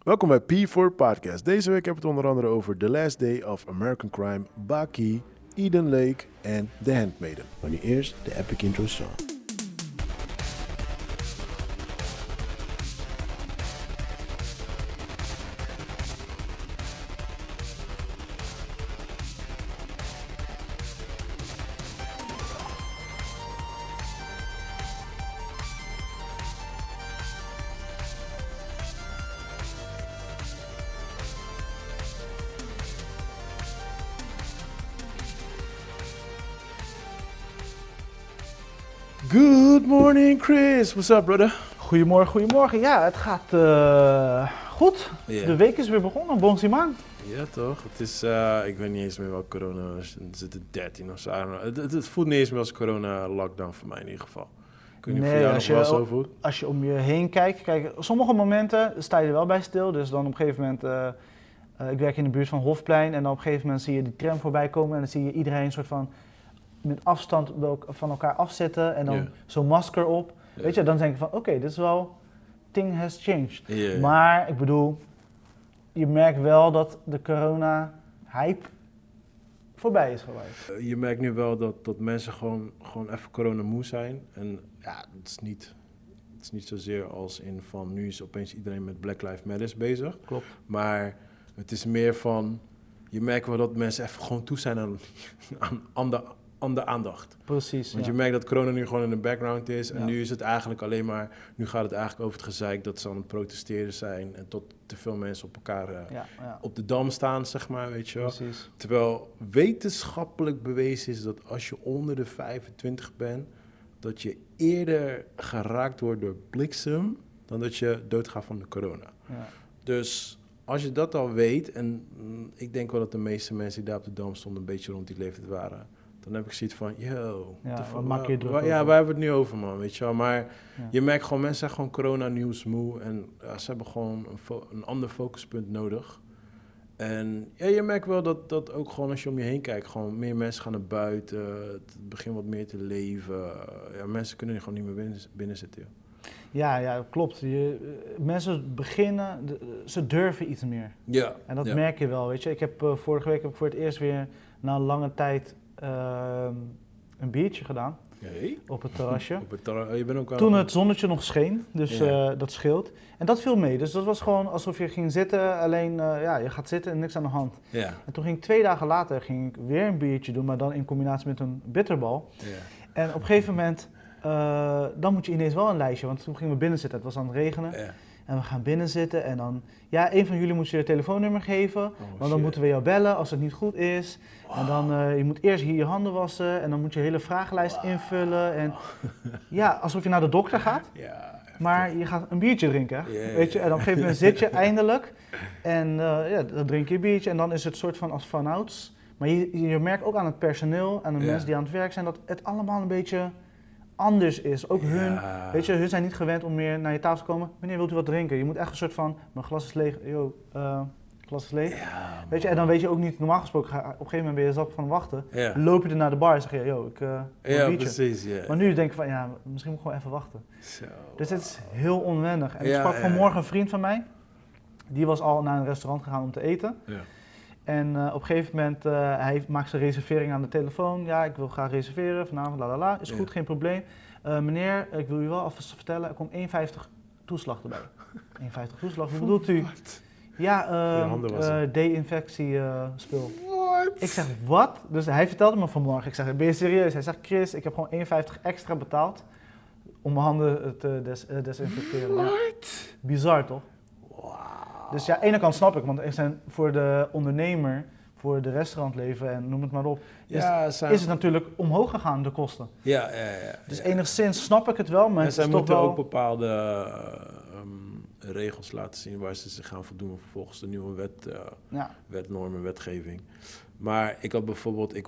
Welkom bij P4 Podcast. Deze week hebben we het onder andere over The Last Day of American Crime, Baki, Eden Lake en The Handmaiden. Maar nu eerst de epic intro song. Good morning, Chris. What's up, brother? Goedemorgen. Ja, het gaat goed. Yeah. De week is weer begonnen, bonsiman. Ja, toch? Het is, ik weet niet eens meer welke corona is. Er zitten 13 of zo. I don't know. Het voelt niet eens meer als corona-lockdown voor mij in ieder geval. Ik weet niet of voor jou nog wel zo voelt. Als je om je heen kijkt, kijk, sommige momenten sta je er wel bij stil. Dus dan op een gegeven moment, ik werk in de buurt van Hofplein en dan op een gegeven moment zie je die tram voorbij komen en dan zie je iedereen een soort van met afstand van elkaar afzitten en dan zo'n masker op. Ja. Weet je, dan denk je van oké, dit is wel, thing has changed. Yeah. Maar ik bedoel, je merkt wel dat de corona-hype voorbij is geweest. Je merkt nu wel dat mensen gewoon even corona moe zijn. En ja, het is niet zozeer als in van nu is opeens iedereen met Black Lives Matter bezig. Klopt. Maar het is meer van, je merkt wel dat mensen even gewoon toe zijn aan de aandacht. Precies, Want ja. je merkt dat corona nu gewoon in de background is. En Ja. nu is het eigenlijk alleen maar, nu gaat het eigenlijk over het gezeik dat ze aan het protesteren zijn. En tot te veel mensen op elkaar Ja. op de dam staan, zeg maar, weet je wel. Precies. Terwijl wetenschappelijk bewezen is dat als je onder de 25 bent, dat je eerder geraakt wordt door bliksem dan dat je doodgaat van de corona. Ja. Dus als je dat al weet, en ik denk wel dat de meeste mensen die daar op de dam stonden een beetje rond die leeftijd waren, dan heb ik zoiets van, yo, Ja, what the fuck, wat maak je je druk ja, over? waar hebben we het nu over, man, weet je wel. Maar Ja. je merkt gewoon, mensen zijn gewoon corona-nieuws moe en ja, ze hebben gewoon een ander focuspunt nodig. En ja, je merkt wel dat ook gewoon als je om je heen kijkt, gewoon meer mensen gaan naar buiten, het begint wat meer te leven. Ja, mensen kunnen gewoon niet meer binnen zitten, joh. Ja, klopt. Mensen beginnen, ze durven iets meer. Ja. En dat ja. merk je wel, weet je. Ik heb vorige week voor het eerst weer na een lange tijd een biertje gedaan Hey. op het terrasje. Je bent ook aan Toen het zonnetje nog scheen, dus Ja. dat scheelt. En dat viel mee, dus dat was gewoon alsof je ging zitten, alleen je gaat zitten en niks aan de hand. Ja. En toen ging ik 2 dagen later ging ik weer een biertje doen, maar dan in combinatie met een bitterbal. Ja. En op een gegeven moment, dan moet je ineens wel een lijstje, want toen gingen we binnen zitten, het was aan het regenen. Ja. En we gaan binnen zitten en dan, ja, een van jullie moet je telefoonnummer geven, want dan shit. moeten we jou bellen als het niet goed is. Wow. En dan, je moet eerst hier je handen wassen en dan moet je hele vragenlijst invullen. En ja, alsof je naar de dokter gaat, Ja. maar je gaat een biertje drinken, Ja, ja, weet je. En op een gegeven moment zit je eindelijk en dan drink je een biertje en dan is het soort van als vanouds. Maar je merkt ook aan het personeel, aan de Ja. mensen die aan het werk zijn, dat het allemaal een beetje anders is. Ook hun, weet je, hun zijn niet gewend om meer naar je tafel te komen. Meneer, wilt u wat drinken? Je moet echt een soort van, mijn glas is leeg, glas is leeg. Ja, Weet je, en dan weet je ook niet, normaal gesproken, op een gegeven moment ben je zat van wachten. Ja. Loop je er naar de bar en zeg je, ik wil een Ja, biertje. precies, ja. Maar nu denk ik van, ja, misschien moet ik gewoon even wachten. Zo. Dus het is heel onwennig. En ik Ja, sprak ja, vanmorgen een vriend van mij, die was al naar een restaurant gegaan om te eten. Ja. En op een gegeven moment, hij maakt zijn reservering aan de telefoon. Ja, ik wil graag reserveren vanavond, lalala. Is goed, Ja. geen probleem. Meneer, ik wil u wel alvast vertellen, er komt 1,50 toeslag erbij. 1,50 toeslag, hoe bedoelt u? Wat? Ja, Voor je handen wassen. de-infectiespul. What? Ik zeg, wat? Dus hij vertelde me vanmorgen. Ik zeg, ben je serieus? Hij zegt, Chris, ik heb gewoon 1,50 extra betaald om mijn handen te desinfecteren. Ja. What? Bizar, toch? Wow. Dus ja, aan de ene kant snap ik, want er zijn voor de ondernemer, voor de restaurantleven en noem het maar op, Ja, is het natuurlijk omhoog gegaan, de kosten. ja. Dus ja. enigszins snap ik het wel, maar En het zij is toch moeten wel... ook bepaalde regels laten zien waar ze zich gaan voldoen volgens de nieuwe wetnormen, wetgeving. Maar ik had bijvoorbeeld,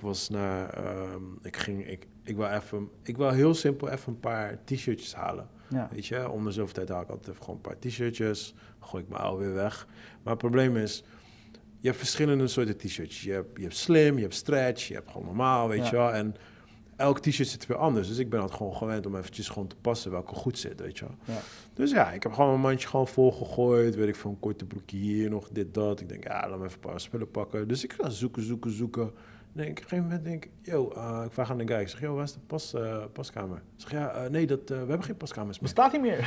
ik wil heel simpel even een paar t-shirtjes halen. Ja. Weet je, om de zoveel tijd haal ik altijd even gewoon een paar t-shirtjes, gooi ik mijn oude weer weg. Maar het probleem is, je hebt verschillende soorten t-shirtjes. Je hebt slim, je hebt stretch, je hebt gewoon normaal, weet je wel. En elk t-shirt zit weer anders. Dus ik ben altijd gewoon gewend om eventjes gewoon te passen welke goed zit, weet je wel. Ja. Dus ja, ik heb gewoon mijn mandje gewoon volgegooid. Weet ik veel, een korte broekje hier, nog dit, dat. Ik denk, ja, laat me even een paar spullen pakken. Dus ik ga zoeken. Op een gegeven moment denk ik, ik vraag aan de guy. Ik zeg, waar is de paskamer? Ik zeg, nee, we hebben geen paskamers meer. Bestaat niet meer.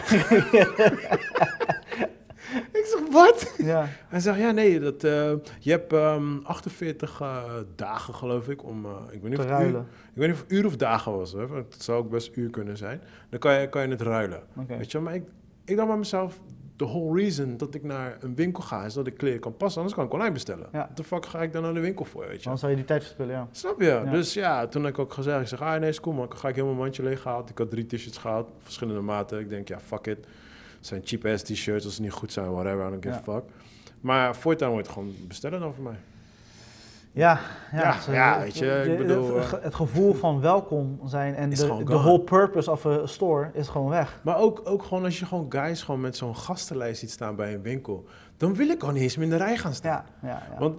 Ik zeg, wat? Ja. Hij zegt, ja, nee, je hebt 48 dagen, geloof ik, om... ik weet niet Te of ruilen. Ik weet niet of het uur of dagen was, hè? Het zou ook best uur kunnen zijn. Dan kan je het ruilen. Okay. Weet je, maar ik dacht bij mezelf, the whole reason dat ik naar een winkel ga, is dat ik kleren kan passen, anders kan ik online bestellen. Ja. What the fuck ga ik dan naar de winkel voor, weet je? Dan zou je die tijd verspillen, ja. Snap je? Ja. Dus ja, toen heb ik ook gezegd, ik zeg, nee, is cool man, dan ga ik helemaal mijn mandje leeg gehaald. Ik had 3 t-shirts gehaald, verschillende maten. Ik denk, ja, fuck it. Het zijn cheap ass t-shirts, als ze niet goed zijn, whatever, I don't give a fuck. Maar voortaan wordt het gewoon bestellen dan voor mij. Ja, weet je, ik bedoel... Het gevoel van welkom zijn en de whole purpose of a store is gewoon weg. Maar ook gewoon als je gewoon guys gewoon met zo'n gastenlijst ziet staan bij een winkel, dan wil ik al niet eens meer in de rij gaan staan. Ja. Want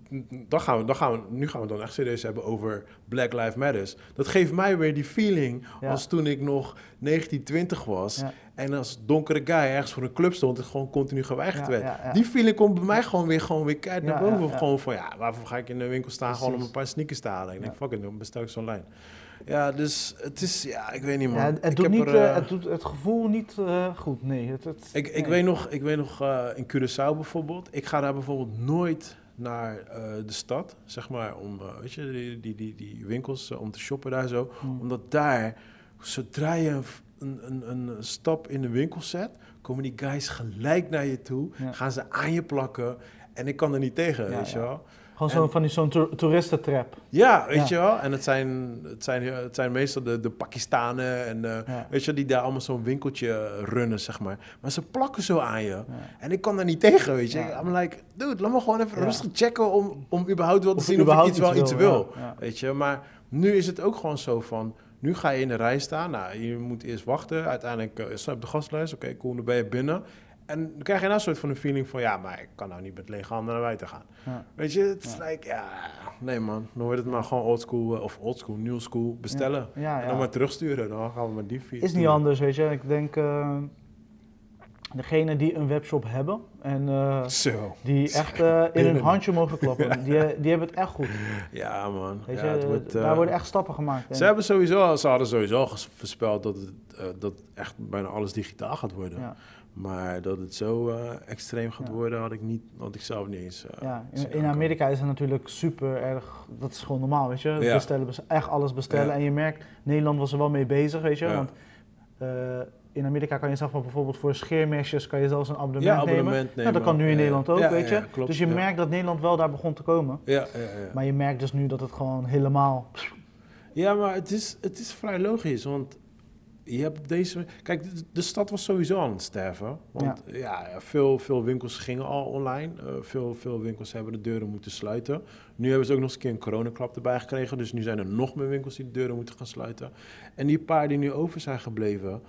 nu gaan we dan echt serieus hebben over Black Lives Matters. Dat geeft mij weer die feeling als toen ik nog 1920 was en als donkere guy ergens voor een club stond en gewoon continu geweigerd werd. Ja. Die feeling komt bij mij gewoon weer keihard naar boven. Gewoon van, waarvoor ga ik in de winkel staan? Precies. Gewoon om een paar sneakers te halen. Ik denk, fuck it, dan bestel ik ze online. Ja, dus het is, ik weet niet, man. Ja, het doet het gevoel niet goed, nee. Ik weet nog in Curaçao bijvoorbeeld. Ik ga daar bijvoorbeeld nooit naar de stad, zeg maar, om, weet je, die winkels, om te shoppen daar zo. Omdat daar, zodra je een stap in de winkel zet, komen die guys gelijk naar je toe, gaan ze aan je plakken en ik kan er niet tegen, weet je wel. Gewoon zo'n toeristentrap. Ja, weet je wel. En het zijn meestal de Pakistanen en weet je, die daar allemaal zo'n winkeltje runnen, zeg maar. Maar ze plakken zo aan je. Ja. En ik kan daar niet tegen, weet je. I'm like, dude, laat me gewoon even rustig checken om überhaupt wel te zien of ik iets wil. Ja. Weet je, maar nu is het ook gewoon zo van, nu ga je in de rij staan. Nou, je moet eerst wachten. Uiteindelijk sta je op de gastlijst. Oké, cool, dan ben je binnen. En dan krijg je nou een soort van een feeling van, maar ik kan nou niet met lege handen naar buiten gaan. Ja. Weet je, het is nee man, dan wordt het maar gewoon oldschool, new school bestellen. En dan maar terugsturen, dan gaan we maar die is niet anders, weet je. Ik denk, degenen die een webshop hebben en die echt in hun handje mogen klappen, die hebben het echt goed. Ja man. Weet je, daar worden echt stappen gemaakt. Ze hadden sowieso voorspeld dat dat echt bijna alles digitaal gaat worden. Ja. Maar dat het zo extreem gaat worden, had ik zelf niet eens. In Amerika is het natuurlijk super erg, dat is gewoon normaal, weet je. Echt alles bestellen. En je merkt, Nederland was er wel mee bezig, weet je. Want in Amerika kan je zelf maar bijvoorbeeld voor scheermesjes kan je zelfs een abonnement nemen. Nou, dat kan nu in Nederland ook, weet je. Klopt, dus je merkt dat Nederland wel daar begon te komen. Maar je merkt dus nu dat het gewoon helemaal... Ja, maar het is vrij logisch, want je hebt kijk, de stad was sowieso aan het sterven. Want veel winkels gingen al online. Veel winkels hebben de deuren moeten sluiten. Nu hebben ze ook nog eens een keer een coronaklap erbij gekregen. Dus nu zijn er nog meer winkels die de deuren moeten gaan sluiten. En die paar die nu over zijn gebleven,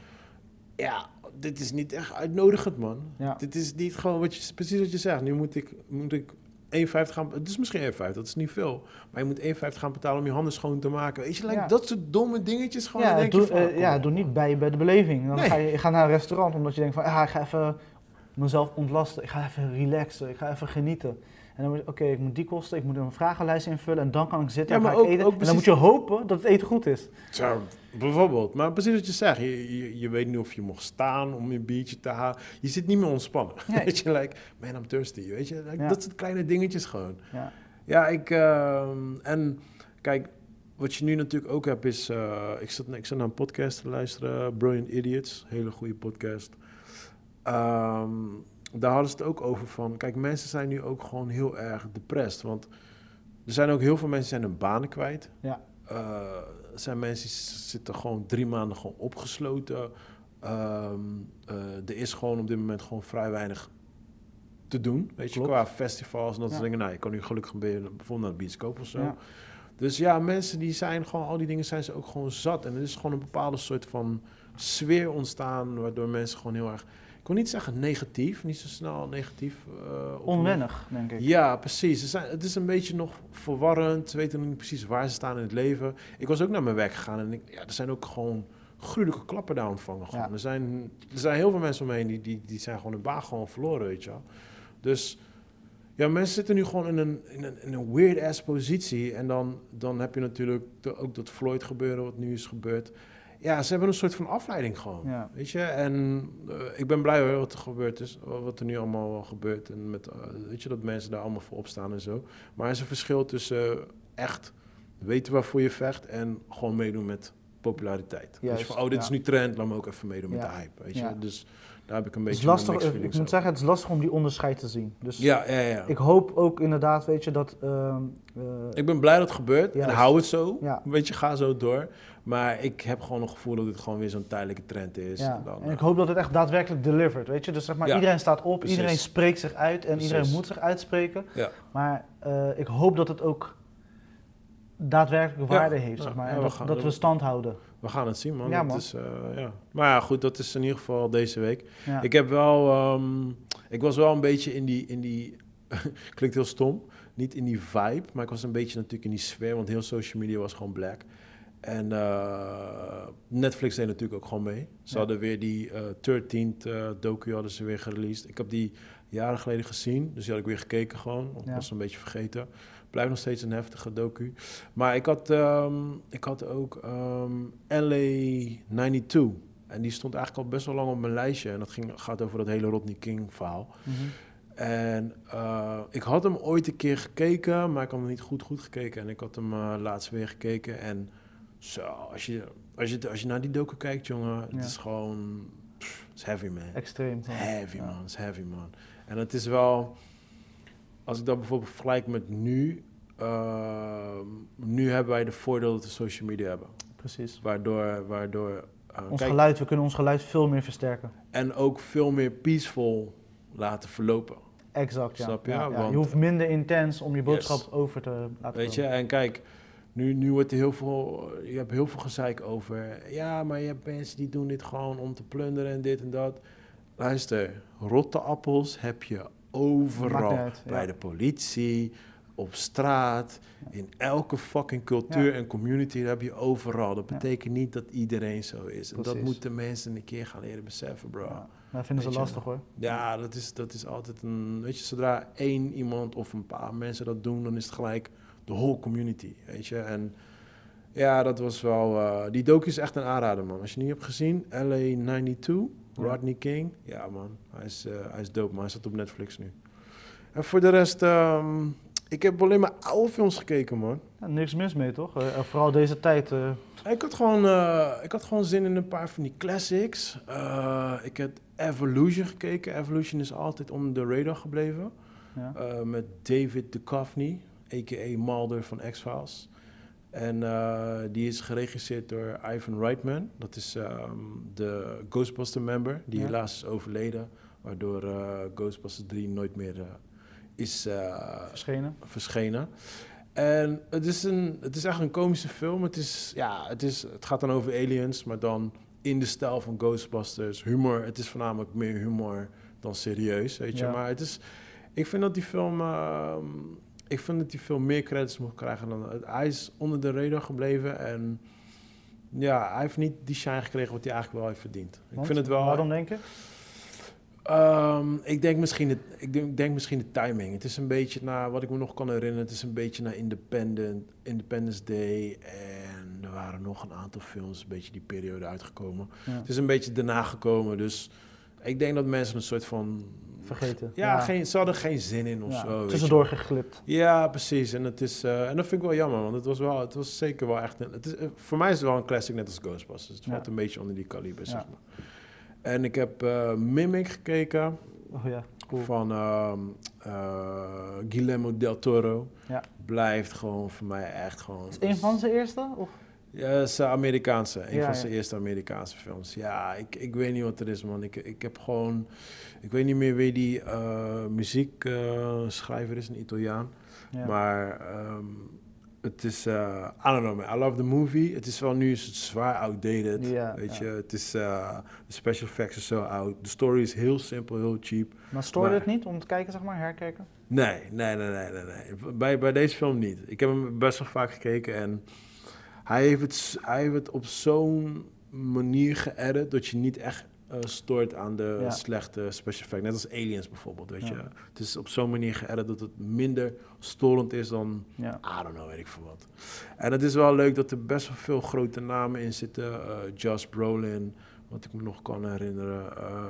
dit is niet echt uitnodigend, man. Ja. Dit is niet gewoon precies wat je zegt. Nu moet ik 1,50 gaan... Het is misschien 1,50, dat is niet veel. Maar je moet 1,50 gaan betalen om je handen schoon te maken. Weet je, dat soort domme dingetjes gewoon. Ja, doe niet bij de beleving. Dan ga je naar een restaurant omdat je denkt van... ik ga even mezelf ontlasten. Ik ga even relaxen. Ik ga even genieten. En dan moet ik moet die kosten. Ik moet een vragenlijst invullen. En dan kan ik zitten en ga ik eten. En dan moet je hopen dat het eten goed is. Zo, bijvoorbeeld. Maar precies wat je zegt. Je weet niet of je mocht staan om je biertje te halen. Je zit niet meer ontspannen. Nee. Weet je, man, I'm thirsty. Weet je, dat zijn kleine dingetjes gewoon. En kijk, wat je nu natuurlijk ook hebt is... ik zat naar een podcast te luisteren. Brilliant Idiots. Hele goede podcast. Daar hadden ze het ook over van... Kijk, mensen zijn nu ook gewoon heel erg depressed. Want er zijn ook heel veel mensen die zijn hun banen kwijt. Ja. Er zijn mensen die zitten gewoon 3 maanden gewoon opgesloten. Er is gewoon op dit moment gewoon vrij weinig te doen. Weet je, qua festivals en dat soort dingen. Nou, je kan nu gelukkig bijvoorbeeld naar de bioscoop of zo. Ja. Dus ja, mensen die zijn gewoon... Al die dingen zijn ze ook gewoon zat. En er is gewoon een bepaalde soort van sfeer ontstaan... waardoor mensen gewoon heel erg... ik wil niet zeggen negatief, niet zo snel negatief. Onwennig, denk ik. Ja, precies. Het is een beetje nog verwarrend. Ze weten nog niet precies waar ze staan in het leven. Ik was ook naar mijn werk gegaan en er zijn ook gewoon gruwelijke klappen daar ontvangen. Gewoon. Ja. Er zijn heel veel mensen omheen die zijn gewoon hun baan gewoon verloren, weet je wel. Dus ja, mensen zitten nu gewoon in een weird-ass positie. En dan heb je natuurlijk ook dat Floyd gebeuren, wat nu is gebeurd. Ja, ze hebben een soort van afleiding gewoon, weet je. En ik ben blij hoor, wat er gebeurd is, wat er nu allemaal gebeurt. En met, weet je, dat mensen daar allemaal voor opstaan en zo. Maar er is een verschil tussen echt weten waarvoor je vecht en gewoon meedoen met populariteit. Dus van, dit is nu trend, laat me ook even meedoen met de hype, weet je. Dus daar heb ik een beetje lastig, ik moet zeggen, het is lastig om die onderscheid te zien. Dus ja. Ik hoop ook inderdaad, weet je, dat... ik ben blij dat het gebeurt en hou het zo, weet je, ga zo door. Maar ik heb gewoon een gevoel dat dit gewoon weer zo'n tijdelijke trend is. Ja. En ik hoop dat het echt daadwerkelijk delivert, weet je. Dus zeg maar, iedereen staat op, iedereen spreekt zich uit en iedereen moet zich uitspreken. Ja. Maar ik hoop dat het ook daadwerkelijk waarde heeft, zeg maar. En dat we stand houden. We gaan het zien, man. Ja, man. Dat is, Maar ja, goed, dat is in ieder geval deze week. Ja. Ik heb wel... ik was wel een beetje in die klinkt heel stom. Niet in die vibe, maar ik was een beetje natuurlijk in die sfeer. Want heel social media was gewoon black. En Netflix deed natuurlijk ook gewoon mee. Ze hadden weer die 13th docu hadden ze weer gereleased. Ik heb die jaren geleden gezien, dus die had ik weer gekeken gewoon. Ik was een beetje vergeten. Blijft nog steeds een heftige docu. Maar ik had ook LA 92. En die stond eigenlijk al best wel lang op mijn lijstje. En dat gaat over dat hele Rodney King verhaal. Mm-hmm. En ik had hem ooit een keer gekeken, maar ik had hem niet goed gekeken. En ik had hem laatst weer gekeken. En zo, als je naar die docu kijkt, jongen, het is gewoon... Het is heavy, man. Extreem. Heavy, man. Het is heavy, man. En het is wel... Als ik dat bijvoorbeeld vergelijk met nu... nu hebben wij de voordeel dat we social media hebben. Precies. Waardoor we kunnen ons geluid veel meer versterken. En ook veel meer peaceful laten verlopen. Exact, ja. Snap je? Ja. Want, je hoeft minder intens om je boodschap over te laten Weet je, en kijk... Nu wordt er je hebt heel veel gezeik over. Ja, maar je hebt mensen die doen dit gewoon om te plunderen en dit en dat. Luister, rotte appels heb je overal. Bij de politie, op straat, in elke fucking cultuur en community heb je overal. Dat betekent niet dat iedereen zo is. En dat moeten mensen een keer gaan leren beseffen, bro. Ja. Dat vinden ze lastig, hoor. Ja, dat is altijd een... Weet je, zodra één iemand of een paar mensen dat doen, dan is het gelijk... de whole community, weet je. En ja, dat was wel... die docu is echt een aanrader, man. Als je niet hebt gezien, LA 92, Rodney King. Ja, man. Hij is dope, man. Hij staat op Netflix nu. En voor de rest... ik heb alleen maar oude films gekeken, man. Ja, niks mis mee, toch? Vooral deze tijd. Ik had gewoon zin in een paar van die classics. Ik heb Evolution gekeken. Evolution is altijd onder de radar gebleven. Ja. Met David Duchovny. A.k.a. Mulder van X-Files. En die is geregisseerd door Ivan Reitman. Dat is de Ghostbuster member, die helaas is overleden. Waardoor Ghostbusters 3 nooit meer is verschenen. En het is echt een komische film. Het gaat dan over aliens, maar dan in de stijl van Ghostbusters. Humor, het is voornamelijk meer humor dan serieus, weet je. Maar ik vind dat die film... Ik vind dat hij veel meer credits moet krijgen dan... Hij is onder de radar gebleven en... Ja, hij heeft niet die shine gekregen wat hij eigenlijk wel heeft verdiend. Ik vind het wel... Waarom denk je? Ik denk misschien de timing. Het is een beetje naar... Wat ik me nog kan herinneren... Het is een beetje naar Independence Day... En er waren nog een aantal films... Een beetje die periode uitgekomen. Ja. Het is een beetje daarna gekomen, dus... Ik denk dat mensen een soort van... Vergeten. Ze hadden geen zin in of zo. Tussendoor geglipt. Ja, precies. En, en dat vind ik wel jammer, want het was zeker wel echt... voor mij is het wel een classic, net als Ghostbusters. Het valt een beetje onder die kaliber, zeg maar. En ik heb Mimic gekeken. Oh ja, cool. Van Guillermo del Toro. Ja. Blijft gewoon voor mij echt gewoon... Is een van zijn eerste? Of? Ja, dat is Amerikaanse. Een van zijn eerste Amerikaanse films. Ja, ik weet niet wat er is, man. Ik heb gewoon... Ik weet niet meer wie die muziekschrijver is, een Italiaan. Ja. Maar Het is, I don't know man, I love the movie. Het is wel nu is het zwaar outdated, Ja, weet ja. je. Het is, de special effects are zo oud. De story is heel simpel, heel cheap. Maar stoorde Maar- het niet om te kijken, zeg maar, herkijken? Nee. Bij deze film niet. Ik heb hem best wel vaak gekeken en hij heeft het op zo'n manier geëdit dat je niet echt stoort aan de Ja. slechte special effects. Net als Aliens bijvoorbeeld, weet Ja. je. Het is op zo'n manier geëdit dat het minder storend is dan, Ja. I don't know, weet ik veel wat. En het is wel leuk dat er best wel veel grote namen in zitten. Josh Brolin, wat ik me nog kan herinneren.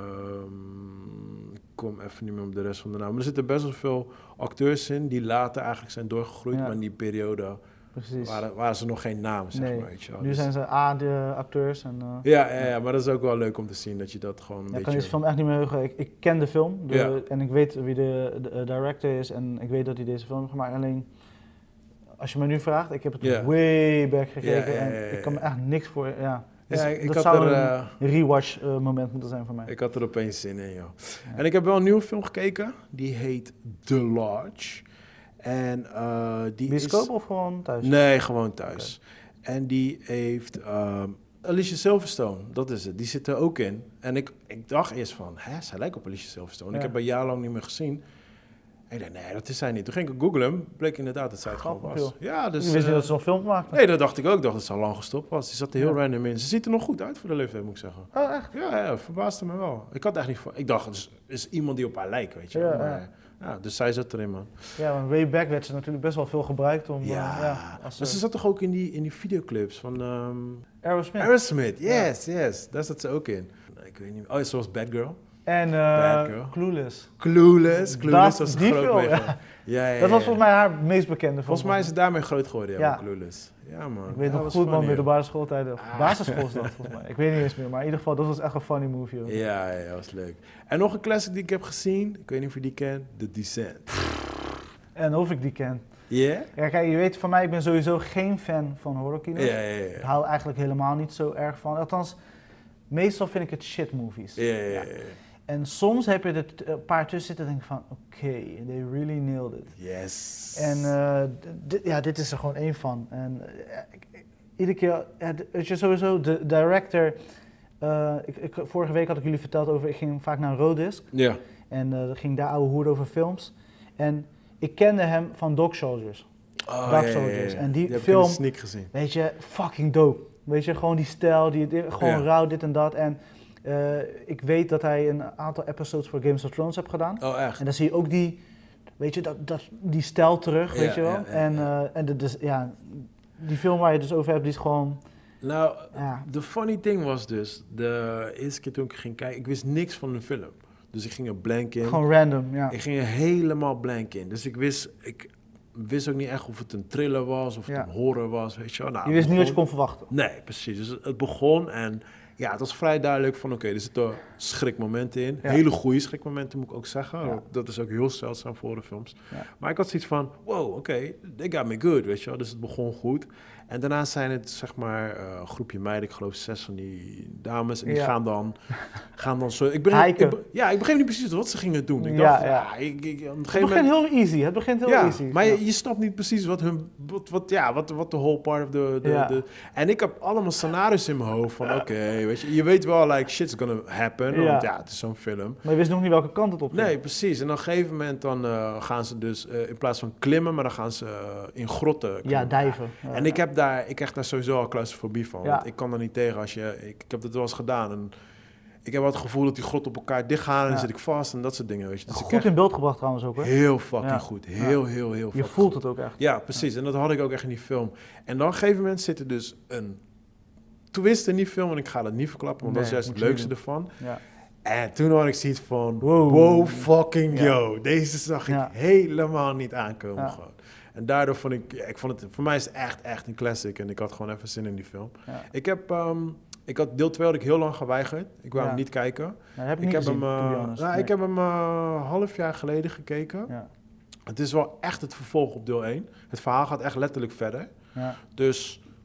Ik kom even niet meer op de rest van de namen. Maar er zitten best wel veel acteurs in die later eigenlijk zijn doorgegroeid. Ja. Maar in die periode Precies. waren ze nog geen naam, zeg Nee. maar. Weet je wel. Nu Dus- zijn ze de acteurs en... ja, maar dat is ook wel leuk om te zien dat je dat gewoon een ik kan beetje... deze film echt niet meer heugen. Ik ken de film Ja. en ik weet wie de director is en ik weet dat hij deze film heeft gemaakt. Alleen, als je me nu vraagt, ik heb het Ja. way back gekeken Ja. en ik kan me echt niks voor... Ja. Dus Ja, ik dat had zou er... een rewatch moment moeten zijn voor mij. Ik had er opeens zin in, joh. En ik heb wel een nieuwe film gekeken. Die heet The Lodge. En die Bioscoop is... of gewoon thuis? Nee, gewoon thuis. En die heeft Alicia Silverstone, dat is het. Die zit er ook in. En ik dacht eerst van, zij lijkt op Alicia Silverstone. Ja. Ik heb haar jarenlang niet meer gezien. En ik dacht, nee, dat is zij niet. Toen ging ik googlen, bleek inderdaad dat zij het gewoon Grappig, was. Ja, dus... Ik wist niet dat ze nog film maakten. Nee, dat dacht ik ook. Ik dacht dat ze al lang gestopt was. Die zat er heel Ja. random in. Ze ziet er nog goed uit voor de leeftijd, moet ik zeggen. Oh, echt? Ja, verbaasde me wel. Ik had echt niet... Ik dacht, het is iemand die op haar lijkt, weet je. Ja, Maar, ja, dus zij zat erin, man. Ja, want way back werd ze natuurlijk best wel veel gebruikt om... Ja, als, maar ze zat toch ook in die videoclips van Aerosmith. Aerosmith? Yes. Daar zat ze ook in. Ik weet niet. Oh, zoals Bad Girl. En Bad Girl. Clueless. Clueless was die groot film, mee. ja. Ja. Dat was volgens mij haar meest bekende. Volgens mij is het daarmee groot geworden, ja, Ja. met Clueless. Ja, man. Ik weet Ja, nog was goed, man, funny, middelbare schooltijden. Of Ah. basisschool is dat, volgens mij. Ik weet niet eens meer, maar in ieder geval, dat was echt een funny movie. Hoor. Ja, dat was leuk. En nog een classic die ik heb gezien. Ik weet niet of je die kent. The Descent. En of ik die ken. Yeah? Ja, kijk, je weet van mij, ik ben sowieso geen fan van horrorkino's. Ja. Ik hou eigenlijk helemaal niet zo erg van. Althans, meestal vind ik het shit movies. Ja. En soms heb je er een paar tussen zitten en denk ik van, oké, they really nailed it. Yes. En dit is er gewoon één van. En iedere keer, weet je, sowieso, de director... vorige week had ik jullie verteld over, ik ging vaak naar Rodisc. Ja. En ging daar ouwe hoeren over films. En ik kende hem van Dog Soldiers. Dog Soldiers. En die heb ik film- in de sneak gezien. Weet je, fucking dope. Weet je, gewoon die stijl, gewoon Ja. rauw, dit en dat. En ik weet dat hij een aantal episodes voor Games of Thrones heeft gedaan. Oh, echt? En dan zie je ook die, weet je, die stijl terug, Ja, weet je wel. ja. En die film waar je het dus over hebt, die is gewoon, Nou, ja. de funny thing was dus, de eerste keer toen ik ging kijken, ik wist niks van de film. Dus ik ging er blank in. Gewoon random, ja. Ik ging er helemaal blank in. Dus ik wist ook niet echt of het een thriller was, of het Ja. een horror was, weet je wel. Nou, Je wist niet wat je begon- kon verwachten. Nee, precies. Dus het begon en ja, het was vrij duidelijk van oké, er zitten schrikmomenten in. Ja. Hele goede schrikmomenten moet ik ook zeggen. Ja. Dat is ook heel zeldzaam voor de films. Ja. Maar ik had zoiets van, wow, oké, they got me good, weet je wel. Dus het begon goed. En daarna zijn het zeg maar een groepje meiden, ik geloof 6 van die dames. En die Ja. gaan dan zo... Ik begreep niet precies wat ze gingen doen. Ik Ja, dacht, ja. op een gegeven Het moment... begint heel easy, het begint heel Ja, easy. maar Ja. je snapt niet precies wat de whole part of Ja. En ik heb allemaal scenario's in mijn hoofd van oké, weet je weet wel, like, shit's gonna happen, Ja. want ja, het is zo'n film. Maar je wist nog niet welke kant het op ging. Nee, precies. En op een gegeven moment dan gaan ze dus, in plaats van klimmen, maar dan gaan ze in grotten Ja, klimmen. dijven. Ja. En ik krijg daar sowieso al claustrofobie van, Ja. want ik kan er niet tegen ik heb dat wel eens gedaan en ik heb wel het gevoel dat die grotten op elkaar dicht gaan en dan Ja. zit ik vast en dat soort dingen, weet je. Dus ik Goed krijg in beeld gebracht trouwens ook, hoor. heel fucking Ja. goed. Ja. Heel Je fucking voelt goed. het ook echt. Ja, precies. En dat had ik ook echt in die film. En dan op een gegeven moment zit er dus een twist in die film. En ik ga dat niet verklappen, want dat is Nee, juist het moet je leukste niet ervan. Ja. En toen had ik zoiets van, Wow. wow fucking Ja. yo. Deze zag ik Ja. helemaal niet aankomen Ja. gewoon. En daardoor vond ik vond het, voor mij is het echt een classic. En ik had gewoon even zin in die film. Ja. Ik had deel 2 had ik heel lang geweigerd. Ik wou Ja. hem niet kijken. Nou, dat heb ik Ik niet heb gezien, hem, to be honest. nou, Nee. ik heb hem een half jaar geleden gekeken. Ja. Het is wel echt het vervolg op deel 1. Het verhaal gaat echt letterlijk verder. Ja. Dus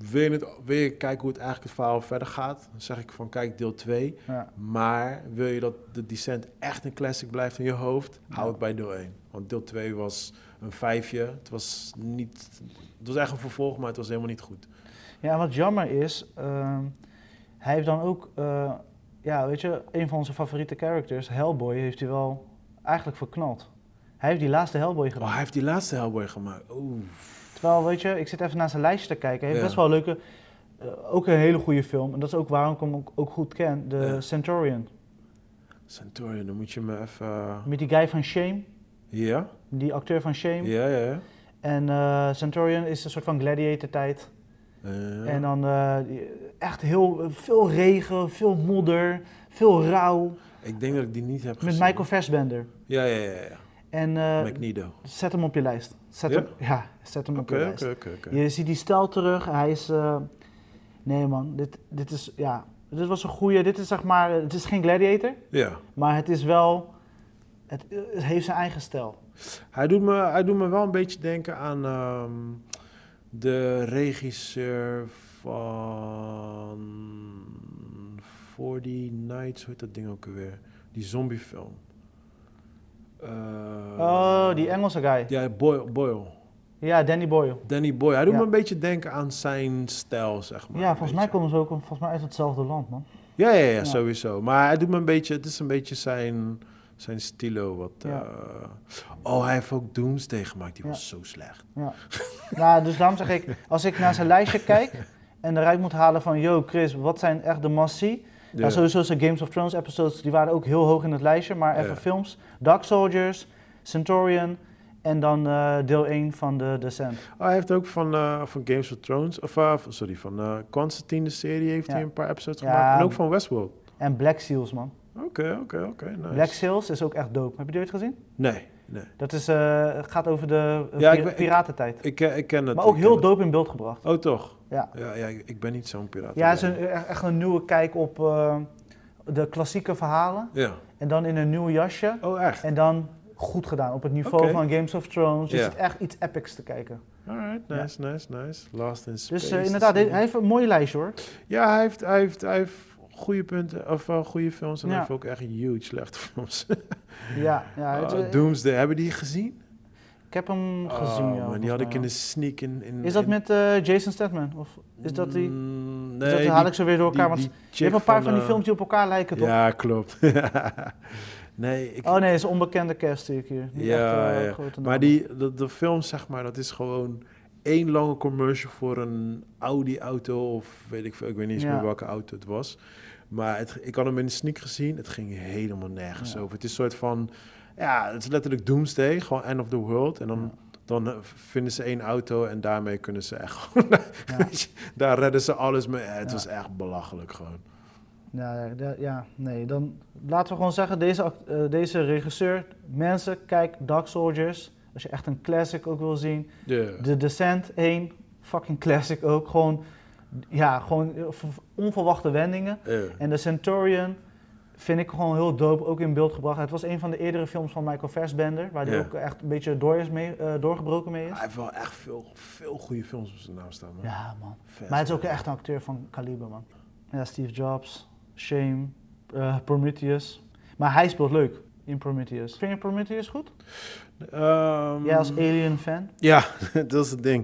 wil je kijken hoe het eigenlijk het verhaal verder gaat, dan zeg ik van kijk deel 2. Ja. Maar wil je dat de Descent echt een classic blijft in je hoofd, hou Ja. het bij deel 1. Want deel 2 was een 5. Het was echt een vervolg, maar het was helemaal niet goed. Ja, en wat jammer is, hij heeft dan ook, ja, weet je, een van onze favoriete characters, Hellboy, heeft hij wel eigenlijk verknald. Hij heeft die laatste Hellboy Oh, gedaan. hij heeft die laatste Hellboy gemaakt. Oeh. Terwijl, weet je, ik zit even naar zijn lijstje te kijken. Hij heeft Ja. best wel een leuke, ook een hele goede film. En dat is ook waarom ik hem ook goed ken, de Ja. Centurion. Centurion, dan moet je me even... Met die guy van Shame, Ja? die acteur van Shame. Ja. En Centurion is een soort van gladiator-tijd. En dan echt heel veel regen, veel modder, veel rauw. Ik denk dat ik die niet heb Met gezien. Michael Fassbender. Ja. En Magneto. zet hem op je lijst. Zet hem op je lijst. Oké. Je ziet die stijl terug. Hij is... nee man, dit is... Ja, dit was een goede... Dit is zeg maar... Het is geen gladiator. Ja. Maar het is wel... Het heeft zijn eigen stijl. Hij doet me wel een beetje denken aan de regisseur van 40 Nights, hoe heet dat ding ook alweer? Die zombiefilm. Oh, die Engelse guy. Ja, Boyle. Ja, Danny Boyle. Danny Boyle. Hij doet Ja. me een beetje denken aan zijn stijl, zeg maar. Ja, volgens mij komen ze ook volgens mij uit hetzelfde land, man. Ja, sowieso. Maar hij doet me een beetje, het is een beetje zijn stilo. Wat, Ja. hij heeft ook Doomsday gemaakt, die was zo slecht. Ja. Nou, dus daarom zeg ik, als ik naar zijn lijstje kijk en eruit moet halen van, yo Chris, wat zijn echt de must-see? Ja. Ja, sowieso zijn Games of Thrones episodes, die waren ook heel hoog in het lijstje, maar even films. Dark Soldiers, Centurion en dan deel 1 van The Descent. Oh, hij heeft ook van Games of Thrones, van Constantine, de serie, heeft hij een paar episodes gemaakt. En ook van Westworld. En Black Seals, man. Oké, nice. Black Seals is ook echt dope. Heb je die ooit gezien? Nee. Dat is, het gaat over de piratentijd. Ik ken het. Maar ook heel dope in beeld gebracht. Oh, toch? Ja. Ja, ik ben niet zo'n piraat. Ja, het is echt een nieuwe kijk op de klassieke verhalen. Ja. En dan in een nieuw jasje. Oh, echt? En dan goed gedaan, op het niveau van Games of Thrones. Je Ja. zit echt iets epics te kijken. Alright, nice. Lost in Space. Dus inderdaad, hij heeft een mooi lijstje hoor. Ja, hij heeft goede punten, of goede films en hij Ja. heeft ook echt huge slechte films. Ja, Doomsday, hebben die gezien? ik heb hem gezien. Ja, Man, die had ik in de sneak in... Is dat met Jason Statham? Of is dat die? Nee, dat haal ik zo weer door elkaar. Want je hebt een paar van die films die op elkaar lijken, toch? Ja, klopt. Nee, Oh nee, het is een onbekende cast zie ik hier. Niet echt, grote maar namen. de film, zeg maar, dat is gewoon één lange commercial voor een Audi-auto of weet ik veel. Ik weet niet eens meer welke auto het was. Maar ik had hem in de sneak gezien. Het ging helemaal nergens over. Het is een soort van... Ja, het is letterlijk Doomsday. Gewoon end of the world. En dan vinden ze één auto en daarmee kunnen ze echt gewoon... daar redden ze alles mee. Het was echt belachelijk gewoon. Nee. Dan laten we gewoon zeggen, deze regisseur, mensen, kijk Dark Soldiers. Als je echt een classic ook wil zien. The Descent 1, fucking classic ook. Gewoon onverwachte wendingen. En The Centurion vind ik gewoon heel dope, ook in beeld gebracht. Het was een van de eerdere films van Michael Fassbender, waar hij ook echt een beetje doorgebroken mee is. Hij heeft wel echt veel goede films op zijn naam staan, man. Ja, man. Maar het is ook echt een acteur van kaliber, man. Ja, Steve Jobs, Shame, Prometheus. Maar hij speelt leuk in Prometheus. Vind je Prometheus goed? Jij als Alien-fan? Ja, dat is het ding.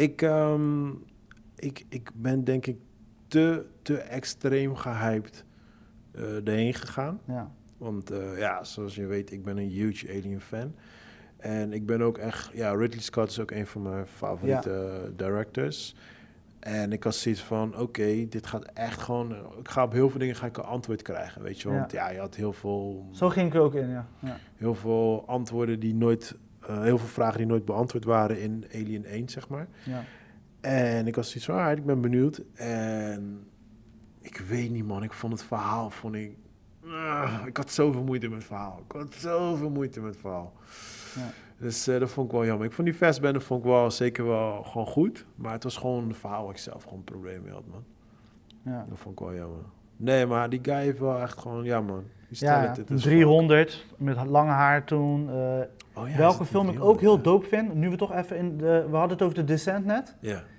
Ik ben denk ik te extreem gehyped erheen gegaan. Ja. Want zoals je weet, ik ben een huge Alien-fan. En ik ben ook echt... Ja, Ridley Scott is ook een van mijn favoriete directors. En ik had zoiets van, oké, dit gaat echt gewoon... Ik ga op heel veel dingen een antwoord krijgen, weet je. Want je had heel veel... Zo ging ik er ook in, ja. Heel veel antwoorden die nooit... heel veel vragen die nooit beantwoord waren in Alien 1, zeg maar. Ja. En ik was zoiets van, ik ben benieuwd. En ik weet niet, man. Ik vond het verhaal, ik had zoveel moeite met het verhaal. Ja. Dus dat vond ik wel jammer. Ik vond die Fassbender vond ik wel zeker wel gewoon goed. Maar het was gewoon het verhaal waar ik zelf gewoon een probleem mee had, man. Ja. Dat vond ik wel jammer. Nee, maar die guy heeft wel echt gewoon, man. Ja, 300 met lang haar toen. Welke film ik ook heel dope vind, nu we toch even we hadden het over The Descent net. Ja.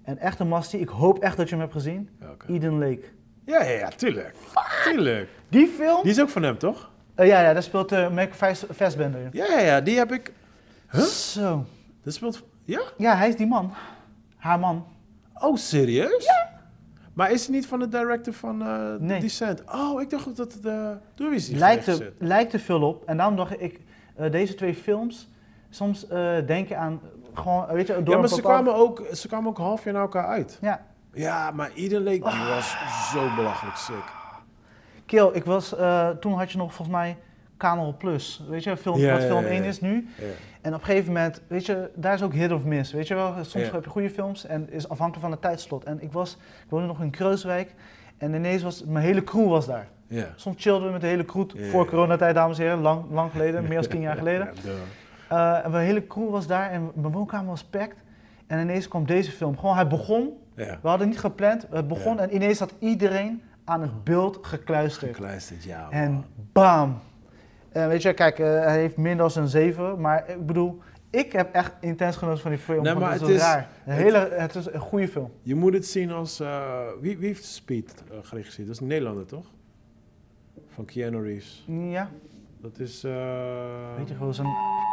En echt een must-see. Ik hoop echt dat je hem hebt gezien. Oké. Eden Lake. Ja, tuurlijk. Tuurlijk. Die film? Die is ook van hem, toch? Ja, daar speelt Mac Fassbender in. Ja, die heb ik... Huh? Zo. Dat speelt... Ja? Ja, hij is die man. Haar man. Oh, serieus? Ja. Maar is hij niet van de director van Nee. Descent? Oh, ik dacht dat het... Toen is hij Lijkt er veel op. En daarom dacht ik, deze 2 films, soms denk je aan gewoon, weet je, door Ja, maar een ze kwamen ook half jaar na elkaar uit. Ja. Ja, maar Eden Lake, die was zo belachelijk sick. Kill, toen had je nog volgens mij Kanaal Plus, weet je, film 1 is nu. Ja. En op een gegeven moment, weet je, daar is ook hit of miss, weet je wel. Soms Ja. heb je goede films en is afhankelijk van het tijdslot. En ik woonde nog in Kreuzwijk en ineens mijn hele crew was daar. Ja. Soms chillden we met de hele crew voor coronatijd, dames en heren, lang geleden, meer dan 10 jaar geleden. Ja, En mijn hele crew was daar en mijn woonkamer was packed. En ineens kwam deze film. Gewoon, hij begon. ja. We hadden niet gepland. Het begon Ja. en ineens zat iedereen aan het beeld gekluisterd. Gekluisterd, ja. En Man. bam! Weet je, kijk, hij heeft minder dan een 7. Maar ik bedoel, ik heb echt intens genoten van die film. Nee, want maar het is raar. Het is een goede film. Je moet het zien als... wie heeft Speed geregisseerd? Dat is een Nederlander, toch? Van Keanu Reeves. Ja, Dat is... weet je, gewoon zo'n...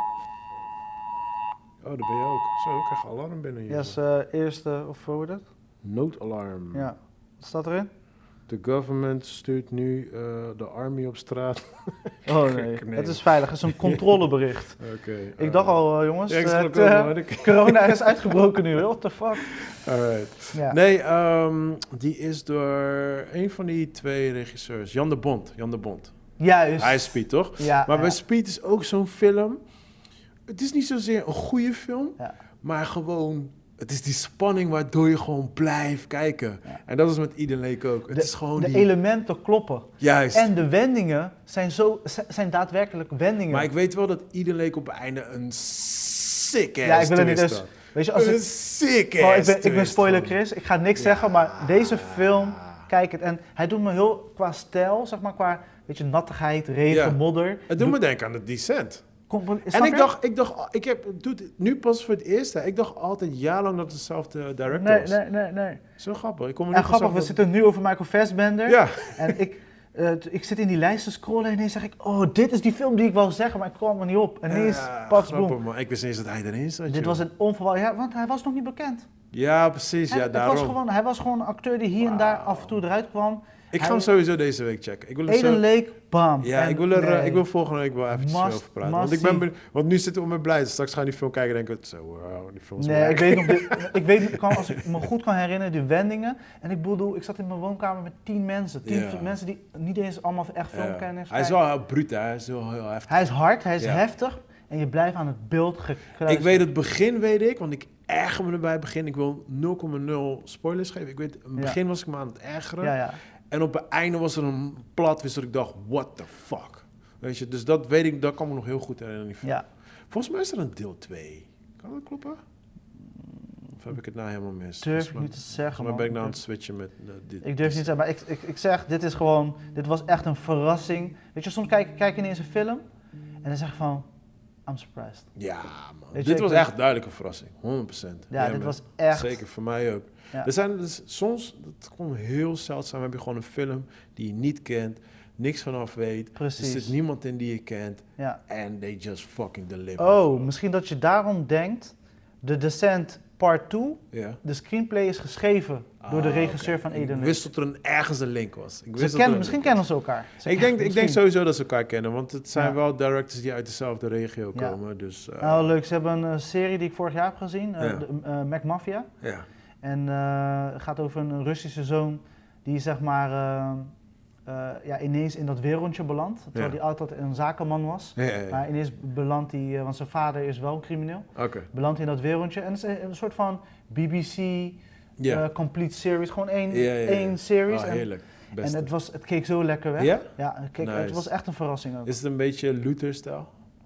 Oh, daar ben je ook. Zo, ik krijg alarm binnen hier. Ja, is eerste, of hoe heet het? Noodalarm. Ja. Wat staat erin? De government stuurt nu de army op straat. Oh nee, het is veilig. Het is een controlebericht. Oké. Ik dacht al, jongens, Ja, ik schrok ook, man. corona is uitgebroken nu. What the fuck? Alright. Ja. Nee, die is door een van die 2 regisseurs. Jan de Bond. Juist. Hij is Speed, toch? Ja, Maar ja. bij Speed is ook zo'n film. Het is niet zozeer een goede film, Ja. maar gewoon... Het is die spanning waardoor je gewoon blijft kijken. Ja. En dat is met Eden Lake ook. Het is gewoon de die... elementen kloppen. Juist. En de wendingen zijn daadwerkelijk wendingen. Maar ik weet wel dat Eden Lake op het einde een sick ass Ja, ik wil het niet twist eens... had. Weet je, als Een ik... sick Oh, ass ik ben twist, spoiler man. Chris, ik ga niks zeggen, maar deze film, kijk het. En hij doet me heel qua stijl, zeg maar, qua weet je, nattigheid, regen, Ja. modder. Het doet me denken aan The Descent. Snap En je? doe het nu pas voor het eerst. Hè. Ik dacht altijd jarenlang dat het dezelfde director was. Nee. Zo grappig. Ik kom er En nu grappig, pas we af- zitten nu over Michael Fassbender. Ja. En ik zit in die lijst te scrollen en ineens zeg ik, oh, dit is die film die ik wou zeggen, maar ik kwam er niet op. En ineens, pats, grappig, boom. man. Ik wist niet eens dat hij erin zat. Dit joh. was een onverwacht, ja, want hij was nog niet bekend. Ja, precies. Ja, daarom. Hij was gewoon een acteur die hier en daar af en toe eruit kwam. Ik ga hem sowieso deze week checken. Ik wil het Eden zo... Lake, bam. Ja, En ik wil volgende week wel eventjes Must- over praten. must Want, ik ben see. want nu zitten we met blij. Straks ga je die film kijken en denken, zo, wow, die film is Nee, wack. ik weet nog, als ik me goed kan herinneren, de wendingen. En ik bedoel, ik zat in mijn woonkamer met 10 mensen. 10 Ja. mensen die niet eens allemaal echt film kennen. Hij is wel heel bruut, hè. Hij is wel heel heftig. Hij is hard, hij is Ja. heftig. En je blijft aan het beeld gekluisterd. Ik weet het begin, want ik erger me erbij het begin. Ik wil 0,0 spoilers geven. Ik weet, in het begin was ik me aan het ergeren. Ja. En op het einde was er een platwist dat ik dacht, what the fuck. Weet je, dus dat weet ik, dat kan me nog heel goed herinneren. Die film. Ja. Volgens mij is er een deel 2. Kan dat kloppen? Of heb ik het nou helemaal mis? Durf ik Volgens mij- niet te zeggen, volgens mij ben ik nou aan man. het switchen met... Ik durf niet te zeggen, maar ik zeg, dit was echt een verrassing. Weet je, soms kijk je ineens een film en dan zeg je van, I'm surprised. Ja, man. Weet je, Dit ik was ben- echt duidelijk een verrassing. 100%. Ja, dit man. was echt... Zeker, voor mij ook. Ja. Er zijn dus soms, dat komt heel zeldzaam, heb je gewoon een film die je niet kent, niks vanaf weet. Precies. Er zit niemand in die je kent. Ja. And they just fucking deliver. Oh, misschien dat je daarom denkt, The Descent Part 2, Ja. de screenplay is geschreven door de regisseur van Eden Ik Lake. wist dat er ergens een link was. Ik wist dat er Misschien een link kennen ze elkaar. was. Ik denk sowieso dat ze elkaar kennen, want het zijn Ja. wel directors die uit dezelfde regio Ja. komen. Dus, Nou, leuk. Ze hebben een serie die ik vorig jaar heb gezien, Ja. Mac Mafia. ja. En het gaat over een Russische zoon die zeg maar ineens in dat wereldje belandt. Terwijl Ja. hij altijd een zakenman was. Ja. Maar ineens belandt hij, want zijn vader is wel een crimineel, Oké. belandt hij in dat wereldje. En het is een soort van BBC Ja. complete series, gewoon één Ja. series. Ah, heerlijk. Beste. En het keek zo lekker weg. Ja? Ja, het Nice. was echt een verrassing ook. Is het een beetje Luther-stijl?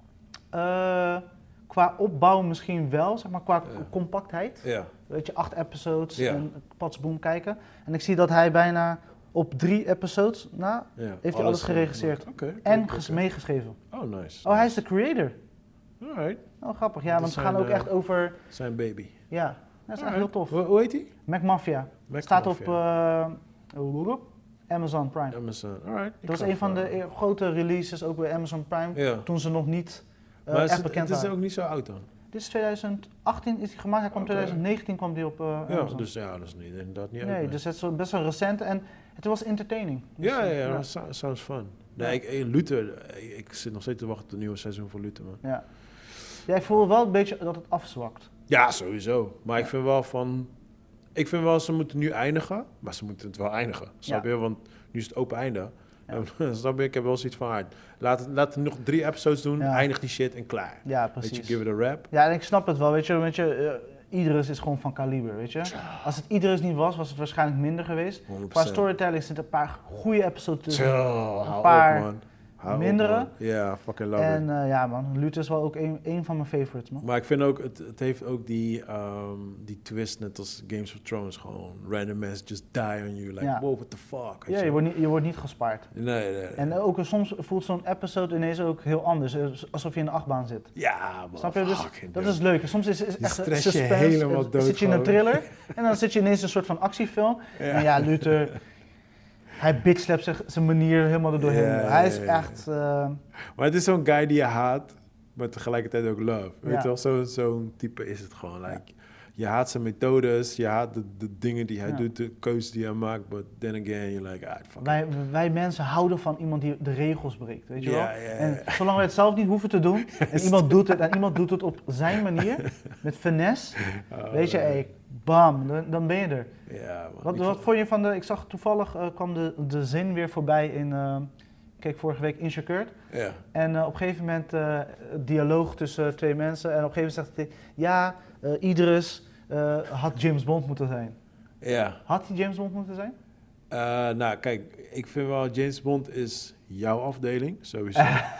Qua opbouw misschien wel, zeg maar, qua compactheid. Ja. Weet je, 8 episodes Ja. en patsboom kijken. En ik zie dat hij bijna op 3 episodes na Ja, heeft hij alles geregisseerd. Oké. En meegeschreven. Oh, nice. Oh, hij is de creator. Alright. Oh, grappig. Ja, Dat want ze zijn, gaan ook echt over... Zijn baby. Ja, Dat is echt heel tof. Hoe heet die? Mac Mafia. Staat op Amazon Prime. Amazon, alright. Dat was een van de grote releases, ook bij Amazon Prime, toen ze nog niet maar echt bekend het is ook ook niet zo oud dan? Dit is 2018 is die gemaakt, hij kwam 2019 kwam die op Amazon. Dus ja, dat is niet, inderdaad niet Nee, oud. dus het is best wel recent en het was entertaining. Dus, Ja, dat sounds fun. Nee, Luther, ik zit nog steeds te wachten op het nieuwe seizoen van Luther, man. Ja. Ja, ik voel wel een beetje dat het afzwakt. Ja, sowieso. Maar ik vind wel ze moeten nu eindigen, maar ze moeten het wel eindigen. Snap je? Want nu is het open einde. Ja. Snap je? Ik heb wel zoiets van, laat nog 3 episodes doen, eindig die shit en klaar. Ja, precies. Weet je, give it a rap. Ja, en ik snap het wel, weet je, Idris is gewoon van kaliber, weet je. Als het Idris niet was het waarschijnlijk minder geweest. 100%. Qua storytelling zitten een paar goede episodes tussen. Een paar man. Mindere. Ja, fucking love it. En ja man, Luther is wel ook een van mijn favorites, man. Maar ik vind ook, het heeft ook die twist net als Games of Thrones, gewoon random mensen just die on you, like wow, what the fuck. Ja, je wordt niet gespaard. Nee. En ook soms voelt zo'n episode ineens ook heel anders, alsof je in een achtbaan zit. Ja, man. Snap je? Dus dat is leuk. Soms is het echt suspense, helemaal dood. Zit je in een thriller en dan zit je ineens in een soort van actiefilm. En ja, Luther... Hij bitchlapt zijn manier helemaal er doorheen. Hij is echt... Maar het is zo'n guy die je haat, maar tegelijkertijd ook love. Weet je wel, zo'n type is het gewoon. Like, je haat zijn methodes, je haat de dingen die hij doet, de keuzes die hij maakt. But then again, you're like, fuck. Wij mensen houden van iemand die de regels breekt, weet je wel? En zolang we het zelf niet hoeven te doen, en iemand doet het op zijn manier, met finesse, weet je, bam, dan ben je er. Ja, man. Wat vond je van ik zag toevallig kwam de zin weer voorbij in, kijk vorige week Insecured. Ja. En op een gegeven moment dialoog tussen 2 mensen en op een gegeven moment zegt hij, Idris had James Bond moeten zijn. Ja. Had hij James Bond moeten zijn? Nou, kijk, ik vind wel James Bond is jouw afdeling, sowieso.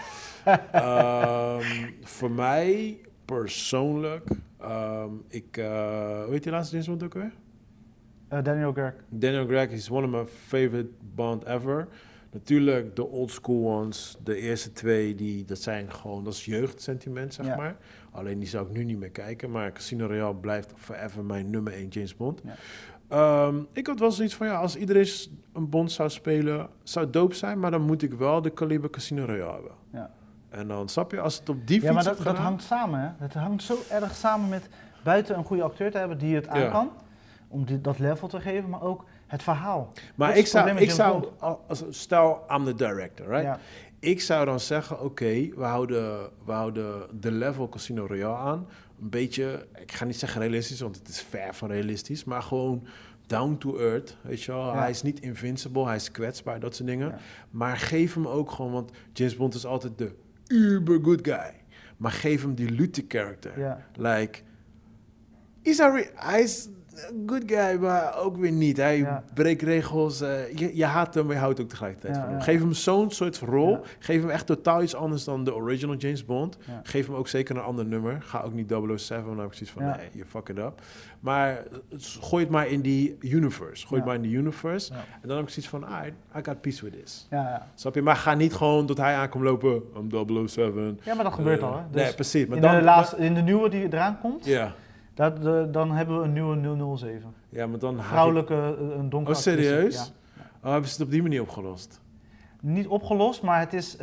Voor mij persoonlijk, hoe heet die laatste James Bond ook weer? Daniel Craig. Daniel Craig is one of my favorite Bond ever. Natuurlijk de old school ones, de eerste 2, dat is jeugdsentiment, zeg maar. Alleen die zou ik nu niet meer kijken, maar Casino Royale blijft forever mijn nummer 1 James Bond. Ja. Ik had wel zoiets van, als iedereen een Bond zou spelen, zou het dope zijn, maar dan moet ik wel de kaliber Casino Royale hebben. Ja. En dan snap je, als het op die fiets maar dat hangt samen, hè. Het hangt zo erg samen met buiten een goede acteur te hebben die het aan kan, om dat level te geven, maar ook het verhaal. Maar stel, I'm the director, right? Ja. Ik zou dan zeggen, oké, we houden de level Casino Royale aan. Een beetje, ik ga niet zeggen realistisch, want het is ver van realistisch, maar gewoon down to earth, weet je wel. Ja. Hij is niet invincible, hij is kwetsbaar, dat soort dingen. Ja. Maar geef hem ook gewoon, want James Bond is altijd de uber good guy. Maar geef hem die Luther character. Ja. Like, hij is een good guy, maar ook weer niet. Hij breekt regels. Je haat hem, maar je houdt ook tegelijkertijd van hem. Geef hem zo'n soort rol. Ja. Geef hem echt totaal iets anders dan de original James Bond. Ja. Geef hem ook zeker een ander nummer. Ga ook niet 007, dan heb ik zoiets van, nee, je fuck it up. Maar gooi het maar in die universe. Gooi het maar in die universe. Ja. En dan heb ik zoiets van, I got peace with this. Ja. Snap je? Maar ga niet gewoon dat hij aankomt lopen, I'm 007. Ja, maar dat gebeurt al, hè? Dus nee, precies. Maar in de nieuwe die eraan komt... Ja. Dan hebben we een nieuwe 007. Ja, maar dan... Vrouwelijke, een donkere... Oh, serieus? Ja. Oh, hebben ze het op die manier opgelost? Niet opgelost, maar het is...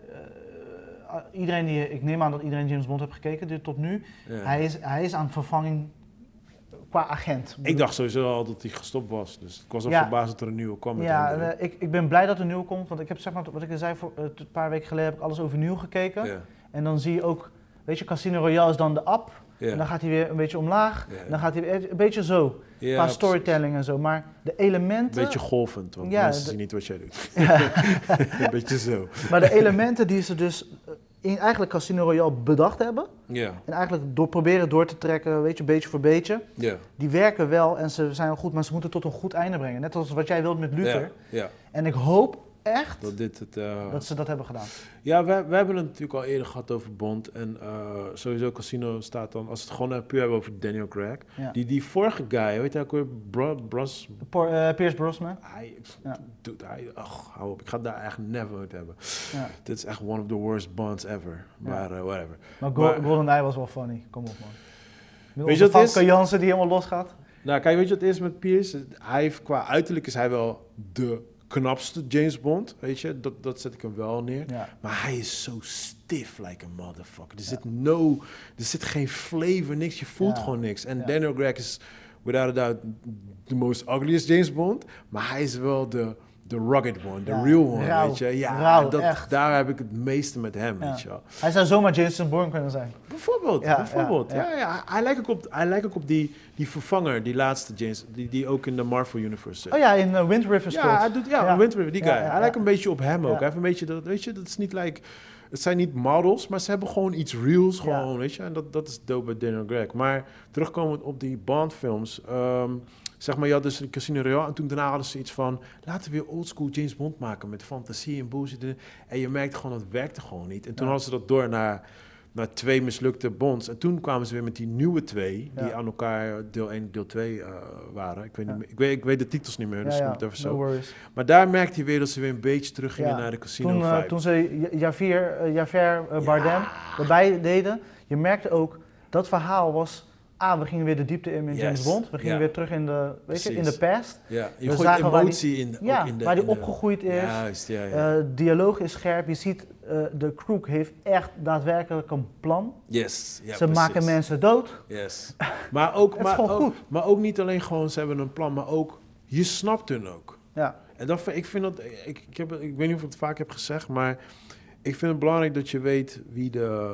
ik neem aan dat iedereen James Bond heeft gekeken tot nu. Ja. Hij is aan vervanging qua agent. Ik dacht sowieso al dat hij gestopt was. Dus ik was al verbaasd dat er een nieuwe kwam. Ik ben blij dat er een nieuwe komt. Want ik heb, zeg maar, wat ik zei, een paar weken geleden heb ik alles overnieuw gekeken. Ja. En dan zie je ook... Weet je, Casino Royale is dan de app... Yeah. En dan gaat hij weer een beetje omlaag. Yeah. En dan gaat hij weer een beetje zo. Yeah, qua storytelling en zo. Maar de elementen... Een beetje golvend, want mensen zien niet wat jij doet. Een beetje zo. Maar de elementen die ze dus in eigenlijk Casino Royale bedacht hebben... Yeah. En eigenlijk proberen door te trekken, weet je, beetje voor beetje... Yeah. Die werken wel en ze zijn wel goed, maar ze moeten tot een goed einde brengen. Net als wat jij wilt met Luther. Yeah. En ik hoop echt dat ze dat hebben gedaan. Ja, we hebben het natuurlijk al eerder gehad over Bond. En sowieso Casino staat dan, als we het gewoon puur hebben over Daniel Craig. Ja. Die vorige guy, weet je ook weer, Pierce Brosnan. Hou op, ik ga daar eigenlijk never uit hebben. Ja. Dit is echt one of the worst Bonds ever. Maar whatever. Maar GoldenEye was wel funny, kom op man. Weet je wat het is? Famke Jansen die helemaal losgaat. Nou, kijk, weet je wat het is met Pierce? Hij heeft, qua uiterlijk is hij wel de knapste James Bond, weet je. Dat zet ik hem wel neer. Ja. Maar hij is zo stiff like a motherfucker. Er zit geen flavor, niks. Je voelt gewoon niks. En Daniel Craig is, without a doubt, the most ugliest James Bond. Maar hij is wel de rugged one, de real one, rauw, weet je. Ja, rauw, echt. daar heb ik het meeste met hem, weet je wel. Hij zou zomaar Jason Bourne kunnen zijn. Bijvoorbeeld. Ja. Hij lijkt ook op die vervanger, die laatste James, die ook in de Marvel Universe zit. Oh ja, in Wind River speelt. Ja, hij doet, Wind River, die guy. Hij lijkt een beetje op hem ook. Ja. Hij heeft een beetje dat, weet je, dat is niet like, het zijn niet models, maar ze hebben gewoon iets reals, gewoon, weet je. En dat is dope bij Daniel Craig. Maar terugkomend op die Bond-films, zeg maar, je had dus Casino Royale en toen daarna hadden ze iets van, laten we weer oldschool James Bond maken met fantasie en bullshit. En je merkte gewoon, dat werkte gewoon niet. En toen hadden ze dat door naar 2 mislukte Bonds. En toen kwamen ze weer met die nieuwe 2, die aan elkaar deel 1 en deel 2 waren. Ik weet, niet meer, ik weet de titels niet meer, dus noem het even zo. No worries. Maar daar merkte je weer dat ze weer een beetje teruggingen naar de Casino vibe. Toen ze Javier Bardem erbij deden, je merkte ook, dat verhaal was... we gingen weer de diepte in met James Bond. We gingen weer terug in de, in de past. Ja, je we gooit emotie in de... waar die opgegroeid is. Juist, dialoog is scherp. Je ziet, de crew heeft echt daadwerkelijk een plan. Yes, ze maken mensen dood. Yes. Maar ook, maar ook niet alleen gewoon, ze hebben een plan, maar ook, je snapt hun ook. Ja. En ik vind dat, ik weet niet of ik het vaak heb gezegd, maar ik vind het belangrijk dat je weet wie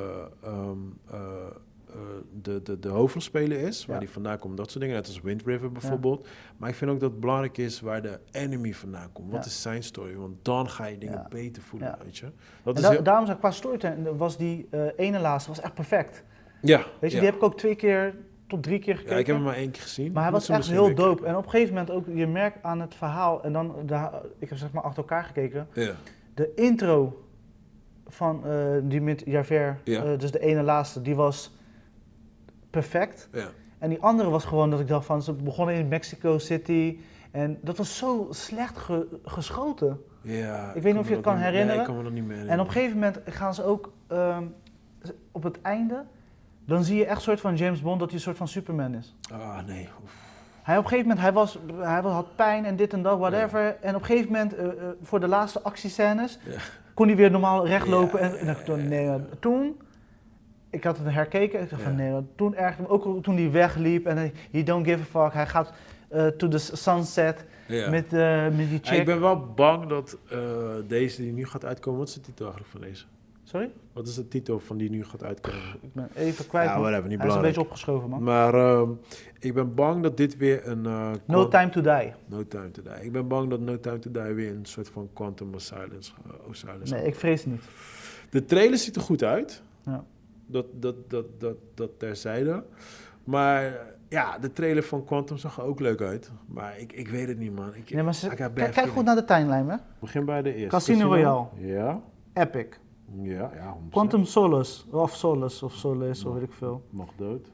de hoofdrolspeler is, waar die vandaan komt, dat soort dingen, net als Wind River bijvoorbeeld. Ja. Maar ik vind ook dat het belangrijk is waar de enemy vandaan komt. Wat is zijn story? Want dan ga je dingen beter voelen, weet je. Daarom zeg ik, qua storytelling was die ene laatste was echt perfect. Ja. Weet je, die heb ik ook 2 keer tot 3 keer gekeken. Ja, ik heb hem maar 1 keer gezien. Maar hij was echt heel dope. En op een gegeven moment ook, je merkt aan het verhaal, en dan, ik heb zeg maar achter elkaar gekeken, de intro van die met Javert, dus de ene laatste, die was perfect. Ja. En die andere was gewoon dat ik dacht van, ze begonnen in Mexico City en dat was zo slecht geschoten. Ja, ik weet niet of je het kan herinneren. Nee, ik kan me dat niet meer herinneren. En op een gegeven moment gaan ze ook op het einde, dan zie je echt een soort van James Bond dat hij een soort van Superman is. Ah, nee. Hij op een gegeven moment, hij had pijn en dit en dat, whatever. Ja. En op een gegeven moment, voor de laatste actiescènes, kon hij weer normaal rechtlopen. En dacht ik, toen, ik had het herkeken, ik dacht van nee, toen erg, ook toen hij wegliep en he don't give a fuck, hij gaat to the sunset met die chick. Ik ben wel bang dat deze die nu gaat uitkomen, wat is de titel eigenlijk van deze? Sorry? Wat is de titel van die nu gaat uitkomen? Ik ben even kwijt, ja, whatever, niet hij is een beetje opgeschoven, man. Maar ik ben bang dat dit weer een... No Time to Die. No Time to Die. Ik ben bang dat No Time to Die weer een soort van Quantum of Silence nee, ik vrees niet. De trailer ziet er goed uit. Ja. Dat terzijde. Maar ja, de trailer van Quantum zag er ook leuk uit. Maar ik weet het niet, man. Kijk goed naar de timeline, hè. Begin bij de eerste. Casino Royale. Ja. Epic. Ja. Quantum Solace, of Solace, of weet ik veel. Nog dood.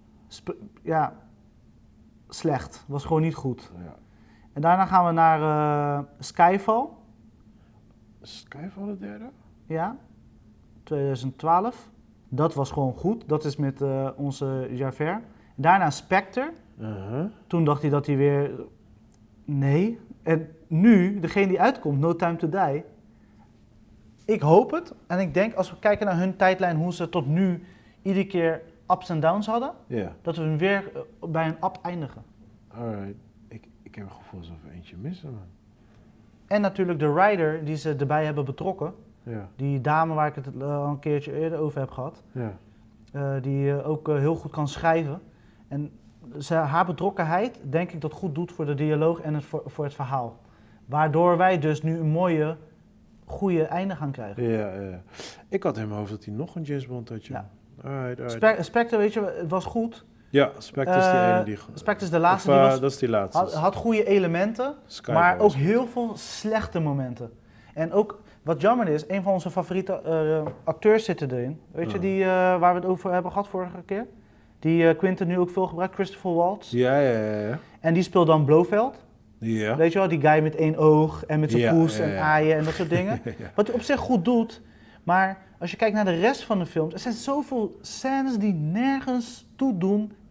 Slecht. Was gewoon niet goed. Ja. En daarna gaan we naar Skyfall. Skyfall de derde? Ja. 2012. Dat was gewoon goed. Dat is met onze Javert. Daarna Spectre. Toen dacht hij dat hij weer... Nee. En nu, degene die uitkomt, No Time to Die... Ik hoop het. En ik denk, als we kijken naar hun tijdlijn, hoe ze tot nu iedere keer ups en downs hadden, dat we hem weer bij een up eindigen. Alright. Ik heb het gevoel alsof we eentje missen, man. En natuurlijk de writer die ze erbij hebben betrokken. Ja. Die dame waar ik het al een keertje eerder over heb gehad. Ja. Die ook heel goed kan schrijven. En haar betrokkenheid, denk ik, dat goed doet voor de dialoog en voor het verhaal. Waardoor wij dus nu een mooie... goede einde gaan krijgen. Ja. Ik had in mijn hoofd dat hij nog een James Bond had. Ja. Alright. Spectre, weet je, het was goed. Ja, Spectre is die ene die... Spectre is de laatste. Dat is die laatste. Had goede elementen, maar ook heel veel slechte momenten. En ook, wat jammer is, een van onze favoriete acteurs zitten erin. Weet je, die waar we het over hebben gehad vorige keer? Die Quentin nu ook veel gebruikt, Christopher Waltz. Ja. En die speelt dan Blofeld. Ja. Weet je wel, die guy met 1 oog en met zijn poes en aaien en dat soort dingen. Wat hij op zich goed doet, maar als je kijkt naar de rest van de films, er zijn zoveel scènes die nergens toe doen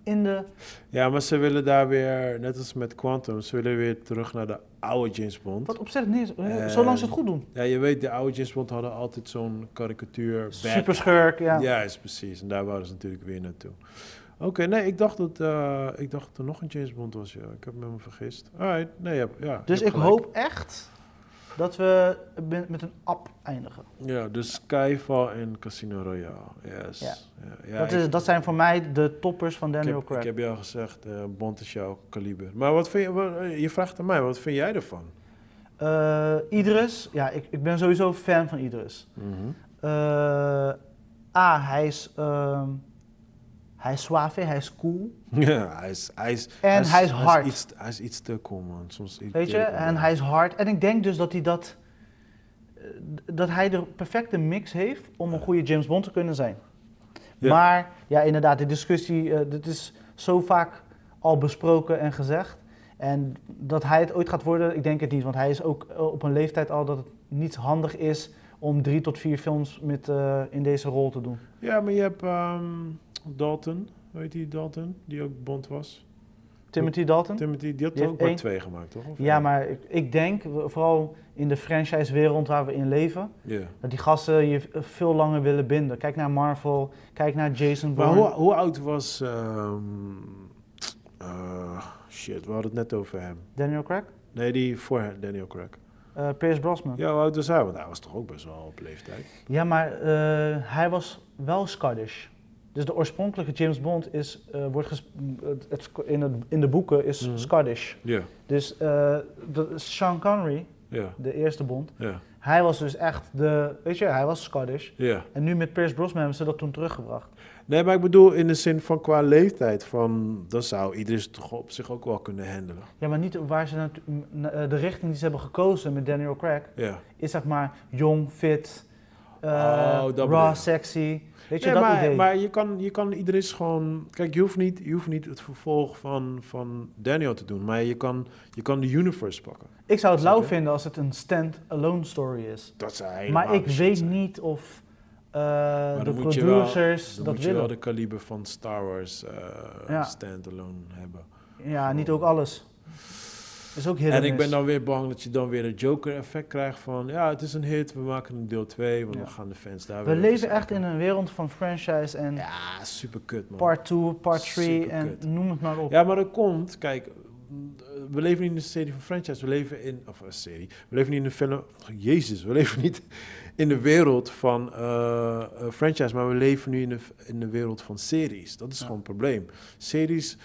in de... Ja, maar ze willen daar weer, net als met Quantum, ze willen weer terug naar de oude James Bond. Wat op zich niet is, zolang ze het goed doen. Ja, je weet, de oude James Bond hadden altijd zo'n karikatuur. Superschurk, ja. Ja, is precies. En daar wouden ze natuurlijk weer naartoe. Oké, nee, ik dacht dat er nog een James Bond was, ja. Ik heb me vergist. Alright, nee, ja. Dus ik hoop echt dat we met een app eindigen. Ja, dus Skyfall en Casino Royale, yes. Ja. Ja, dat zijn voor mij de toppers van Daniel Craig. Ik heb je al gezegd, Bond is jouw kaliber. Maar wat vind je vraagt aan mij, wat vind jij ervan? Idris, ja, ik ben sowieso fan van Idris. Mhm. Hij is suave, hij is cool. Ja, hij is hard. Hij is iets te cool, man. Soms weet je, en hij is hard. En ik denk dus dat hij de perfecte mix heeft om een goede James Bond te kunnen zijn. Ja. Maar ja, inderdaad, de discussie, dit is zo vaak al besproken en gezegd. En dat hij het ooit gaat worden, ik denk het niet. Want hij is ook op een leeftijd al dat het niet handig is om 3 tot 4 films in deze rol te doen. Ja, maar je hebt Dalton, weet je Dalton, die ook Bond was? Timothy Dalton? Timothy, die had er ook maar 2 gemaakt, toch? Of ja, maar ik denk, vooral in de franchise-wereld waar we in leven, dat die gasten je veel langer willen binden. Kijk naar Marvel, kijk naar Jason Bourne. Maar hoe oud was... shit, we hadden het net over hem. Daniel Craig? Nee, die voor Daniel Craig. Pierce Brosnan. Ja, hoe oud was hij? Want hij was toch ook best wel op leeftijd. Ja, maar hij was wel Scottish. Dus de oorspronkelijke James Bond in de boeken is Scottish. Ja. Dus Sean Connery, de eerste Bond, hij was dus echt hij was Scottish. Ja. En nu met Pierce Brosnan hebben ze dat toen teruggebracht. Nee, maar ik bedoel in de zin van qua leeftijd, dat zou iedereen toch op zich ook wel kunnen handelen. Ja, maar niet waar ze de richting die ze hebben gekozen met Daniel Craig, is zeg maar jong, fit, raw, sexy. Weet je, nee, dat idee. Maar je kan iedereen gewoon... Kijk, je hoeft niet het vervolg van Daniel te doen, maar je kan de universe pakken. Ik zou het lauw vinden als het een stand-alone story is. Dat zou helemaal maar ik weet niet of de producers dat willen. Dan moet je wel de kaliber van Star Wars stand-alone hebben. Ja, niet ook alles. Is ook hit en ik ben dan weer bang dat je dan weer het Joker-effect krijgt van... Ja, het is een hit, we maken een deel 2, want dan gaan de fans daar weer... We leven echt in een wereld van franchise en... Ja, super kut, man. Part 2, part 3 en noem het maar op. Ja, maar dat komt... Kijk, we leven niet in een serie van franchise, we leven in... Of een serie. We leven niet in een film... Jezus, we leven niet in de wereld van franchise, maar we leven nu in de wereld van series. Dat is gewoon een probleem. Series...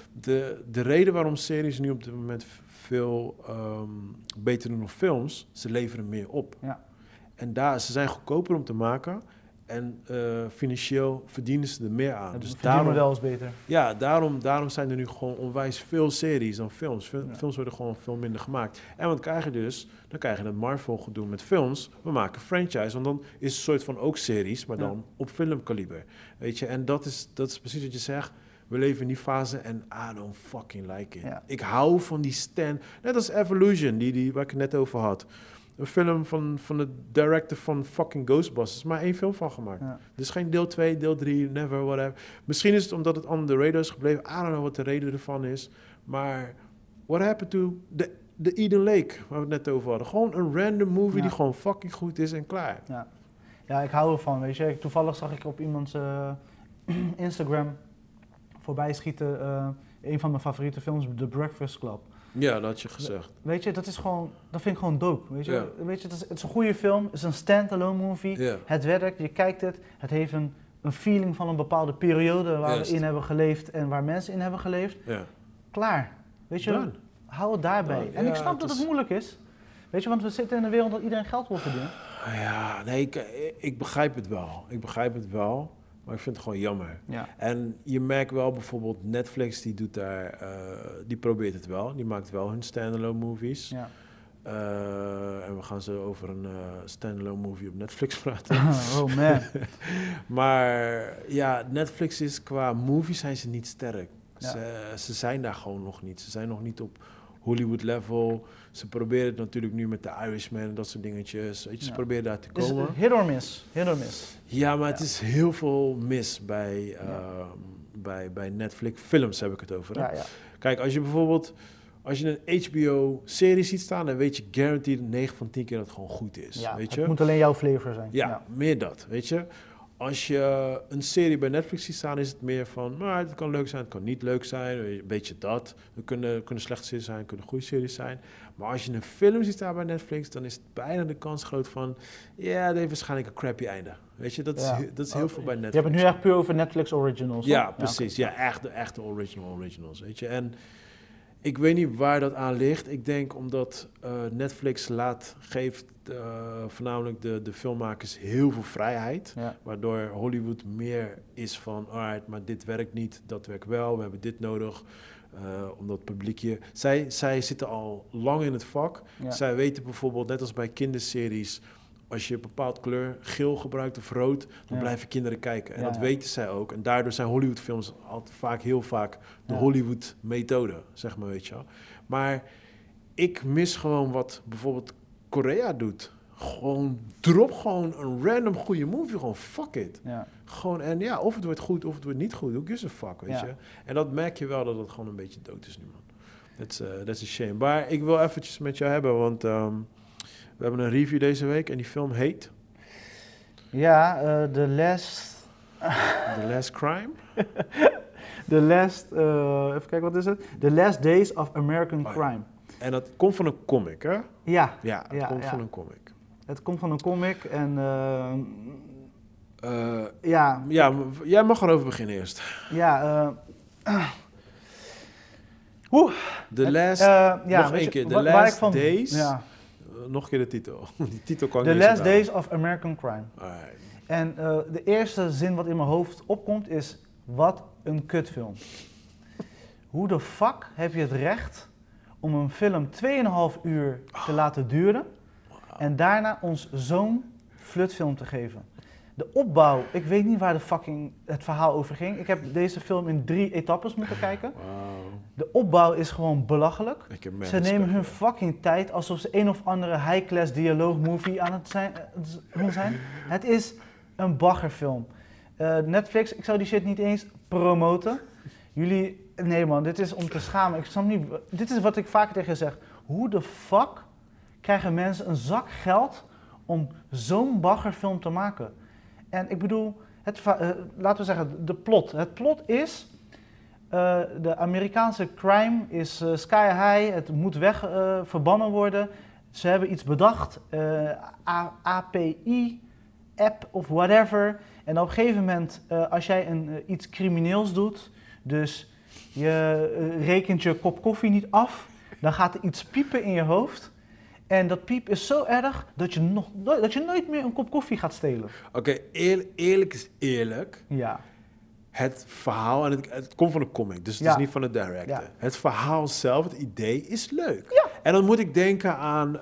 De reden waarom series nu op dit moment veel beter doen dan films, ze leveren meer op. Ja. En ze zijn goedkoper om te maken en financieel verdienen ze er meer aan. Dus daarom model is beter. Ja, daarom zijn er nu gewoon onwijs veel series dan films. Films worden gewoon veel minder gemaakt. En wat krijg je dus? Dan krijg je het Marvel gedoe met films. We maken franchise, want dan is het een soort van ook series, maar dan op filmkaliber. Weet je, en dat is precies wat je zegt. We leven in die fase en I don't fucking like it. Ja. Ik hou van die stand. Net als Evolution, waar ik het net over had. Een film van de director van fucking Ghostbusters. Maar 1 film van gemaakt. Ja. Dus geen deel 2, deel 3, never, whatever. Misschien is het omdat het on the radar is gebleven. I don't know wat de reden ervan is. Maar what happened to the Eden Lake, waar we het net over hadden. Gewoon een random movie die gewoon fucking goed is en klaar. Ja, ik hou ervan, weet je. Toevallig zag ik op iemands Instagram... voorbij schieten, een van mijn favoriete films, The Breakfast Club. Ja, dat had je gezegd. Weet je, dat vind ik gewoon dope. Weet je, weet je het is een goede film, het is een stand-alone movie. Yeah. Het werkt, je kijkt het heeft een feeling van een bepaalde periode waar we in hebben geleefd en waar mensen in hebben geleefd. Klaar. Weet je, hou het daarbij. En ik snap dat het moeilijk is. Weet je, want we zitten in een wereld dat iedereen geld wil verdienen. Ja, nee, ik begrijp het wel. Maar ik vind het gewoon jammer. Ja. En je merkt wel bijvoorbeeld Netflix, die probeert het wel. Die maakt wel hun standalone movies. Ja. En we gaan zo over een standalone movie op Netflix praten. Oh man. Maar ja, Netflix is qua movies zijn ze niet sterk. Ja. Ze zijn daar gewoon nog niet. Ze zijn nog niet op Hollywood level. Ze proberen het natuurlijk nu met The Irishman en dat soort dingetjes. Weet je, ze proberen daar te komen. Dus hit or miss. Ja, maar het is heel veel mis bij Netflix. Films heb ik het over. Hè? Ja, ja. Kijk, als je bijvoorbeeld een HBO-serie ziet staan, dan weet je guaranteed 9 van 10 keer dat het gewoon goed is. Ja, weet het je? moet alleen jouw flavor zijn. Ja, meer dat, weet je. Als je een serie bij Netflix ziet staan, is het meer van, nou, het kan leuk zijn, het kan niet leuk zijn, een beetje dat. Er kunnen slechte series zijn, kunnen goede series zijn. Maar als je een film ziet staan bij Netflix, dan is het bijna de kans groot van, ja, dat heeft waarschijnlijk een crappy einde. Weet je, dat is heel veel bij Netflix. Je hebt het nu echt puur over Netflix originals. Ja, precies. Ja, echt de echte originals, weet je. En ik weet niet waar dat aan ligt. Ik denk omdat Netflix geeft voornamelijk de filmmakers heel veel vrijheid. Ja. Waardoor Hollywood meer is van, alright, maar dit werkt niet, dat werkt wel, we hebben dit nodig. Omdat het publiekje... Zij zitten al lang in het vak. Ja. Zij weten bijvoorbeeld, net als bij kinderseries, als je een bepaald kleur, geel gebruikt of rood, dan blijven kinderen kijken. En dat weten zij ook. En daardoor zijn Hollywoodfilms altijd heel vaak de Hollywood-methode, zeg maar, weet je wel. Maar ik mis gewoon wat bijvoorbeeld Korea doet. Drop gewoon een random goede movie, gewoon fuck it. Ja. Gewoon, en ja, of het wordt goed of het wordt niet goed. Who gives a fuck, weet je. En dat merk je wel dat het gewoon een beetje dood is nu, man. That's a shame. Maar ik wil eventjes met jou hebben, want we hebben een review deze week en die film heet... Ja, The Last... The Last Crime? The Last... even kijken, wat is het? The Last Days of American Crime. En dat komt van een comic, hè? Ja. Ja, het komt van een comic. Het komt van een comic en... ja, jij mag erover beginnen eerst. Ja, The Last... nog één keer. The Last Days... Ja. Nog een keer de titel. Die titel kan ik The niet Last Days of American Crime. Alright. En de eerste zin wat in mijn hoofd opkomt is... Wat een kutfilm. Hoe de fuck heb je het recht om een film 2,5 uur te laten duren... en daarna ons zo'n flutfilm te geven? De opbouw, ik weet niet waar de fucking het verhaal over ging. Ik heb deze film in 3 etappes moeten kijken. Wow. De opbouw is gewoon belachelijk. Ze nemen hun respect. fucking tijd alsof ze een of andere high-class dialoogmovie aan het zijn. Het is een baggerfilm. Netflix, ik zou die shit niet eens promoten. Nee man, dit is om te schamen. Ik snap niet, dit is wat ik vaker tegen je zeg. Hoe de fuck krijgen mensen een zak geld om zo'n baggerfilm te maken? En ik bedoel, laten we zeggen, de plot. Het plot is, de Amerikaanse crime is sky high, het moet verbannen worden. Ze hebben iets bedacht, API, app of whatever. En op een gegeven moment, als jij iets crimineels doet, dus je rekent je kop koffie niet af, dan gaat er iets piepen in je hoofd. En dat piep is zo erg dat je nooit meer een kop koffie gaat stelen. Oké, eerlijk is eerlijk. Ja. Het verhaal, en het komt van een comic, dus het is niet van de director. Ja. Het verhaal zelf, het idee is leuk. Ja. En dan moet ik denken aan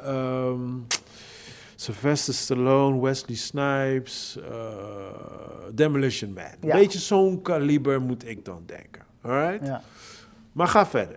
Sylvester Stallone, Wesley Snipes, Demolition Man. Ja. Beetje zo'n kaliber moet ik dan denken. Alright? Ja. Maar ga verder.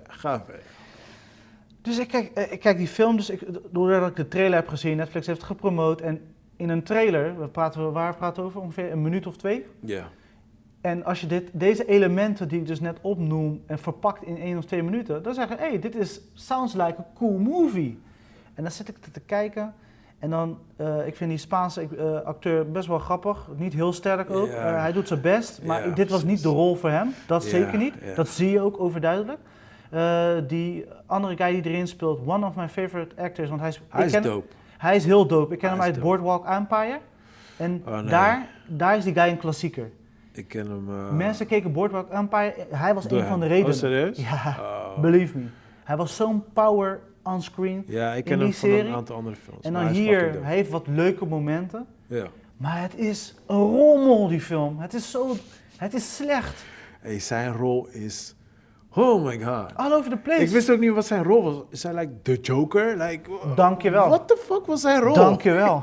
Dus ik kijk die film, doordat ik de trailer heb gezien, Netflix heeft het gepromoot. En in een trailer, waar praten we over? Ongeveer een minuut of 2. Ja. En als je deze elementen die ik dus net opnoem en verpakt in 1 of 2 minuten, dan zeg je, hey, dit sounds like a cool movie. En dan zit ik te kijken en dan, ik vind die Spaanse acteur best wel grappig, niet heel sterk ook. Ja. Hij doet zijn best, maar Ja, dit was niet de rol voor hem, dat Ja, zeker niet. ja. Dat zie je ook overduidelijk. Die andere guy die erin speelt, one of my favorite actors, want Hij is dope. Hij is heel dope. Ik ken Hij hem is uit dope. Boardwalk Empire. En Oh, nee. daar is die guy een klassieker. Ik ken hem... Mensen keken Boardwalk Empire, hij was door een van de hem. redenen. Oh, serieus? Ja, Oh. believe me. Hij was zo'n power onscreen Ja, ik in ken die hem van serie. een aantal andere films. En maar dan hij is hier, fucking dope. hij heeft wat leuke momenten. Ja. Maar het is een rommel, die film. Het is slecht. Hey, zijn rol is... Oh my god. All over the place. Ik wist ook niet wat zijn rol was. Is hij like the Joker? Like, Dankjewel. What the fuck was zijn rol? Dankjewel.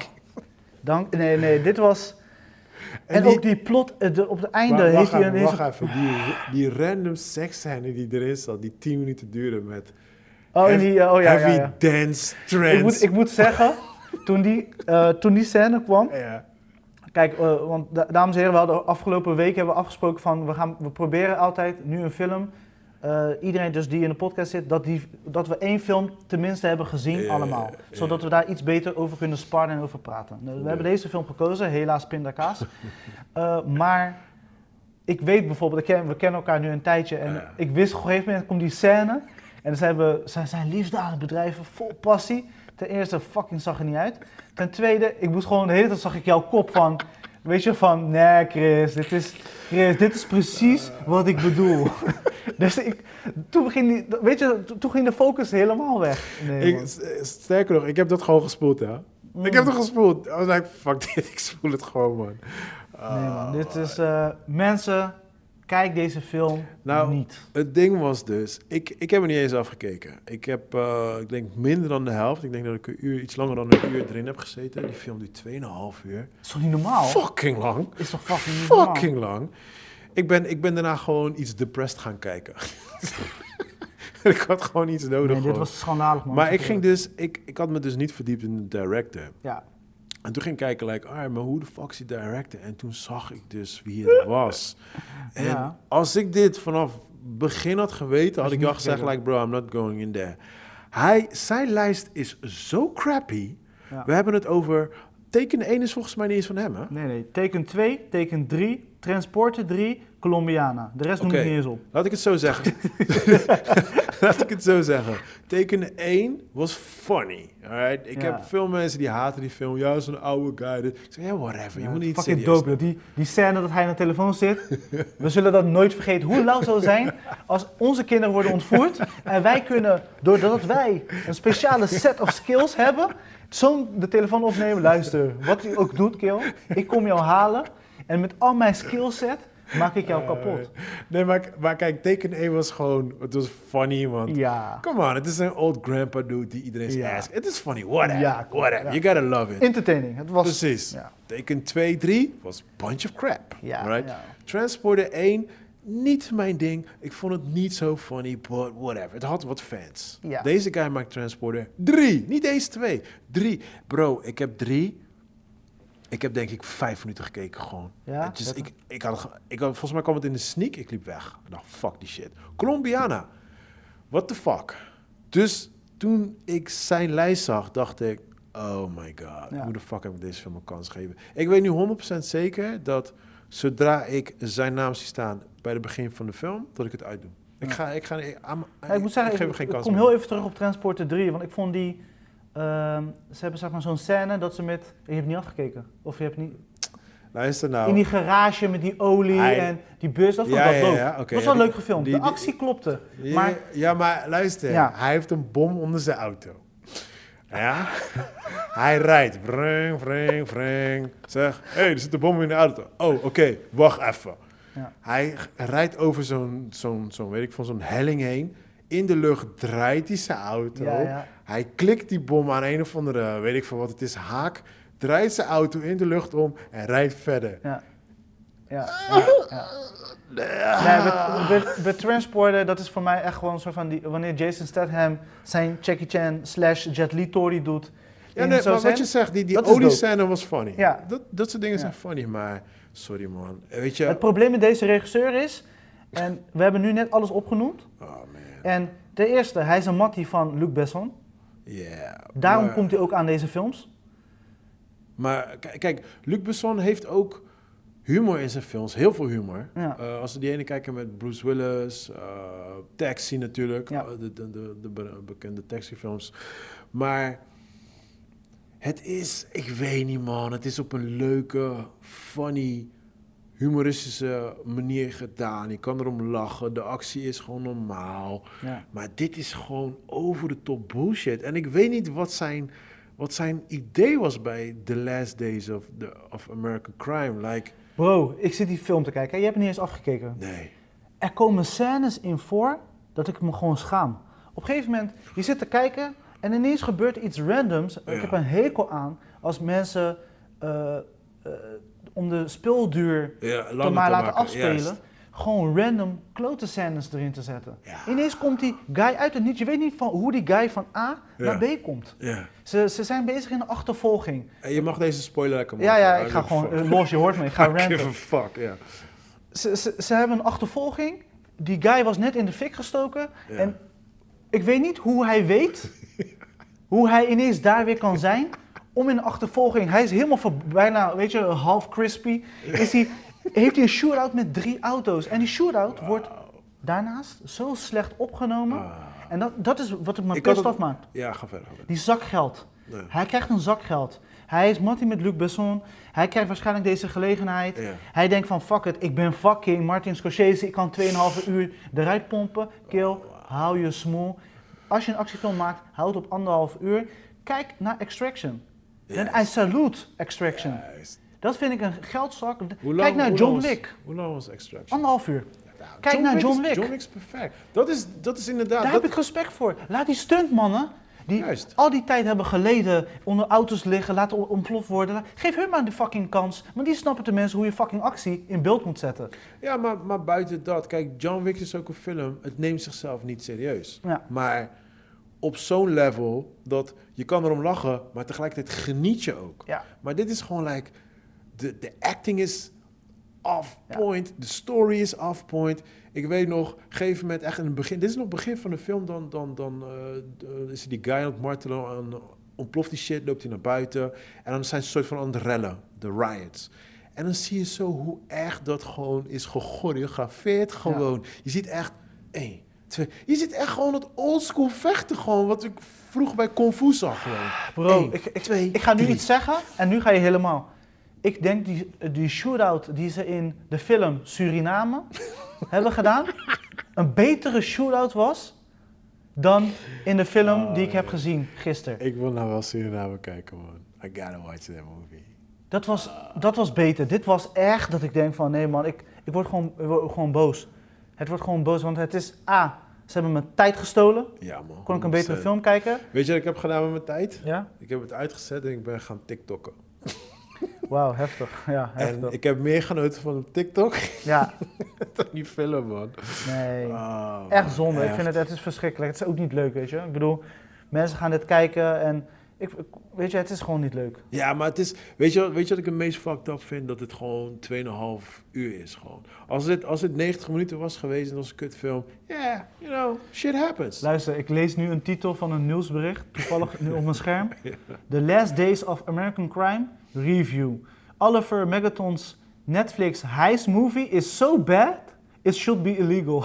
Nee, dit was... En die- ook die plot, op het einde heeft hij een... Wacht even. Die random seksscène die erin zat, die 10 minuten duurde met... heavy dance trance. Ik moet zeggen, toen die scène kwam, Ja. Kijk, want dames en heren, we hadden afgelopen week hebben we afgesproken van we proberen altijd nu een film. Iedereen dus die in de podcast zit, dat we 1 film tenminste hebben gezien allemaal. Zodat we daar iets beter over kunnen sparren en over praten. We hebben deze film gekozen, helaas pindakaas. Maar ik weet bijvoorbeeld, we kennen elkaar nu een tijdje en ik wist op een gegeven moment komt die scène. En ze zijn liefdadig bedrijven vol passie. Ten eerste, fucking zag er niet uit. Ten tweede, ik moest gewoon de hele tijd zag ik jouw kop van, weet je, van nee Chris, dit is precies wat ik bedoel. Dus toen ging de focus helemaal weg. Nee, sterker nog, ik heb dat gewoon gespoeld, hè. Ik heb het gespoeld. I was like, fuck dit, ik spoel het gewoon, man. Nee man, dit is, mensen, kijk deze film niet. Het ding was dus, ik heb er niet eens afgekeken. Ik heb, ik denk minder dan de helft. Ik denk dat ik iets langer dan een uur erin heb gezeten. Die film duurt 2,5 uur. Is toch niet normaal? Fucking lang. Is toch fucking niet normaal? Fucking lang. Ik ben daarna gewoon iets depressed gaan kijken. Ik had gewoon iets nodig. Nee, dit was schandalig, man. Maar ik had me dus niet verdiept in de director. Ja. En toen ging ik kijken, maar hoe de fuck is die director? En toen zag ik dus wie het was. En als ik dit vanaf begin had geweten, had ik wel gezegd, bro, I'm not going in there. Zijn lijst is zo crappy. Ja. We hebben het over... Teken 1 is volgens mij niet eens van hem, hè? Nee. Teken 2, teken 3, Transporter 3, Colombiana. De rest noem ik niet eens op. Laat ik het zo zeggen. Teken 1 was funny. Alright? Ik heb veel mensen die haten die film. Ja, zo'n oude guy. Ik zeg, whatever. Je moet niet serieus dope, die scène dat hij aan de telefoon zit. We zullen dat nooit vergeten. Hoe lauw zou het zijn als onze kinderen worden ontvoerd. En wij kunnen, doordat wij een speciale set of skills hebben... de telefoon opnemen, luister, wat hij ook doet, Kill, ik kom jou halen en met al mijn skillset maak ik jou kapot. Nee, maar kijk, teken 1 was gewoon, het was funny, want come on, het is een old grandpa dude die iedereen ask. Het is funny, whatever, you gotta love it. Entertaining, het was... Precies. Ja. Teken 2, 3 was bunch of crap, right? Ja. Transporter 1, niet mijn ding. Ik vond het niet zo funny, but whatever. Het had wat fans. Ja. Deze guy maakt Transporter 3. Niet eens 2. 3. Bro, ik heb 3. Ik heb denk ik 5 minuten gekeken gewoon. Ja? Dus ik had, volgens mij kwam het in de sneak. Ik liep weg. Ik dacht, fuck die shit. Colombiana. What the fuck? Dus toen ik zijn lijst zag, dacht ik... Oh my god. Ja. Hoe de fuck heb ik deze film een kans gegeven? Ik weet nu 100% zeker dat... Zodra ik zijn naam zie staan bij het begin van de film, dat ik het uitdoe. Ja. Ik moet zeggen, ik kom heel even terug op Transporter 3, want ik vond die... ze hebben zeg maar zo'n scène dat ze met... Je hebt niet afgekeken? Of je hebt niet... Luister nou. In die garage met die olie en die bus, dat vond ik wel leuk. Dat was wel leuk gefilmd. De actie klopte. Maar luister, hij heeft een bom onder zijn auto. Ja? Hij rijdt. Vreng. Zeg, er zit een bom in de auto. Oh, oké, wacht even. Ja. Hij rijdt over zo'n helling heen. In de lucht draait hij zijn auto. Ja. Hij klikt die bom aan een of andere, weet ik veel wat het is, haak. Draait zijn auto in de lucht om en rijdt verder. Ja. Nee, bij Transporter, dat is voor mij echt gewoon een soort van... wanneer Jason Statham zijn Jackie Chan / Jet Li Tori doet... Ja, nee, maar wat je zegt, die oliescène was funny. Ja. Dat soort dingen zijn funny, maar... Sorry man, weet je... Het probleem met deze regisseur is... En we hebben nu net alles opgenoemd. Oh man. En ten eerste, hij is een mattie van Luc Besson. Yeah. Daarom komt hij ook aan deze films. Maar kijk, Luc Besson heeft ook humor in zijn films. Heel veel humor. Ja. Als we die ene kijken met Bruce Willis, Taxi natuurlijk. Ja. De bekende Taxi-films. Maar het is, ik weet niet man, het is op een leuke, funny, humoristische manier gedaan. Je kan erom lachen, de actie is gewoon normaal. Ja. Maar dit is gewoon over de top bullshit. En ik weet niet wat zijn idee was bij The Last Days of American Crime. Like, bro, ik zit die film te kijken. Je hebt het niet eens afgekeken. Nee. Er komen scènes in voor dat ik me gewoon schaam. Op een gegeven moment, je zit te kijken en ineens gebeurt iets randoms. Ja. Ik heb een hekel aan als mensen om de speelduur te maar laten afspelen. Juist. gewoon random klote scènes erin te zetten. Ja. Ineens komt die guy uit het niet. Je weet niet van hoe die guy van A naar B komt. Ja. Ze zijn bezig in de achtervolging. En je mag deze spoiler lekker maken. Ja, ik ga gewoon los, je hoort me, ik ga I give ranten. a fuck, ja. Ze hebben een achtervolging. Die guy was net in de fik gestoken. Ja. En ik weet niet hoe hij weet hoe hij ineens daar weer kan zijn. Om in de achtervolging, hij is helemaal bijna, weet je, half crispy. Heeft hij een shootout met 3 auto's. En die shootout wordt daarnaast zo slecht opgenomen. En dat is wat het me pissed off maakt. Ja, ga verder. Die zakgeld. Nee. Hij krijgt een zakgeld. Hij is mattie met Luc Besson. Hij krijgt waarschijnlijk deze gelegenheid. Ja. Hij denkt van fuck it, ik ben fucking Martin Scorsese. Ik kan 2,5 uur eruit pompen. Kill, hou je smoel. Als je een actiefilm maakt, houd op 1,5 uur. Kijk naar Extraction. En I salute Extraction. Juist. Dat vind ik een geldzak. Hoe Kijk naar John was, Wick. Hoe lang was Extraction? 1,5 uur. Kijk naar John Wick. John Wick is perfect. Dat is inderdaad... Daar heb ik respect voor. Laat die stuntmannen, die Juist. al die tijd hebben geleden, onder auto's liggen, laten ontploft worden. Geef hun maar de fucking kans. Maar die snappen tenminste hoe je fucking actie in beeld moet zetten. Ja, maar buiten dat... Kijk, John Wick is ook een film. Het neemt zichzelf niet serieus. Ja. Maar op zo'n level dat je kan erom lachen, maar tegelijkertijd geniet je ook. Ja. Maar dit is gewoon like... De acting is off point. De story is off point. Ik weet nog, op een gegeven moment echt in het begin... Dit is nog het begin van de film. Dan is die guy aan het martelen. En ontploft die shit, loopt hij naar buiten. En dan zijn ze een soort van aan het rellen. De riots. En dan zie je zo hoe echt dat gewoon is gechoreografeerd gewoon. Ja. Je ziet echt... 1, 2... Je ziet echt gewoon het oldschool vechten gewoon. Wat ik vroeger bij Kung Fu zag gewoon. Bro, 1, ik ga nu 3. iets zeggen en nu ga je helemaal... Ik denk die shootout die ze in de film Suriname hebben gedaan, een betere shootout was dan in de film die ik heb gezien gisteren. Ik wil nou wel Suriname kijken, man. I gotta watch that movie. Dat was beter. Dit was echt dat ik denk van, nee man, ik word gewoon boos. Het wordt gewoon boos, want het is A, ze hebben mijn tijd gestolen. Ja, man. Kon ik een betere film kijken? Weet je wat ik heb gedaan met mijn tijd? Ja? Ik heb het uitgezet en ik ben gaan TikTokken. Wauw, heftig. Ja, heftig. En ik heb meer genoten van een TikTok Ja, dan die film, man. nee. Oh, Echt man, zonde. Ik echt. vind het is verschrikkelijk. Het is ook niet leuk, weet je. Ik bedoel, mensen gaan dit kijken en weet je, het is gewoon niet leuk. Ja, maar het is... Weet je wat ik het meest fucked up vind? Dat het gewoon 2,5 uur is, gewoon. Als het 90 minuten was geweest en dat was een kutfilm... Yeah, you know, shit happens. Luister, ik lees nu een titel van een nieuwsbericht, toevallig nu op mijn scherm. The Last Days of American Crime Review. Oliver Megaton's Netflix heist movie is so bad, it should be illegal.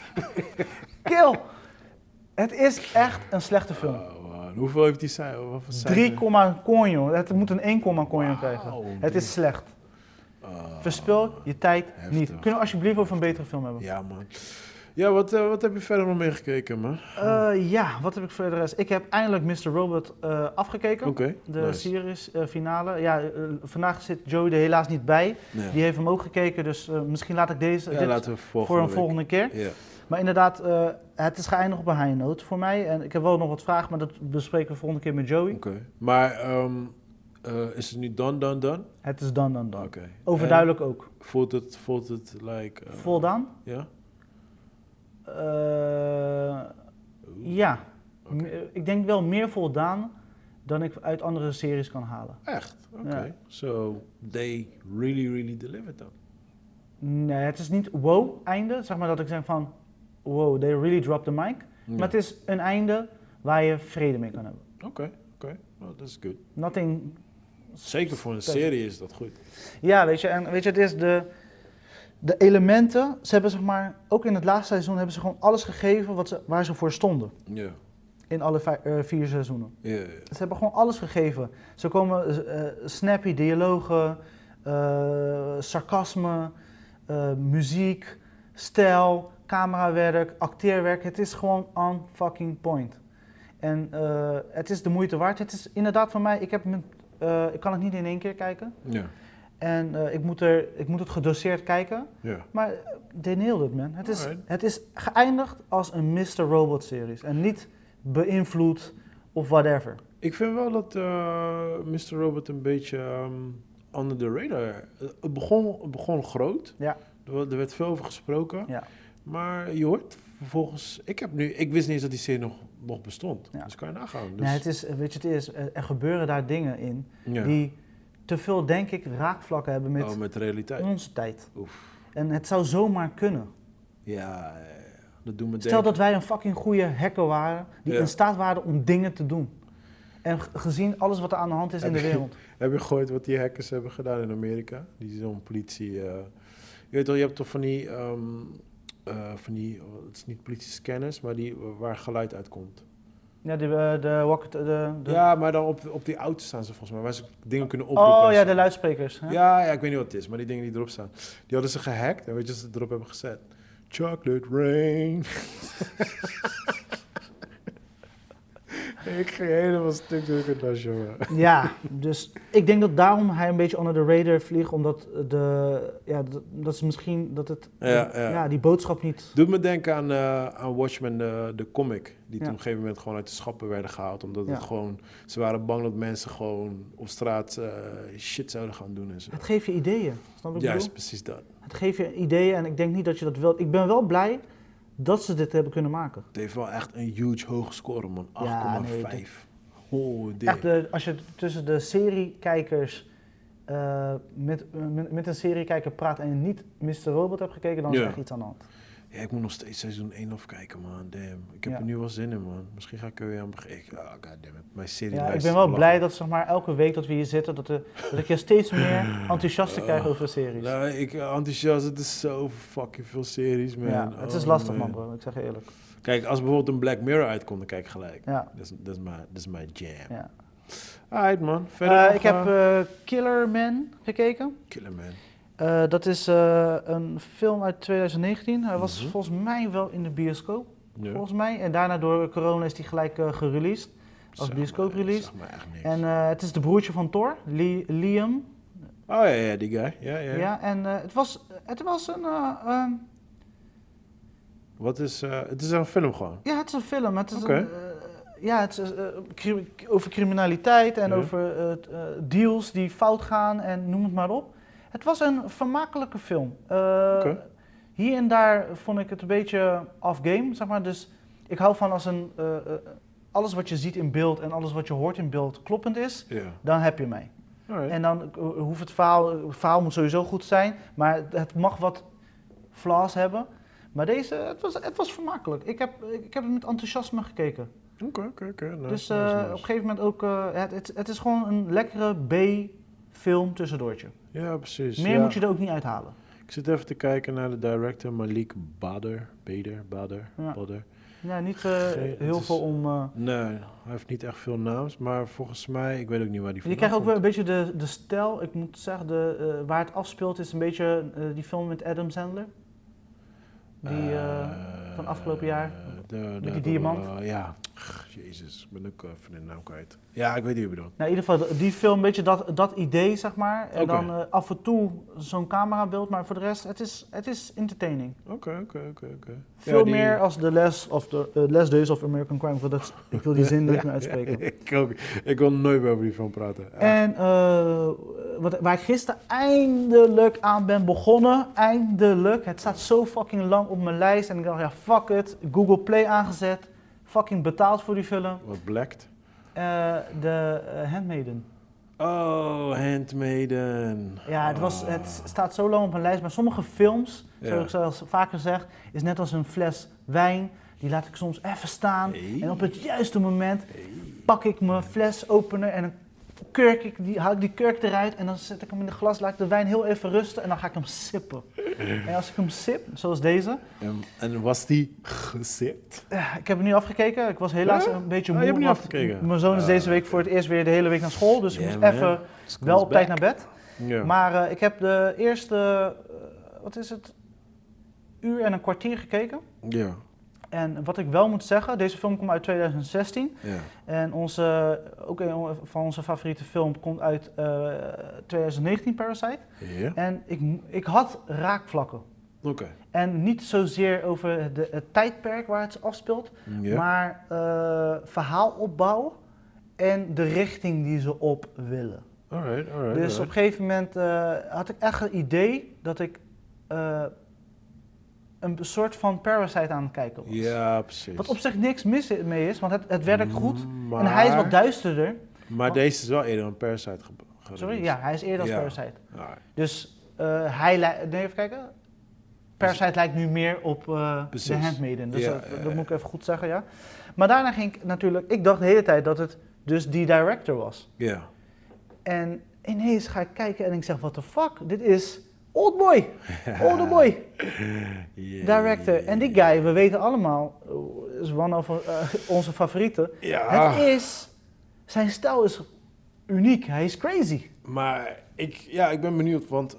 Kill! Het is echt een slechte film. Oh, man. Hoeveel heeft die cijfer? 3, coño. Het moet een 1, coño krijgen. Het is slecht. Verspil je tijd niet. Kunnen we alsjeblieft over een betere film hebben? Ja, man. Ja, wat heb je verder nog meegekeken, man? Ja, wat heb ik verder? Ik heb eindelijk Mr. Robot afgekeken. Oké, De nice. series finale. Ja, vandaag zit Joey er helaas niet bij. Nee. Die heeft hem ook gekeken, dus misschien laat ik dit laten we voor een volgende keer. Ja. Maar inderdaad, het is geëindigd op een high note voor mij. En ik heb wel nog wat vragen, maar dat bespreken we volgende keer met Joey. Oké. Maar is het nu done? Het is done. Oké. Overduidelijk ook. Voelt het like... Voldaan? Ja? Ja. Oké. Ik denk wel meer voldaan dan ik uit andere series kan halen. Echt? Oké. Ja. So, they really delivered dan? Nee, het is niet wow, einde. Zeg maar dat ik zeg van, wow, they really dropped the mic. Ja. Maar het is een einde waar je vrede mee kan hebben. Oké. Well, that's good. Nothing... Zeker voor een serie is dat goed. Ja, weet je, en weet je, het is de elementen, ze hebben zeg maar, ook in het laatste seizoen hebben ze gewoon alles gegeven waar ze voor stonden. Ja. In alle 4 seizoenen. Ja. Ze hebben gewoon alles gegeven. Ze komen snappy dialogen, sarcasme, muziek, stijl, camerawerk, acteerwerk. Het is gewoon on fucking point. En het is de moeite waard. Het is inderdaad van mij, ik kan het niet in één keer kijken. Ja. En ik moet het gedoseerd kijken. Ja. Maar they nailed it, man. Alright. Het is geëindigd als een Mr. Robot series. En niet beïnvloed of whatever. Ik vind wel dat Mr. Robot een beetje under the radar... Het begon groot. Ja. Er werd veel over gesproken. Ja. Maar je hoort vervolgens... Ik wist niet eens dat die serie nog bestond. Ja. Dus kan je nagaan. Dus, Nee, het is, weet je, er gebeuren daar dingen in ja. die te veel, denk ik, raakvlakken hebben met de realiteit. onze tijd. Oef. En het zou zomaar kunnen. Ja, dat doet me Stel denken. dat wij een fucking goede hacker waren, die Ja. in staat waren om dingen te doen. En gezien alles wat er aan de hand is in de wereld. Heb je gehoord wat die hackers hebben gedaan in Amerika? Die zo'n politie... je weet wel, je hebt toch van die... het is niet politie-scanners, maar waar geluid uitkomt. Ja, Ja, maar dan op die auto's staan ze volgens mij, waar ze dingen kunnen oproepen. Oh ja, de luidsprekers. Hè? Ja, ik weet niet wat het is, maar die dingen die erop staan. Die hadden ze gehackt en weet je wat ze erop hebben gezet? Chocolate rain. Ik ging helemaal stuk door het das, jongen. Ja, dus ik denk dat daarom hij een beetje onder de radar vliegt, omdat dat is misschien dat het, die boodschap niet... Doet me denken aan Watchmen, de comic, die toen Ja. op een gegeven moment gewoon uit de schappen werden gehaald, omdat Ja. het gewoon, ze waren bang dat mensen gewoon op straat shit zouden gaan doen en zo. Het geeft je ideeën, snap je wat ik Juist, bedoel? precies dat. Het geeft je ideeën en ik denk niet dat je dat wilt. Ik ben wel blij dat ze dit hebben kunnen maken. Het heeft wel echt een huge hoge score, man. 8,5. Ja, nee, Oh, dit. Echt, als je tussen de seriekijkers met een seriekijker praat en je niet Mr. Robot hebt gekeken, dan is er echt iets aan de hand. Ja, ik moet nog steeds seizoen 1 afkijken, man. Damn. Ik heb Ja. er nu wel zin in, man. Misschien ga ik er weer aan beginnen. Goddammit. Mijn serie Ja, ik ben wel blij dat zeg maar, elke week dat we hier zitten, dat ik je steeds meer enthousiast krijg over series. Nou, ik enthousiast. Het is zo fucking veel series, man. Ja, het is lastig, man, bro. Ik zeg je eerlijk. Kijk, als bijvoorbeeld een Black Mirror uitkomt, dan kijk ik gelijk. Ja. Dat is mijn jam. Ja. Alright, man. Verder Ik heb Killer Man gekeken. Killer Man. Dat is een film uit 2019. Hij was volgens mij wel in de bioscoop. Ja. Volgens mij. En daarna door corona is die gelijk gereleased. Als bioscoop-release. Zeg maar echt niks. En het is de broertje van Thor, Liam. Oh ja, die guy. Ja. En het was een... Wat is... het is een film gewoon. ja, het is een film. Het is Oké. het is over criminaliteit en Ja. over deals die fout gaan en noem het maar op. Het was een vermakelijke film. Oké. Hier en daar vond ik het een beetje off-game, zeg maar. Dus ik hou van als alles wat je ziet in beeld en alles wat je hoort in beeld kloppend is, Ja. dan heb je mij. Alright. En dan hoeft het verhaal moet sowieso goed zijn, maar het mag wat flaws hebben. Maar het was vermakelijk. Ik heb het met enthousiasme gekeken. Oké. Nice, Dus nice. op een gegeven moment ook, het is gewoon een lekkere B-film tussendoortje. Ja, precies. Meer ja. moet je er ook niet uithalen. Ik zit even te kijken naar de director Malik Bader. Ja. Bader. Ja, niet het heel is- veel om... Nee, hij heeft niet echt veel naams, maar volgens mij, ik weet ook niet waar die je vandaan krijgt ook komt. weer een beetje de stijl, ik moet zeggen, waar het afspeelt is een beetje die film met Adam Sandler. Die van afgelopen jaar, met die diamant. Ja, jezus, ik ben ook even de naam kwijt. Ja, ik weet wie je bedoelt. Nou, in ieder geval, die film, een beetje dat idee, zeg maar. En Oké. dan af en toe zo'n camerabeeld, maar voor de rest, het is entertaining. Oké. Veel meer als The Last Days of American Crime. Ik wil die zin niet meer uitspreken. Ik ook. Ik wil nooit meer over die film praten. Ja. En waar ik gisteren eindelijk aan ben begonnen, eindelijk. Het staat zo fucking lang op mijn lijst en ik dacht, ja fuck it. Google Play aangezet, fucking betaald voor die film. Wat Blacked? De Handmaiden. Oh, Handmaiden. Ja, het staat zo lang op mijn lijst, maar sommige films, Ja. zoals ik zoals vaker zeg, is net als een fles wijn. Die laat ik soms even staan Hey. en op het juiste moment pak ik mijn flesopener en dan haal ik die kurk eruit en dan zet ik hem in de glas, laat ik de wijn heel even rusten en dan ga ik hem sippen. En als ik hem sip, zoals deze, En was die gesipt? ik heb hem nu afgekeken, ik was helaas Ja? een beetje Oh, moe, je hebt niet want afgekeken? mijn zoon is Ah. deze week voor het eerst weer de hele week naar school, dus ik Yeah, moest man. even School's wel op tijd back. naar bed. Ja. Maar ik heb de eerste, wat is het, uur en een kwartier gekeken. Ja. En wat ik wel moet zeggen, deze film komt uit 2016. Ja. En ook een van onze favoriete film komt uit 2019, Parasite. Ja? En ik had raakvlakken. Oké. En niet zozeer over het tijdperk waar het afspeelt, Ja. maar verhaalopbouw en de richting die ze op willen. Alright. Dus op een gegeven moment had ik echt het idee dat ik een soort van Parasite aan het kijken was. Ja, precies. Wat op zich niks mis mee is, want het werkt goed. Maar, en hij is wat duisterder. Maar deze is wel eerder een Parasite gereleased. Sorry? Ja, hij is eerder als Ja. Parasite. Alright. Dus hij lijkt... Nee, even kijken. Parasite lijkt nu meer op The Handmaiden. Dus dat moet ik even goed zeggen, ja. Maar daarna ging ik natuurlijk... Ik dacht de hele tijd dat het dus die director was. Ja. En ineens ga ik kijken en ik zeg, what the fuck? Dit is Oldboy. Oldboy. Director. En die guy, we weten allemaal, is one of onze favorieten. Ja. Het is... Zijn stijl is uniek. Hij is crazy. Maar ik ben benieuwd, want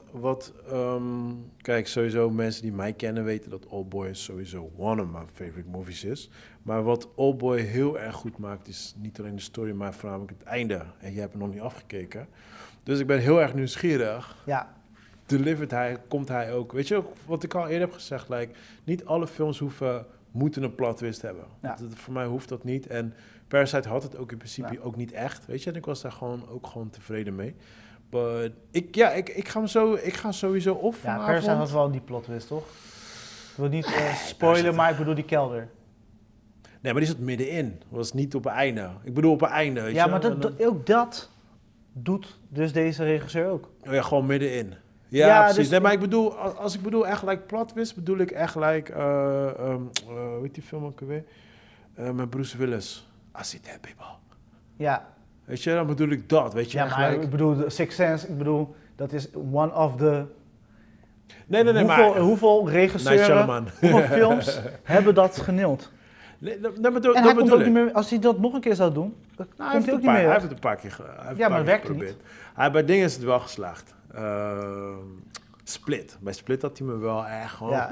kijk, sowieso mensen die mij kennen weten dat Oldboy sowieso one of my favorite movies is. Maar wat Oldboy heel erg goed maakt is niet alleen de story, maar voornamelijk het einde. En je hebt er nog niet afgekeken. Dus ik ben heel erg nieuwsgierig. Ja. Komt hij ook, weet je ook, wat ik al eerder heb gezegd, niet alle films moeten een plot twist hebben. Ja. Voor mij hoeft dat niet. En Parasite had het ook in principe ook niet echt, weet je. En ik was daar gewoon tevreden mee. But ik ga sowieso op vanavond. Ja, Parasite had wel die plot twist, toch? Ik wil niet spoilen, maar ik bedoel die kelder. Nee, maar die zat middenin. Dat was niet op het einde. Ik bedoel op het einde, weet je. Ja, maar ook dat doet dus deze regisseur ook. Oh ja, gewoon middenin. Ja, precies. Dus nee, maar ik bedoel, als ik bedoel echt plot twist, bedoel ik echt hoe heet die film ook alweer? Met Bruce Willis. I see dead people. Ja. Weet je, dan bedoel ik dat, weet je. Ja, maar ik bedoel, The Sixth Sense, ik bedoel, dat is one of the... Nee, hoeveel regisseuren, hoeveel films hebben dat geneeld? Nee, en hij komt ook niet meer, als hij dat nog een keer zou doen, komt hij ook niet meer. Hij heeft het een paar keer ja, maar werkt het niet. Bij dingen is het wel geslaagd. Split. Bij Split had hij me wel echt gewoon... Ja.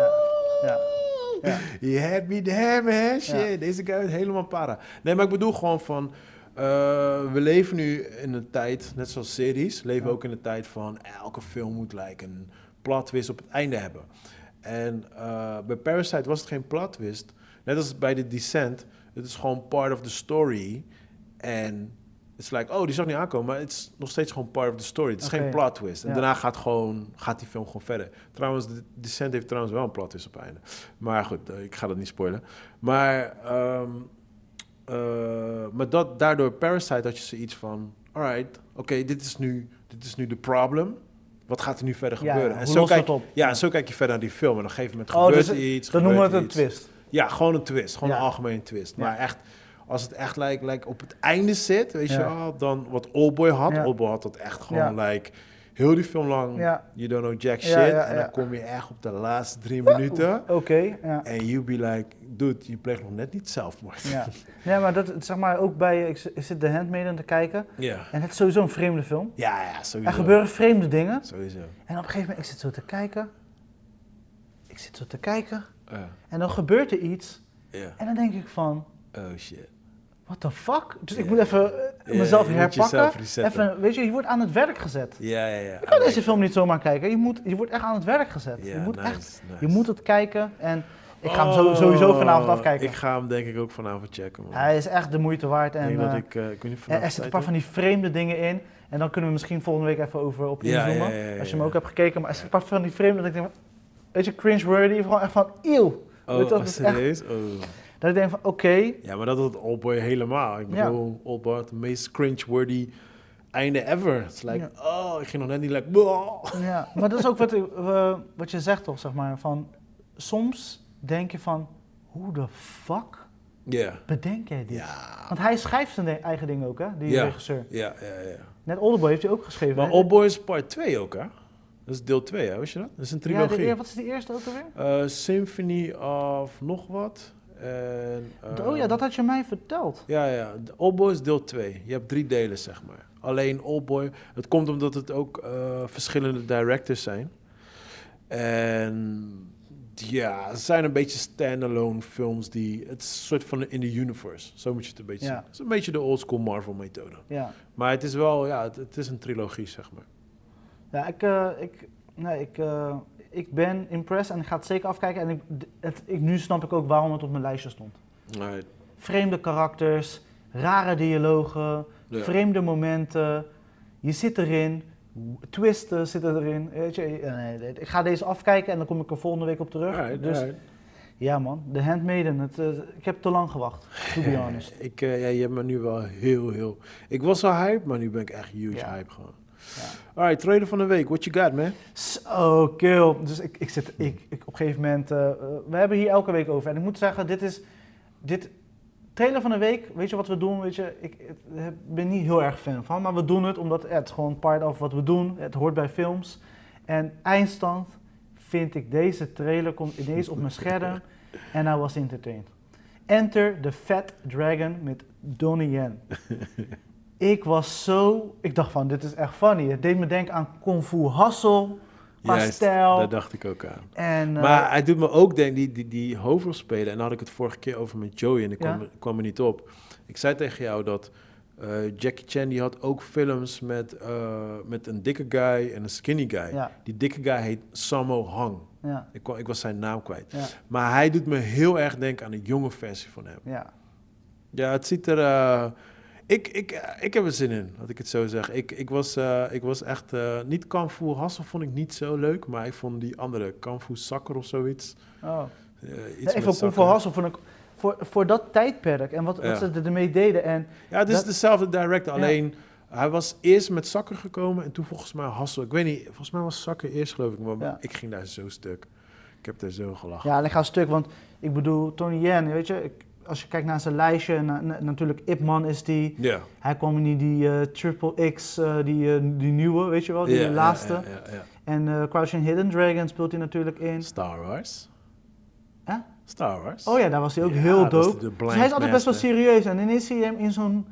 You had me there, man. Shit, ja. Deze guy is helemaal para. Nee, maar ik bedoel gewoon van... we leven nu in een tijd, net zoals series, leven ook in een tijd van... Elke film moet een plot twist op het einde hebben. En bij Parasite was het geen plot twist. Net als bij The Descent. Het is gewoon part of the story. En het is die zag niet aankomen, maar het is nog steeds gewoon part of the story. Het is geen plot twist. En daarna gaat die film gewoon verder. Trouwens, The Descent heeft trouwens wel een plot twist op het einde. Maar goed, ik ga dat niet spoilen. Maar daardoor Parasite had je zoiets van... Alright, oké, dit is nu de problem. Wat gaat er nu verder gebeuren? En zo kijk je verder naar die film. En op een gegeven moment gebeurt er iets. Dan noemen we het een twist. Ja, gewoon een twist. Gewoon een algemene twist. Maar echt... Als het echt op het einde zit, weet je wel, dan wat Oldboy had. Ja. Oldboy had dat echt gewoon heel die film lang, you don't know jack shit. En dan kom je echt op de laatste 3 minuten. En you be like, dude, je pleegt nog net niet zelfmoord. Ja, ja, maar dat, zeg maar, ook bij, ik zit The Handmaiden te kijken. Ja. En het is sowieso een vreemde film. Ja, sowieso. Er gebeuren vreemde dingen. Sowieso. En op een gegeven moment, ik zit zo te kijken. En dan gebeurt er iets. En dan denk ik van... Oh shit. What the fuck? Dus ik moet even mezelf herpakken. Even, weet je wordt aan het werk gezet. Ja. Je kan deze film niet zomaar kijken. Je wordt echt aan het werk gezet. Je moet het kijken. En ik ga hem sowieso vanavond afkijken. Ik ga hem denk ik ook vanavond checken. Man. Hij is echt de moeite waard. En, ik weet niet er zitten een paar van die vreemde dingen in. En dan kunnen we misschien volgende week even over inzoomen. Als je hem ook hebt gekeken. Maar er zitten een paar van die vreemde dat ik denk, weet je, cringe-worthy. Gewoon echt van, eeuw. Serieus? Dat ik denk van, oké. Ja, maar dat had Oldboy helemaal. Ik bedoel, Oldboy had de meest cringe-worthy einde ever. Het is ik ging nog net niet Ja, maar dat is ook wat je zegt toch, zeg maar. Van, soms denk je van, hoe de fuck bedenk jij dit? Ja. Want hij schrijft zijn eigen ding ook, hè, die regisseur. Ja. Net Oldboy heeft hij ook geschreven. Maar Oldboy is part 2 ook, hè? Dat is deel 2, hè? Wist je dat? Dat is een trilogie. Ja, wat is de eerste ook alweer? Symphony of nog wat. En, dat had je mij verteld. Ja. Oldboy is deel 2. Je hebt 3 delen, zeg maar. Alleen Oldboy... Het komt omdat het ook verschillende directors zijn. En ja, het zijn een beetje standalone films die... Het is een soort van in the universe. Zo moet je het een beetje zien. Het is een beetje de oldschool Marvel methode. Ja. Maar het is wel... Ja, het is een trilogie, zeg maar. Ja, ik ben impressed en ik ga het zeker afkijken. En nu snap ik ook waarom het op mijn lijstje stond. Nee. Vreemde karakters, rare dialogen, vreemde momenten. Je zit erin, twisten zitten erin. Weet je, nee, ik ga deze afkijken en dan kom ik er volgende week op terug. Alright. Ja man, The Handmaiden, ik heb te lang gewacht, to be honest. Je hebt me nu wel heel... Ik was al hype, maar nu ben ik echt huge hype gewoon. Ja. Alright, trailer van de week. What you got, man? So kill. Dus ik op een gegeven moment... we hebben hier elke week over. En ik moet zeggen, dit trailer van de week, weet je wat we doen? Weet je, ik ben niet heel erg fan van, maar we doen het omdat het gewoon part of wat we doen. Het hoort bij films. En eindstand vind ik deze trailer komt ineens op mijn scherm en I was entertained. Enter the Fat Dragon met Donnie Yen. Ik dacht van, dit is echt funny. Het deed me denken aan Kung Fu Hustle, Pastel. Daar dacht ik ook aan. Maar hij doet me ook denken, die hoofdrolspeler, en daar had ik het vorige keer over met Joey en ik kwam er niet op. Ik zei tegen jou dat Jackie Chan die had ook films met een dikke guy en een skinny guy. Ja. Die dikke guy heet Sammo Hung. Ja. Ik was zijn naam kwijt. Ja. Maar hij doet me heel erg denken aan de jonge versie van hem. Ja, het ziet er... Ik heb er zin in, laat ik het zo zeggen. Ik was echt... niet Kung Fu Hustle vond ik niet zo leuk, maar ik vond die andere, Kung Fu Soccer of zoiets. Iets ik vond Kung Fu Hustle vond ik... Voor dat tijdperk en wat ze ermee deden. En ja, het is dezelfde director, alleen hij was eerst met Soccer gekomen en toen volgens mij Hustle. Ik weet niet, volgens mij was Soccer eerst geloof ik, maar ik ging daar zo stuk. Ik heb daar zo gelachen. Ja, en ik ga stuk, want ik bedoel, Donnie Yen, weet je... Als je kijkt naar zijn lijstje, natuurlijk Ip Man is die. Yeah. Hij kwam in die Triple X, die nieuwe, weet je wel, die laatste. En Crouching Hidden Dragon speelt hij natuurlijk in. Star Wars. Star Wars. Oh ja, daar was hij ook heel dope. Dus hij is altijd best wel serieus. En ineens zie je hem in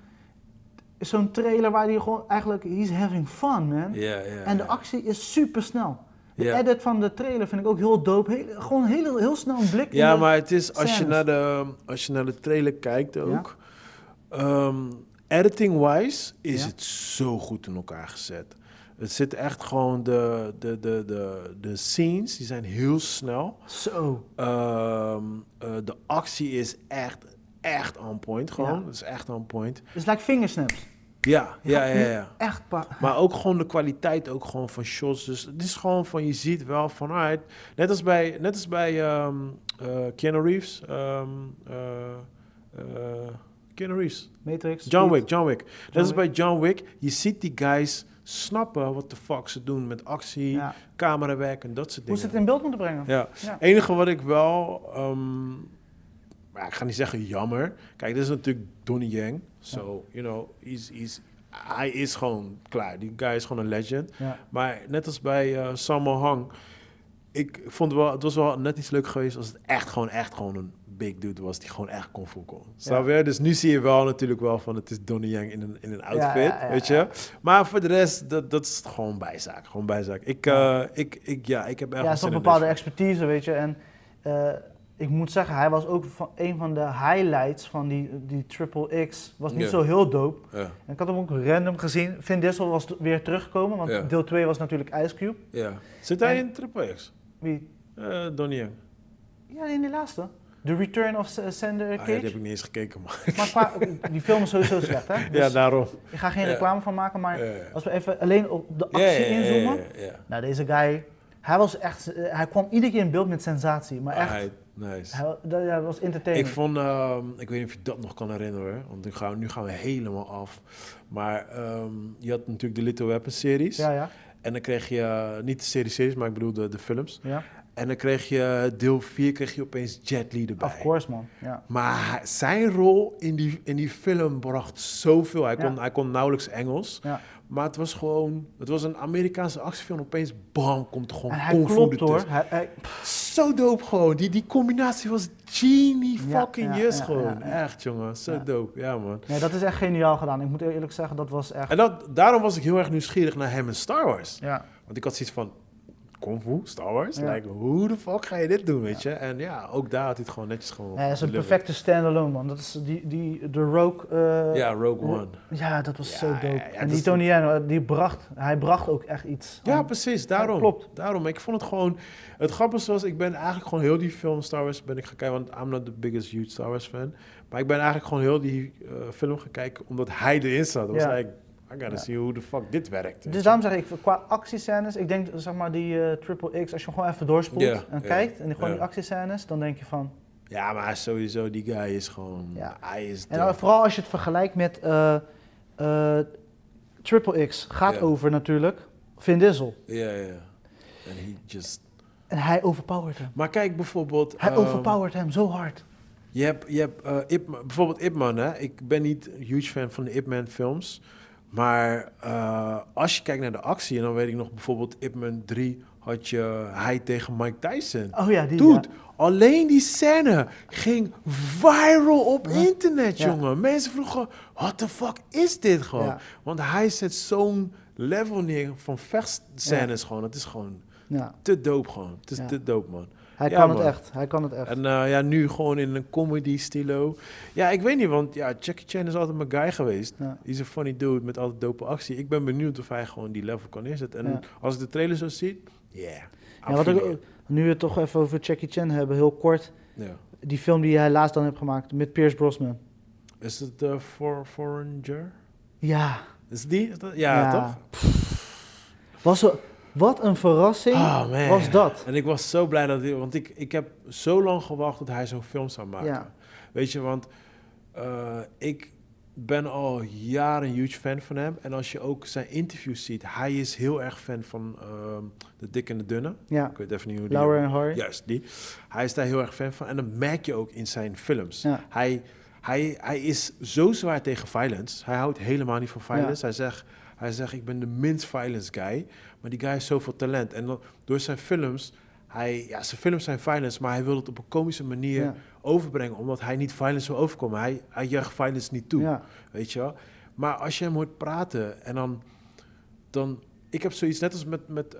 zo'n trailer waar hij gewoon eigenlijk, he's having fun, man. En de actie is super snel. De edit van de trailer vind ik ook heel dope. Gewoon heel snel een blik. Ja, maar het is als je naar de trailer kijkt ook. Editing-wise is het zo goed in elkaar gezet. Het zit echt gewoon de scenes, die zijn heel snel. Zo. De actie is echt on point gewoon. Het is echt on point. Het is like fingersnaps. Ja. Echt maar ook gewoon de kwaliteit ook gewoon van shots. Dus het is gewoon van, je ziet wel van, alright, net als bij Keanu Reeves. Keanu Reeves. Matrix. John Wick. Net als bij John Wick. Je ziet die guys snappen wat de fuck ze doen met actie, camerawerk en dat soort dingen. Hoe ze het in beeld moeten brengen. Ja. Het enige wat ik wel... maar ik ga niet zeggen jammer. Kijk, dit is natuurlijk Donnie Yen. So, you know, hij is gewoon klaar. Die guy is gewoon een legend. Ja. Maar net als bij Sammo Hung, ik vond het was wel net iets leuk geweest als het echt gewoon een big dude was die gewoon echt kon voetballen. Snap je? Dus nu zie je wel natuurlijk wel van het is Donnie Yen in een outfit, weet je. Maar voor de rest, dat is gewoon bijzaak. Ik heb echt... Ja, toch bepaalde expertise, weet je. En ik moet zeggen, hij was ook een van de highlights van die Triple X. Was niet zo heel dope. En ik had hem ook random gezien. Vin Diesel was weer teruggekomen, want deel 2 was natuurlijk Ice Cube. Ja. Zit hij in Triple X? Wie? Donnie Yen. Ja, in die laatste. The Return of Sander Cage. Die heb ik niet eens gekeken, man. Maar die film is sowieso slecht, hè? Dus ja, daarom. Ik ga geen reclame van maken, maar als we even alleen op de actie inzoomen. Nou, deze guy, hij kwam iedere keer in beeld met sensatie, maar echt... Nice. Hij was entertainment. Ik vond, ik weet niet of je dat nog kan herinneren, want nu gaan we helemaal af. Maar je had natuurlijk de Little Weapon series. Ja. En dan kreeg je, niet de series, maar ik bedoel de films. Ja. En dan kreeg je deel 4, kreeg je opeens Jet Li erbij. Of course, man. Ja. Maar zijn rol in die film bracht zoveel. Hij kon nauwelijks Engels. Ja. Maar het was een Amerikaanse actiefilm. Opeens, bam, komt er gewoon Kung Fu ertussen. Zo dope gewoon. Die combinatie was genie fucking gewoon. Echt, jongen. Zo dope. Ja, man. Nee, dat is echt geniaal gedaan. Ik moet eerlijk zeggen, dat was echt... En daarom was ik heel erg nieuwsgierig naar hem in Star Wars. Ja. Want ik had zoiets van... Kung Fu, Star Wars. Ja. Like, hoe de fuck ga je dit doen, weet je? En ja, ook daar had hij het gewoon netjes gewoon... Ja, het is een perfecte standalone, man. Dat is de Rogue... Rogue One. Ja, dat was zo dope. En die Donnie Yen, hij bracht ook echt iets. Ja, precies. Daarom. Klopt. Daarom. Ik vond het gewoon... Het grappige was, ik ben eigenlijk gewoon heel die film Star Wars ben ik gaan kijken, want I'm not the biggest huge Star Wars fan. Maar ik ben eigenlijk gewoon heel die film gaan kijken, omdat hij erin zat. Dat was eigenlijk... I gotta see hoe de fuck dit werkt. weet Dus je. daarom zeg ik, qua actiescènes, ik denk zeg maar die Triple X, als je hem gewoon even doorspoelt Ja, en ja, kijkt en gewoon ja. die actiescènes, dan denk je van... Ja, maar sowieso, die guy is gewoon... Ja. Hij is En vooral als je het vergelijkt met Triple X, gaat Ja. over natuurlijk Vin Diesel. Ja. En he just... En hij overpowert hem. Maar kijk bijvoorbeeld... Hij overpowert hem zo hard. Je hebt bijvoorbeeld Ip Man, hè. Ik ben niet een huge fan van de Ip Man films. Maar als je kijkt naar de actie... en dan weet ik nog bijvoorbeeld Ip Man 3... had je hij tegen Mike Tyson. Oh ja, die Dude, alleen die scène ging viral op Ja. internet, Ja. jongen. Mensen vroegen, what the fuck is dit gewoon? Ja. Want hij zet zo'n level neer van vechtscènes gewoon. Het is gewoon Ja. te dope gewoon. Het is Ja. te dope, man. Hij Ja, kan man. het echt. Hij kan het echt. En ja, nu gewoon in een comedy-stilo. Ja, ik weet niet, want ja, Jackie Chan is altijd mijn guy geweest. Ja. Hij is een funny dude met altijd dope actie. Ik ben benieuwd of hij gewoon die level kan inzetten. En Ja. als ik de trailer zo zie, yeah. Ja, nu we het toch even over Jackie Chan hebben, heel kort. Ja. Die film die hij laatst dan heeft gemaakt met Pierce Brosnan. Is het Foreigner? Ja. Is die? Is dat? Ja, toch? Wat een verrassing Oh, man. was dat. En ik was zo blij dat hij... Want ik heb zo lang gewacht tot hij zo'n film zou maken. Ja. Weet je, want ik ben al jaren een huge fan van hem. En als je ook zijn interviews ziet... Hij is heel erg fan van De Dik en de Dunne. Ja. Ik weet even niet hoe die... Laura en Hardy. Juist, die. Hij is daar heel erg fan van. En dat merk je ook in zijn films. Ja. Hij is zo zwaar tegen violence. Hij houdt helemaal niet van violence. Hij zegt, ik ben de minst violence guy. Maar die guy heeft zoveel talent. En door zijn films... zijn films zijn violence, maar hij wil het op een komische manier overbrengen. Omdat hij niet violence wil overkomen. Hij juicht violence niet toe, Ja. weet je wel. Maar als je hem hoort praten en dan ik heb zoiets net als met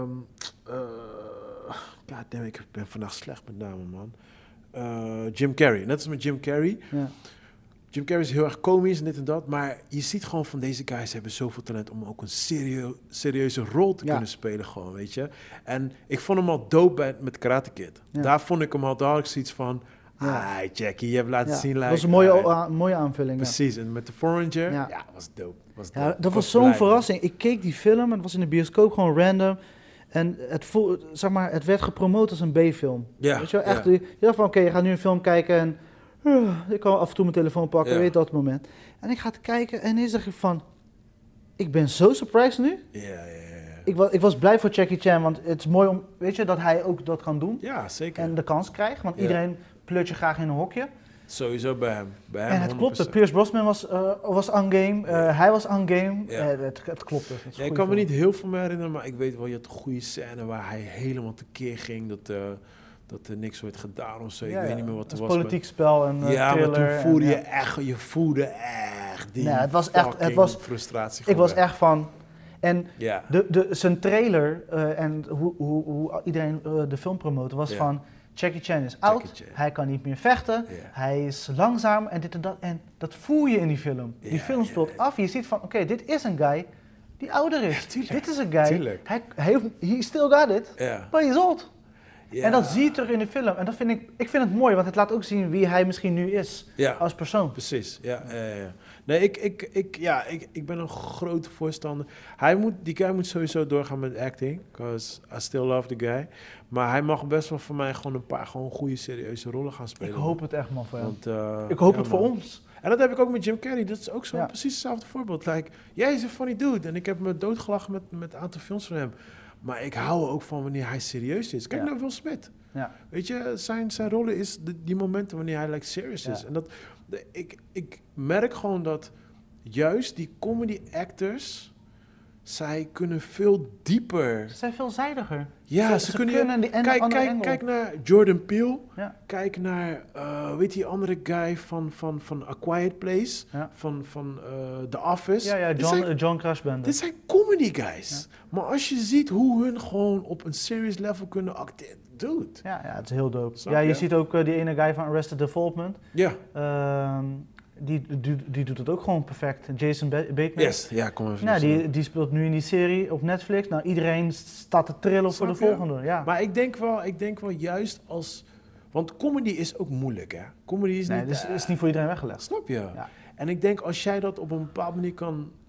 ik ben vandaag slecht met namen, man. Jim Carrey. Net als met Jim Carrey. Ja. Jim Carrey is heel erg komisch en dit en dat, maar je ziet gewoon van deze guys hebben zoveel talent om ook een serieuze rol te kunnen spelen gewoon, weet je. En ik vond hem al dope met Karate Kid. Ja. Daar vond ik hem al dadelijk zoiets van, Jackie, je hebt laten zien. Dat Like, was een mooie aanvulling. Precies, en met de Foreigner, Ja. was dope. Ja, dat was blij, zo'n man. verrassing. Ik keek die film en het was in de bioscoop gewoon random. En het werd gepromoot als een B-film. Ja, Weet je wel, echt. ja. Je dacht van, oké, je gaat nu een film kijken en ik kan af en toe mijn telefoon pakken, Ja. weet dat moment. En ik ga het kijken en ineens zeg ik van, ik ben zo surprised nu. Ja. Ik was blij voor Jackie Chan, want het is mooi om, weet je, dat hij ook dat kan doen. Ja, zeker. En de kans krijgt, want iedereen pleurt je graag in een hokje. Sowieso bij hem. En het 100%. klopte. Pierce Brosnan was on game. Hij was on game. Ja. Het klopte. Het is een Ja, ik goede kan me film. niet heel veel meer herinneren, maar ik weet wel, je had een goede scène waar hij helemaal tekeer ging, dat er niks werd gedaan of zo. Ik weet niet meer wat het er was. was. Politiek spel en Ja, maar thriller. toen voelde en, je voelde echt die Nee, het was echt- fucking het was- frustratie. Ik was gewoon. echt van... En Ja, zijn trailer en hoe iedereen de film promoten was Ja. van... Jackie Chan is oud, Chan. hij kan niet meer vechten, Ja. hij is langzaam en dit en dat. En dat voel je in die film. Die Ja, film speelt af. Je ziet van, oké, dit is een guy die ouder is. Ja, tuurlijk. Dit is een guy, Tuurlijk. he still got it, ja. but he's old. Ja. En dat zie je terug in de film. En dat vind ik vind het mooi, want het laat ook zien wie hij misschien nu is Ja. als persoon. Precies, ja. Nee, ik ben een grote voorstander. Die guy moet sowieso doorgaan met acting, because I still love the guy. Maar hij mag best wel voor mij gewoon een paar goede, serieuze rollen gaan spelen. Ik hoop het echt, man, voor hem. Want, Ik hoop ja, het voor man. ons. En dat heb ik ook met Jim Carrey. Dat is ook zo Ja. precies hetzelfde voorbeeld. Like, jij is een funny dude. En ik heb me doodgelachen met een aantal films van hem. Maar ik hou ook van wanneer hij serieus is. Kijk Ja. naar Will Smith. Ja. Weet je, zijn rollen is die momenten wanneer hij like serious is. Ja. En ik merk gewoon dat juist die comedy actors, zij kunnen veel dieper. Ze zijn veelzijdiger. Ja, ze ze kunnen. kunnen die andere angle. Kijk naar Jordan Peele. Ja. Kijk naar, weet die andere guy van A Quiet Place, Ja. van The Office. Ja, John Crashbender. Dit zijn comedy guys. Maar als je ziet hoe hun gewoon op een serious level kunnen acteren, dude. Ja, het is heel dope. Snap Ja, je je? ziet ook die ene guy van Arrested Development. Ja, Die doet het ook gewoon perfect. Jason Bateman. yes. Ja, kom even. Nou, snel. die speelt nu in die serie op Netflix. Nou, iedereen staat te trillen voor de Snap je? volgende. Ja. Maar ik denk wel juist als... Want comedy is ook moeilijk, hè. Comedy is Nee, niet... dus is niet voor iedereen weggelegd. Snap je? Ja. En ik denk als jij dat op een bepaalde manier kan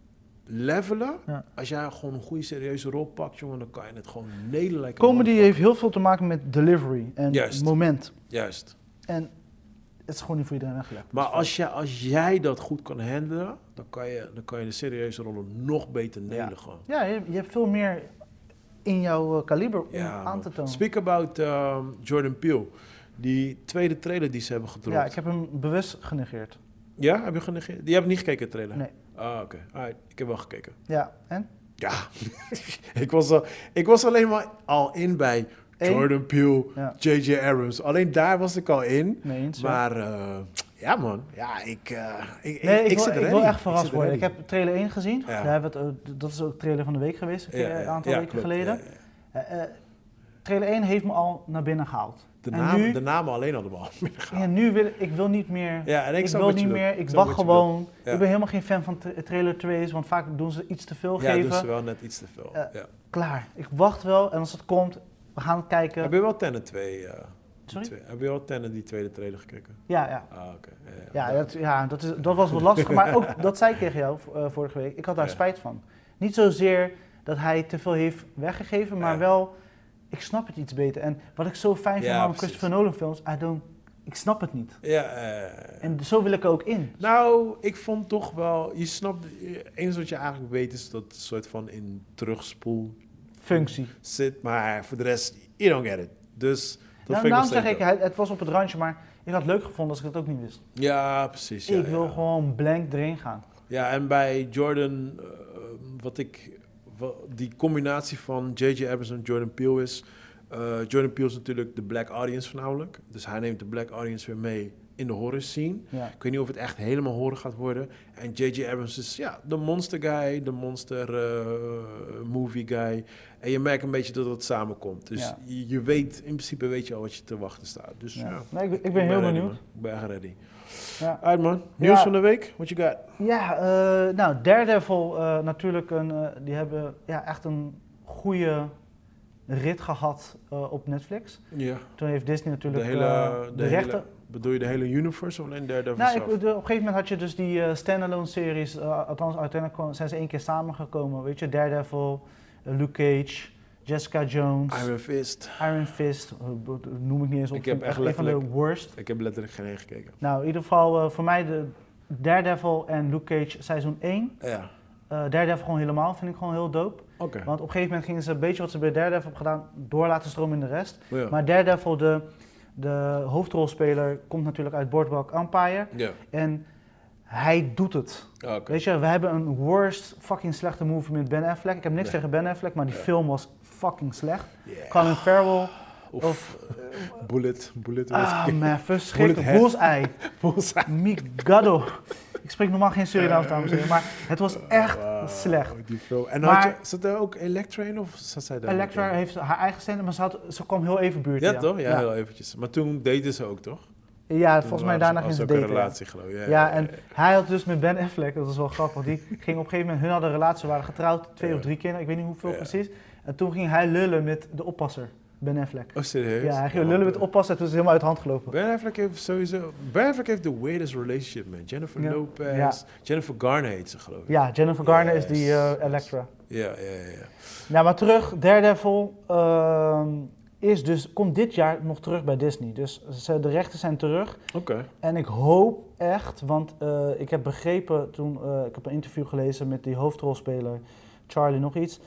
levelen. Ja. Als jij gewoon een goede serieuze rol pakt, jongen, dan kan je het gewoon nelen. Comedy heeft heel veel te maken met delivery en Juist. moment. Juist. En het is gewoon niet voor iedereen weggelegd. Maar als jij dat goed kan handelen, dan kan je de serieuze rollen nog beter nelen gewoon. Ja, je hebt veel meer in jouw kaliber om aan man. te tonen. Speak about Jordan Peele. Die tweede trailer die ze hebben gedropt. Ja, ik heb hem bewust genegeerd. Ja, heb je genegeerd? Die hebben niet gekeken, de trailer? Nee. Ah, oké. Alright, ik heb wel gekeken. Ja, en? Ja, ik was alleen maar al in bij Jordan Peele, Ja. J.J. Abrams. Alleen daar was ik al in. Nee eens. Maar ja man, ja, ik zit ik erin. wil echt verrast worden. Ik heb trailer 1 gezien. Ja. Daar hebben we dat is ook trailer van de week geweest, een aantal weken klopt. geleden. Ja. Trailer 1 heeft me al naar binnen gehaald. De namen alleen hadden we al binnengehaald. Ja, nu wil ik wil niet meer. Ja, en ik snap wil wat je niet bedoelt. meer. Ik snap wacht wat je gewoon. bedoelt. Ja. Ik ben helemaal geen fan van trailer 2's, want vaak doen ze iets te veel Ja, geven. doen ze wel net iets te veel. Ja. Klaar. Ik wacht wel en als het komt, we gaan het kijken. Heb je wel Tenet 2? Sorry? Heb je wel Tenet die tweede trailer gekeken? Ja. Ah, oké. Dat was wat lastig. Maar ook, dat zei ik tegen jou vorige week, ik had daar spijt van. Niet zozeer dat hij te veel heeft weggegeven, maar wel, ik snap het iets beter. En wat ik zo fijn vind aan Christopher Nolan films, ik snap het niet. Ja, en zo wil ik er ook in. Nou, ik vond toch wel, je snapt, eens wat je eigenlijk weet is dat het een soort van in terugspoel functie zit, maar voor de rest, you don't get it. Dus dat daarom zeg ik, het was op het randje, maar ik had het leuk gevonden als ik het ook niet wist. Ja, precies. Ik wil gewoon blank erin gaan. Ja, en bij Jordan, die combinatie van J.J. Abrams en Jordan Peele is, Jordan Peele is natuurlijk de black audience voornamelijk. Dus hij neemt de black audience weer mee in de horror scene. Ja. Ik weet niet of het echt helemaal horror gaat worden. En J.J. Abrams is de monster guy, de monster movie guy. En je merkt een beetje dat het samenkomt. Dus je weet, in principe weet je al wat je te wachten staat. Dus Nee, ik ben heel benieuwd. Ik ben echt ready. Ja. Alright man, nieuws van de week, what you got? Ja, nou Daredevil natuurlijk, die hebben echt een goede rit gehad op Netflix. Ja. Toen heeft Disney natuurlijk de rechten. Bedoel je de hele universe of alleen Daredevil Nou, zelf? op een gegeven moment had je dus die standalone series, althans uiteindelijk zijn ze 1 keer samengekomen. Weet je, Daredevil, Luke Cage, Jessica Jones, Iron Fist, noem ik niet eens op. Ik heb echt een van de worst. Ik heb letterlijk geen één gekeken. Nou, in ieder geval voor mij de Daredevil en Luke Cage seizoen 1. Ja. Daredevil gewoon helemaal, vind ik gewoon heel dope. Okay. Want op een gegeven moment gingen ze een beetje wat ze bij Daredevil hebben gedaan, door laten stromen in de rest. Ja. Maar Daredevil, de hoofdrolspeler, komt natuurlijk uit Boardwalk Empire. Ja. En hij doet het. Okay. Weet je, we hebben een worst fucking slechte movie met Ben Affleck. Ik heb niks tegen Ben Affleck, maar die film was fucking slecht. Yeah. Colin Farrell. Bullet. Man, verschrikkelijk. Bullseye. Migado. Ik spreek normaal geen Surinaams, dames en heren, maar het was echt slecht. Die film. En zat er ook Elektra in of zat zij daar? Elektra heeft haar eigen scène, maar ze kwam heel even buurt. Ja, toch? Ja, heel eventjes. Maar toen deden ze ook, toch? Ja, volgens mij daarna ging ze daten. Een relatie, geloof ik. Ja, en hij had dus met Ben Affleck, dat is wel grappig, die ging op een gegeven moment, hun hadden een relatie, waren getrouwd, 2 of 3 kinderen, ik weet niet hoeveel precies. En toen ging hij lullen met de oppasser, Ben Affleck. Oh, serieus? Ja, hij ging lullen met de oppasser en toen is het helemaal uit de hand gelopen. Ben Affleck heeft de weirdest relationship, man. Jennifer Lopez, Jennifer Garner heet ze, geloof ik. Ja, Jennifer Garner is die Elektra. Ja. Nou, maar terug, Daredevil komt dit jaar nog terug bij Disney. Dus de rechten zijn terug. Oké. En ik hoop echt, want ik heb begrepen toen, ik heb een interview gelezen met die hoofdrolspeler, Charlie nog iets,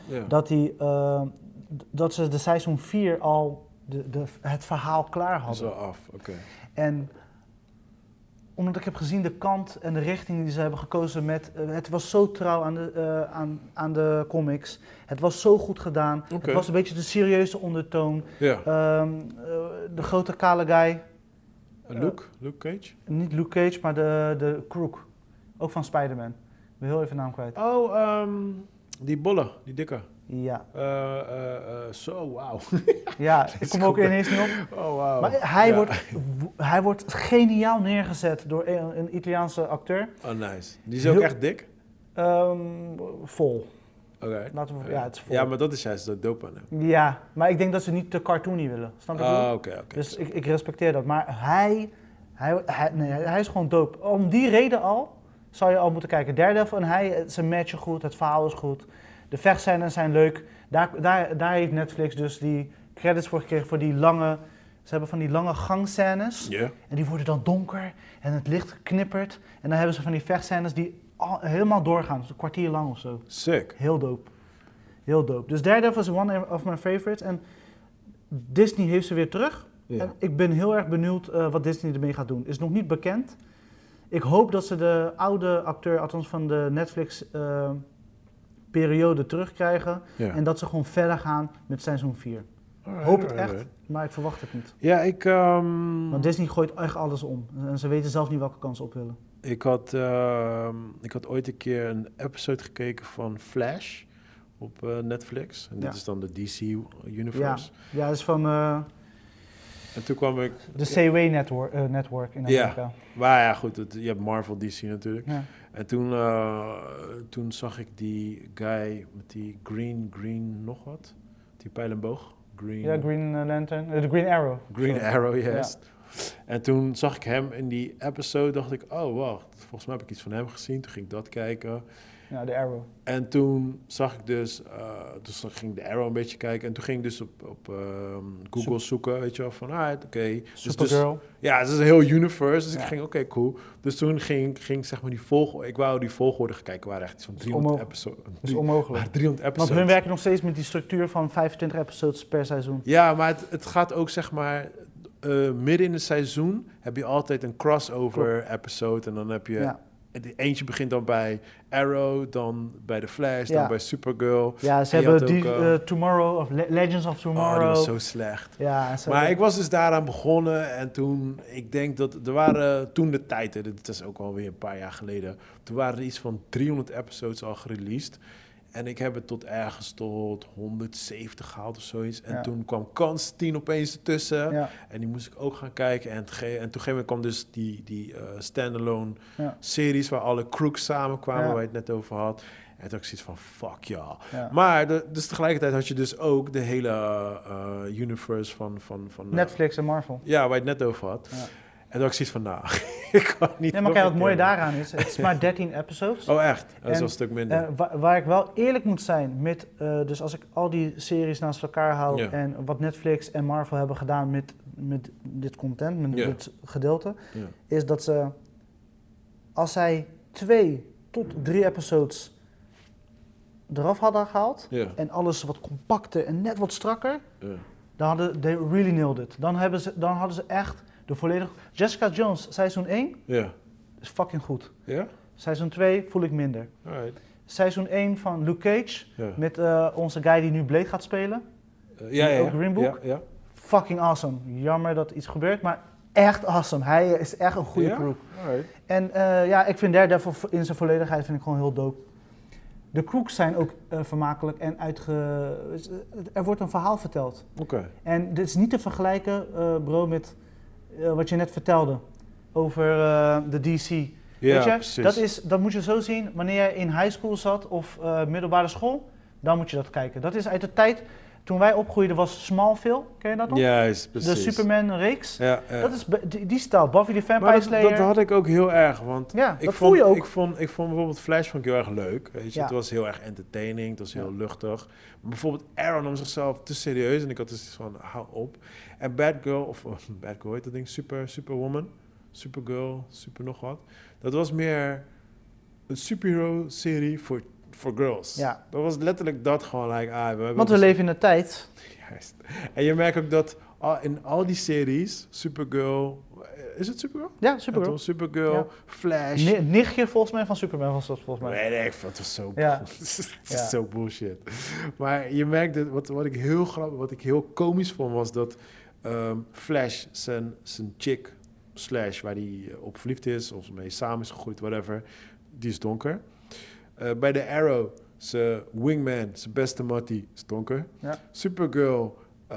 dat ze de seizoen 4 al het verhaal klaar hadden. Dat is wel af, oké. En omdat ik heb gezien de kant en de richting die ze hebben gekozen met, het was zo trouw aan de comics. Het was zo goed gedaan. Okay. Het was een beetje de serieuze ondertoon. Ja. De grote kale guy. Luke Cage? Niet Luke Cage, maar de Crook. Ook van Spider-Man. Ik ben heel even de naam kwijt. Oh, die bolle, die dikke. Ja. Wauw. Ja, ik kom ook ineens niet op. Oh, wow. Maar hij wordt geniaal neergezet door een Italiaanse acteur. Oh, nice. Die is ook echt dik? Vol. Oké. Ja, het is vol. Ja, maar dat is juist dat dope aan hem. Ja, maar ik denk dat ze niet te cartoony willen. Snap je? Oké. Dus ik respecteer dat. Maar hij is gewoon dope. Om die reden al zou je al moeten kijken. Daredevil en hij, ze matchen goed, het verhaal is goed. De vechtscènes zijn leuk. Daar heeft Netflix dus die credits voor gekregen voor die lange... Ze hebben van die lange gangscènes. Ja. En die worden dan donker en het licht knippert. En dan hebben ze van die vechtscènes die helemaal doorgaan. Dus een kwartier lang of zo. Sick. Heel dope. Heel dope. Dus Daredevil is one of my favorites. En Disney heeft ze weer terug. Ja. En ik ben heel erg benieuwd wat Disney ermee gaat doen. Is nog niet bekend. Ik hoop dat ze de oude acteur, althans van de Netflix periode terugkrijgen. Ja. En dat ze gewoon verder gaan met seizoen 4. Alright, Hoop het alright. echt, maar ik verwacht het niet. Ja, ik... Want Disney gooit echt alles om. En ze weten zelf niet welke kant ze op willen. Ik had ooit een keer een episode gekeken van Flash op Netflix. En dit Ja. is dan de DC Universe. Ja, dat is van En toen kwam ik... de CW Network in Amerika. Maar ja, goed, je hebt Marvel DC natuurlijk. Ja. En toen zag ik die guy met die green nog wat. Die pijl en boog. Green Lantern. De Green Arrow. Green Sorry. Arrow, juist. En toen zag ik hem in die episode, dacht ik, oh wacht, volgens mij heb ik iets van hem gezien. Toen ging ik dat kijken. Ja, de Arrow. En toen zag ik dus ging ik de Arrow een beetje kijken. En toen ging ik dus op Google zoeken, weet je wel, van oké. Supergirl. Dus, ja, het is een heel universe, dus Ja. ik ging, oké, cool. Dus toen ging zeg maar die volgorde, ik wou die volgorde gaan kijken, waren echt iets van 300 episodes. Dat is onmogelijk. 300 episodes. Want hun werken nog steeds met die structuur van 25 episodes per seizoen. Ja, maar het gaat ook zeg maar, midden in het seizoen heb je altijd een crossover episode. En dan heb je, Ja. eentje begint dan bij Arrow, dan bij The Flash, Ja. dan bij Supergirl. Ja, ze En je hebben had die ook, Tomorrow, of Legends of Tomorrow. die was zo slecht. Ja, Maar ik was dus daaraan begonnen en toen, ik denk dat er waren toen de tijden, dit is ook alweer een paar jaar geleden, toen waren er iets van 300 episodes al gereleased. En ik heb het tot ergens tot 170 gehaald of zoiets. En Ja. toen kwam Constantine opeens ertussen. Ja. En die moest ik ook gaan kijken. En toen op een gegeven moment kwam dus die standalone Ja. series waar alle crooks samenkwamen, Ja. waar je het net over had. En toen had ik zoiets van, fuck ja. Ja. Maar dus tegelijkertijd had je dus ook de hele universe van Netflix en Marvel. ja, waar je het net over had. Ja. En toen had ik zoiets van, nou, ik kan niet Nee, maar nog kijk, een wat mooie keer. daaraan is, het is maar 13 episodes. Oh echt? Dat is En, wel een stuk minder. Waar ik wel eerlijk moet zijn met, dus als ik al die series naast elkaar hou Ja. en wat Netflix en Marvel hebben gedaan met dit content, met Ja. dit gedeelte, Ja. is dat ze, als zij 2 tot 3 episodes eraf hadden gehaald Ja. en alles wat compacter en net wat strakker, Ja. dan hadden they really nailed it. Dan hadden ze echt de volledige... Jessica Jones, seizoen 1 Ja. is fucking goed. Ja? Seizoen 2 voel ik minder. Alright. Seizoen 1 van Luke Cage, Ja. met onze guy die nu Blade gaat spelen. Ja. ook Green Book? Ja. Fucking awesome. Jammer dat iets gebeurt, maar echt awesome. Hij is echt een goede Ja? crew. Alright. En ja, ik vind Daredevil in zijn volledigheid vind ik gewoon heel dope. De crooks zijn ook vermakelijk en er wordt een verhaal verteld. Oké. En dit is niet te vergelijken, bro, met wat je net vertelde over de DC. Ja, Weet je, precies. dat moet je zo zien wanneer je in high school zat of middelbare school, dan moet je dat kijken. Dat is uit de tijd, toen wij opgroeiden was Smallville, ken je dat nog? Juist, precies. De Superman-reeks. Ja, Dat is die stijl, Buffy the Vampire maar Slayer. dat had ik ook heel erg, want Ja, ik dat vond, voel je ook. Ik vond bijvoorbeeld Flash vond ik heel erg leuk. Weet je? Ja. Het was heel erg entertaining, het was heel Ja. luchtig. Maar bijvoorbeeld Arrow nam zichzelf te serieus en ik had dus iets van, hou op. En Batgirl, Batgirl heet dat ding, Superwoman, Supergirl, super nog wat. Dat was meer een superhero-serie voor girls. Ja. Dat was letterlijk dat gewoon, like, we hebben Want we dus- leven in een tijd. Juist. En je merkt ook dat in al die series, Supergirl, is het Supergirl? Ja, Ja, Supergirl. toch? Supergirl, Ja. Flash. Nichtje volgens mij van Superman was dat volgens mij. Nee, het was zo, Ja. het is Ja. zo bullshit. Maar je merkt dat wat ik heel grappig, wat ik heel komisch vond, was dat Flash zijn chick, Slash, waar hij op verliefd is, of mee samen is gegroeid, whatever, die is donker. Bij de Arrow, zijn wingman, zijn beste mattie, is donker. Ja. Supergirl,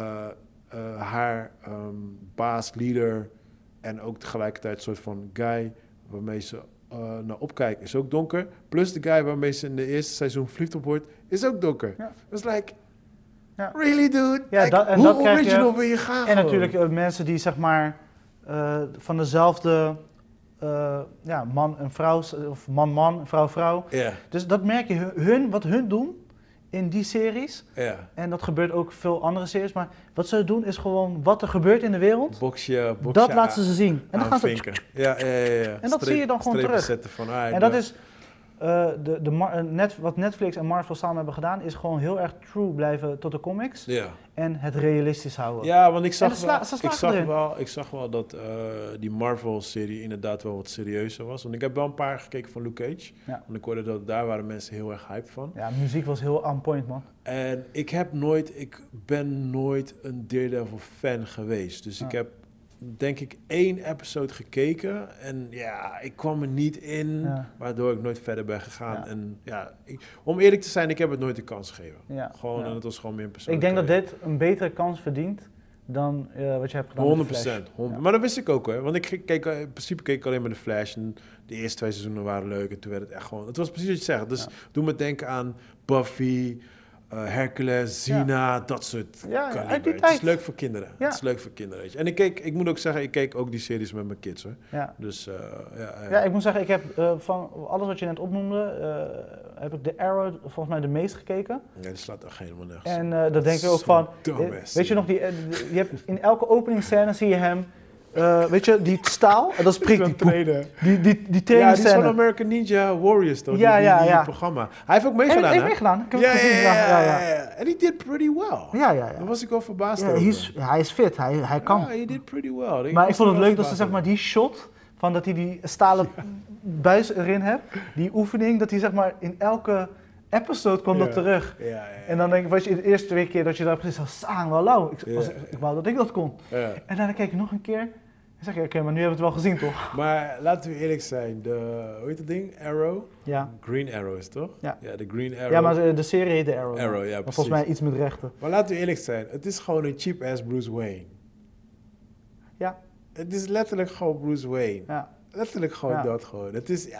haar baas, leader en ook tegelijkertijd een soort van guy waarmee ze naar opkijkt, is ook donker. Plus de guy waarmee ze in de eerste seizoen verliefd op wordt, is ook donker. Ja. Dat is like, Ja. really dude? Ja, Like, en hoe dat krijg je- original wil je gaan? En gewoon? natuurlijk mensen die zeg maar van dezelfde man en vrouw, of man, vrouw. Ja, Dus dat merk je, wat hun doen in die series, ja. en dat gebeurt ook veel andere series, maar wat ze doen is gewoon wat er gebeurt in de wereld, Boxje dat laten ze zien. En dan gaan ze... aanvinken. Ja. En dat zie je dan gewoon terug. Zetten van, En dat is, wat Netflix en Marvel samen hebben gedaan, is gewoon heel erg true blijven tot de comics Ja. en het realistisch houden. Ja, want ik ze zag wel dat die Marvel-serie inderdaad wel wat serieuzer was. Want ik heb wel een paar gekeken van Luke Cage. Ja. Want ik hoorde dat daar waren mensen heel erg hyped van. Ja, muziek was heel on point, man. En ik ben nooit een Daredevil fan geweest. Dus ik heb denk ik 1 episode gekeken en ja, ik kwam er niet in, waardoor ik nooit verder ben gegaan. Ja. En ja, om eerlijk te zijn, ik heb het nooit de kans gegeven. Ja. Gewoon, en het was gewoon meer een persoonlijke... Ik denk dat dit een betere kans verdient dan wat je hebt gedaan met The Flash. 100%. Maar dat wist ik ook hoor, want ik keek, in principe keek ik alleen maar de Flash en de eerste 2 seizoenen waren leuk en toen werd het echt gewoon... Het was precies wat je zegt, dus doe me denken aan Buffy... Hercules, Xena, dat soort kaliber. Uit die Het tijd. is leuk voor kinderen. Ja. Het is leuk voor kinderen. Weet je. En ik moet ook zeggen, ik keek ook die series met mijn kids hoor. Ja. Dus ja, ik moet zeggen, ik heb van alles wat je net opnoemde, heb ik The Arrow volgens mij de meest gekeken. Ja, die slaat echt helemaal nergens. En daar denk ik ook van, weet je nog, je hebt in elke openingsscène zie je hem, weet je, die staal, en dat spreekt die trainer. Die trainingsscène. Ja, die is van American Ninja Warriors toch? Die programma. Hij heeft ook meegedaan, Hij heeft meegedaan, ik heb het gezien. Ja. En he did pretty well. Ja. Daar was ik wel verbaasd over. Hij is fit, hij kan. Ja, he did pretty well. Maar ik vond het leuk dat ze zeg maar die shot, van dat hij die stalen buis erin hebt, die oefening, dat hij zeg maar in elke episode kwam dat terug. Ja. En dan denk ik, was je de eerste 2 keer dat je daar precies zo saang wel lauw. Ik wou dat ik dat kon. Ja. En daarna kijk ik nog een keer. Dan zeg je, oké, maar nu hebben we het wel gezien, toch? Maar laten we eerlijk zijn, hoe heet dat ding? Arrow? Ja. Green Arrow is toch? Ja. Ja, de Green Arrow. Ja, maar de serie heet de Arrow. Arrow, ja, maar precies. volgens mij iets met rechten. Maar laten we eerlijk zijn, het is gewoon een cheap-ass Bruce Wayne. Ja. Het is letterlijk gewoon Bruce Wayne. Ja. Letterlijk gewoon dat gewoon. Het is,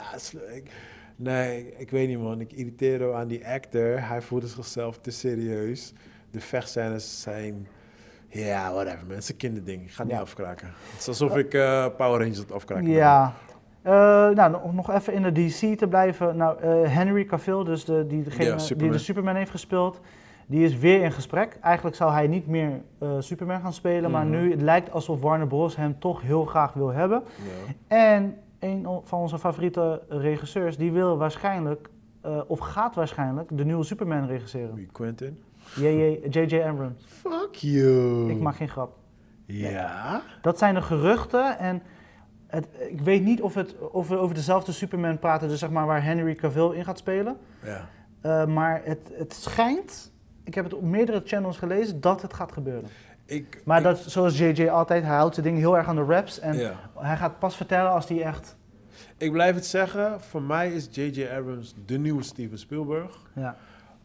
nee, ik weet niet man, ik irriteer me aan die actor. Hij voelde zichzelf te serieus. De vechtscènes zijn... Ja, whatever man. Het is een kinderding. Ik ga het niet afkraken. Het is alsof ik Power Rangers aan het afkraken ben. Ja. Nog even in de DC te blijven. Nou, Henry Cavill, dus diegene die de Superman heeft gespeeld, die is weer in gesprek. Eigenlijk zou hij niet meer Superman gaan spelen, maar nu het lijkt alsof Warner Bros. Hem toch heel graag wil hebben. Ja. En een van onze favoriete regisseurs, die wil waarschijnlijk, of gaat waarschijnlijk, de nieuwe Superman regisseren. Wie, Quentin? J.J. Abrams. Fuck you. Ik maak geen grap. Ja? Nee. Dat zijn de geruchten en ik weet niet of we over dezelfde Superman praten, dus zeg maar waar Henry Cavill in gaat spelen. Ja. Maar het schijnt, ik heb het op meerdere channels gelezen, dat het gaat gebeuren. Zoals J.J. altijd, hij houdt zijn dingen heel erg aan de raps en hij gaat pas vertellen als hij echt... Ik blijf het zeggen, voor mij is J.J. Abrams de nieuwe Steven Spielberg. Ja.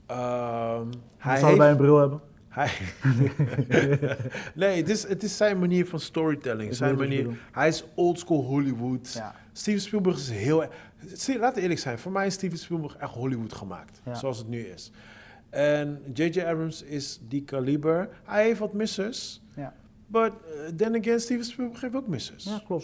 Hij zal allebei een bril hebben. Nee, het is zijn manier van storytelling. Hij is oldschool Hollywood. Ja. Steven Spielberg is heel... Laten we eerlijk zijn, voor mij is Steven Spielberg echt Hollywood gemaakt. Ja. Zoals het nu is. En J.J. Abrams is die kaliber. Hij heeft wat missers. Ja. But then again, Steven Spielberg heeft ook missers. Ja, klopt.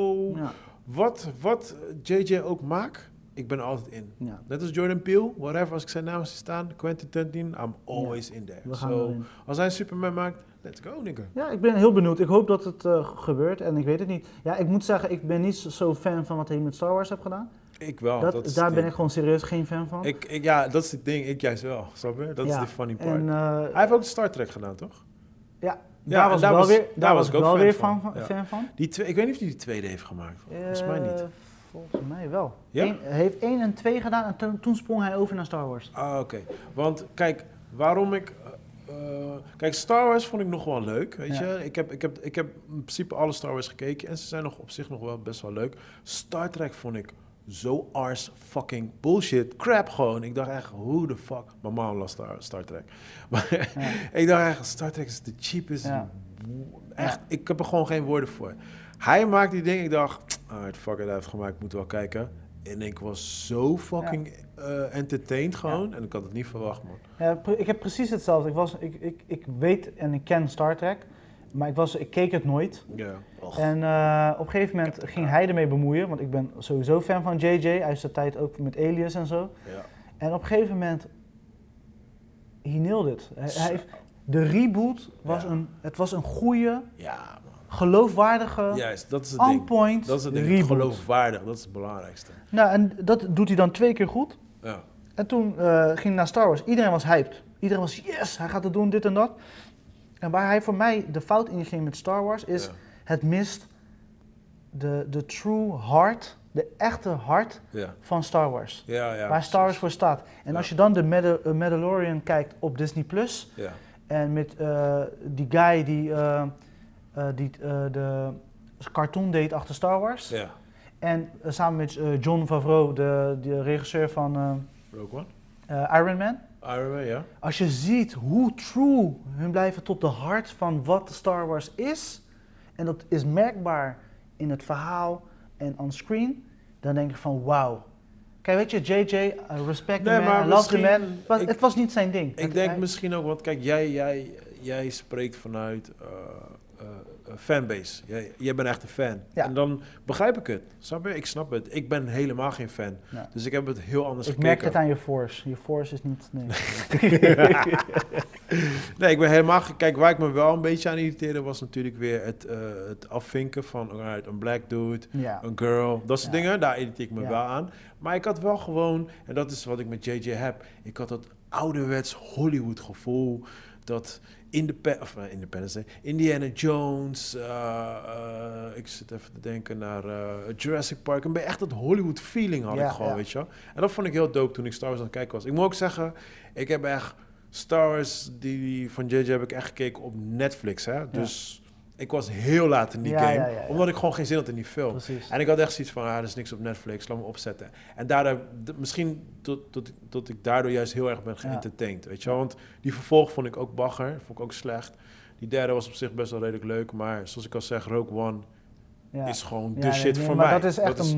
Wat J.J. ook maakt, ik ben er altijd in. Ja. Net als Jordan Peele, whatever, als ik zijn naam zie staan, Quentin Tarantino, I'm always in there. Als hij Superman maakt, let's go, nigga. Ja, ik ben heel benieuwd. Ik hoop dat het gebeurt en ik weet het niet. Ja, ik moet zeggen, ik ben niet zo fan van wat hij met Star Wars heeft gedaan. Ik wel. Daar ben ik gewoon serieus geen fan van. Ja, dat is het ding. Ik juist wel, snap je? Dat is de funny part. Hij heeft ook de Star Trek gedaan, toch? Ja. Daar was ik wel weer fan van. Ik weet niet of hij die tweede heeft gemaakt. Volgens mij niet. Volgens mij wel. Ja? Hij heeft 1 en 2 gedaan en toen sprong hij over naar Star Wars. Ah, oké. Want kijk, waarom ik... kijk, Star Wars vond ik nog wel leuk, weet je. Ik heb in principe alle Star Wars gekeken en ze zijn op zich nog wel best wel leuk. Star Trek vond ik zo ars fucking bullshit. Crap gewoon. Ik dacht echt, who the fuck... Mijn mom las Star Trek. Maar ik dacht echt, Star Trek is de cheapest. Ja. Echt, ik heb er gewoon geen woorden voor. Hij maakt die dingen, ik dacht, alright, fuck it, hij heeft gemaakt, ik moet wel kijken. En ik was zo fucking entertained gewoon. En ik had het niet verwacht, man. Ja, ik heb precies hetzelfde. Ik weet en ik ken Star Trek. maar ik keek het nooit. Ja. Och. En op een gegeven moment ging hij ermee bemoeien, want ik ben sowieso fan van JJ, uit zijn tijd ook met Alias en zo. Ja. En op een gegeven moment, he nailed it. Zo. De reboot was een goede, geloofwaardige, Juist, dat is het on ding. point Dat is het ding, reboot. geloofwaardig, dat is het belangrijkste. Nou, en dat doet hij dan 2 keer goed. Ja. En toen ging hij naar Star Wars. Iedereen was hyped. Iedereen was, yes, hij gaat het doen, dit en dat. En waar hij voor mij de fout in ging met Star Wars is, het mist de true heart, de echte hart van Star Wars. Ja, waar Star Wars voor staat. En als je dan de Mandalorian kijkt op Disney+, en met die guy die de cartoon deed achter Star Wars. Ja. En samen met Jon Favreau, de regisseur van Rogue One? Iron Man. Iron Man, ja. Als je ziet hoe true hun blijven tot de hart van wat Star Wars is, en dat is merkbaar in het verhaal en on screen, dan denk ik van wauw. Kijk, weet je, JJ, respect the man, I love the man. Het was niet zijn ding. Ik denk misschien ook, want kijk, jij spreekt vanuit fanbase. Jij bent echt een fan. Ja. En dan begrijp ik het. Snap je? Ik snap het. Ik ben helemaal geen fan. Ja. Dus ik heb het heel anders gekeken. Ik merk het aan je force. Je force is niet... Nee, nee, ik ben helemaal... Kijk, waar ik me wel een beetje aan irriteerde was natuurlijk weer het afvinken van een black dude, een girl. Dat soort dingen, daar irriteer ik me wel aan. Maar ik had wel gewoon, en dat is wat ik met JJ heb, ik had dat ouderwets Hollywood gevoel, dat Independence Day, Indiana Jones, ik zit even te denken naar Jurassic Park. En echt dat Hollywood feeling had ik gewoon, weet je wel. En dat vond ik heel dope toen ik Star Wars aan het kijken was. Ik moet ook zeggen, ik heb echt Star Wars, die van JJ heb ik echt gekeken op Netflix, hè. Dus ik was heel laat in die game, omdat ik gewoon geen zin had in die film. Precies. En ik had echt zoiets van, er is niks op Netflix, laat me opzetten. En daardoor, misschien tot ik daardoor juist heel erg ben geëntertained, weet je wel. Want die vervolg vond ik ook bagger, vond ik ook slecht. Die derde was op zich best wel redelijk leuk, maar zoals ik al zeg, Rogue One is gewoon de shit voor mij. Dat is echt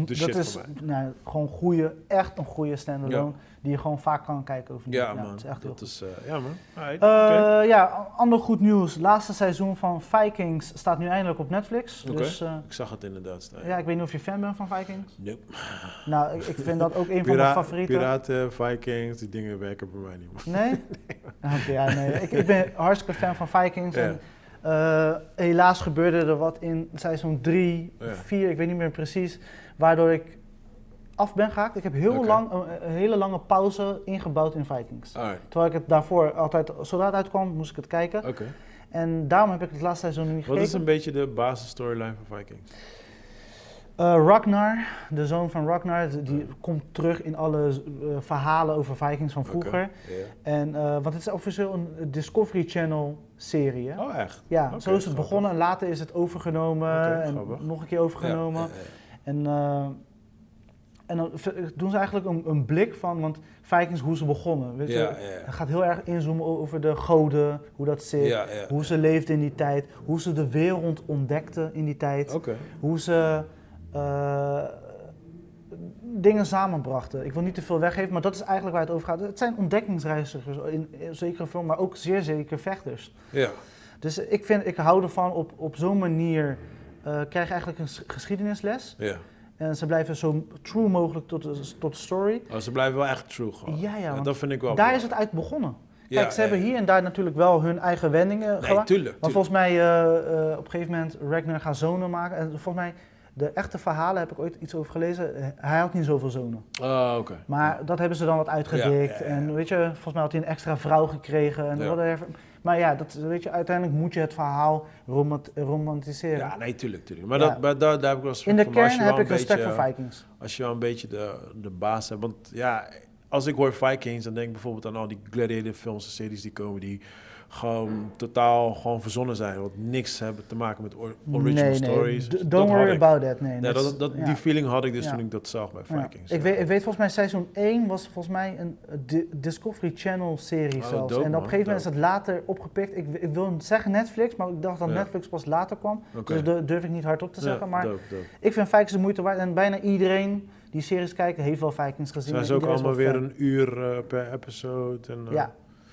gewoon echt een goede standalone, die je gewoon vaak kan kijken over. Ja, man. Dat is echt heel goed. Ja, man. Ja, ander goed nieuws. Laatste seizoen van Vikings staat nu eindelijk op Netflix. Dus, ik zag het inderdaad staan. Ja, ik weet niet of je fan bent van Vikings. Nope. Nou, ik vind dat ook een van mijn favorieten. Piraten, Vikings, die dingen werken bij mij niet, man. Nee? Nee. Ik ben hartstikke fan van Vikings. En, helaas gebeurde er wat in seizoen 3, 4, ik weet niet meer precies, waardoor ik af ben gehaakt. Ik heb heel lang een hele lange pauze ingebouwd in Vikings. Terwijl ik het daarvoor altijd, zodra het uitkwam, moest ik het kijken. En daarom heb ik het laatste seizoen niet gekeken. Wat is een beetje de basisstoryline van Vikings? Ragnar, de zoon van Ragnar, die komt terug in alle verhalen over Vikings van vroeger. En, want het is officieel een Discovery Channel serie. Hè? Oh, echt? Ja, zo is het begonnen en later is het overgenomen en nog een keer overgenomen. En dan doen ze eigenlijk een blik van, want Vikings, hoe ze begonnen. Weet je? Het gaat heel erg inzoomen over de goden, hoe dat zit, hoe ze leefden in die tijd, hoe ze de wereld ontdekten in die tijd, hoe ze dingen samenbrachten. Ik wil niet te veel weggeven, maar dat is eigenlijk waar het over gaat. Het zijn ontdekkingsreizigers in zekere vorm, maar ook zeer zeker vechters. Ja. Dus ik hou ervan, op zo'n manier krijg je eigenlijk een geschiedenisles. Ja. En ze blijven zo true mogelijk tot de story. Oh, ze blijven wel echt true gewoon. Ja, dat vind ik wel. Daar is het uit begonnen. Kijk, ze hebben hier en daar natuurlijk wel hun eigen wendingen gemaakt. Tuurlijk. Maar volgens mij op een gegeven moment Ragnar gaat zonen maken. En volgens mij, de echte verhalen heb ik ooit iets over gelezen. Hij had niet zoveel zonen. Maar dat hebben ze dan wat uitgedikt. En weet je, volgens mij had hij een extra vrouw gekregen. En whatever. Maar ja, weet je, uiteindelijk moet je het verhaal romantiseren. Ja, nee, tuurlijk. Maar daar heb ik wel eens in de kern heb ik respect voor Vikings. Als je wel een beetje de baas hebt. Want ja, als ik hoor Vikings, dan denk ik bijvoorbeeld aan al die Gladiator films en series die komen, die gewoon totaal gewoon verzonnen zijn. Wat niks hebben te maken met original stories. Don't worry about that. Die feeling had ik dus toen ik dat zag bij Vikings. Ik weet volgens mij seizoen 1 was volgens mij een Discovery Channel serie zelfs. Dope, en op een gegeven moment is het later opgepikt. Ik wil zeggen Netflix, maar ik dacht dat Netflix pas later kwam. Dus dat durf ik niet hardop te zeggen. Maar ik vind Vikings de moeite waard. En bijna iedereen die series kijkt, heeft wel Vikings gezien. Zijn ze ook allemaal weer een uur per episode? En,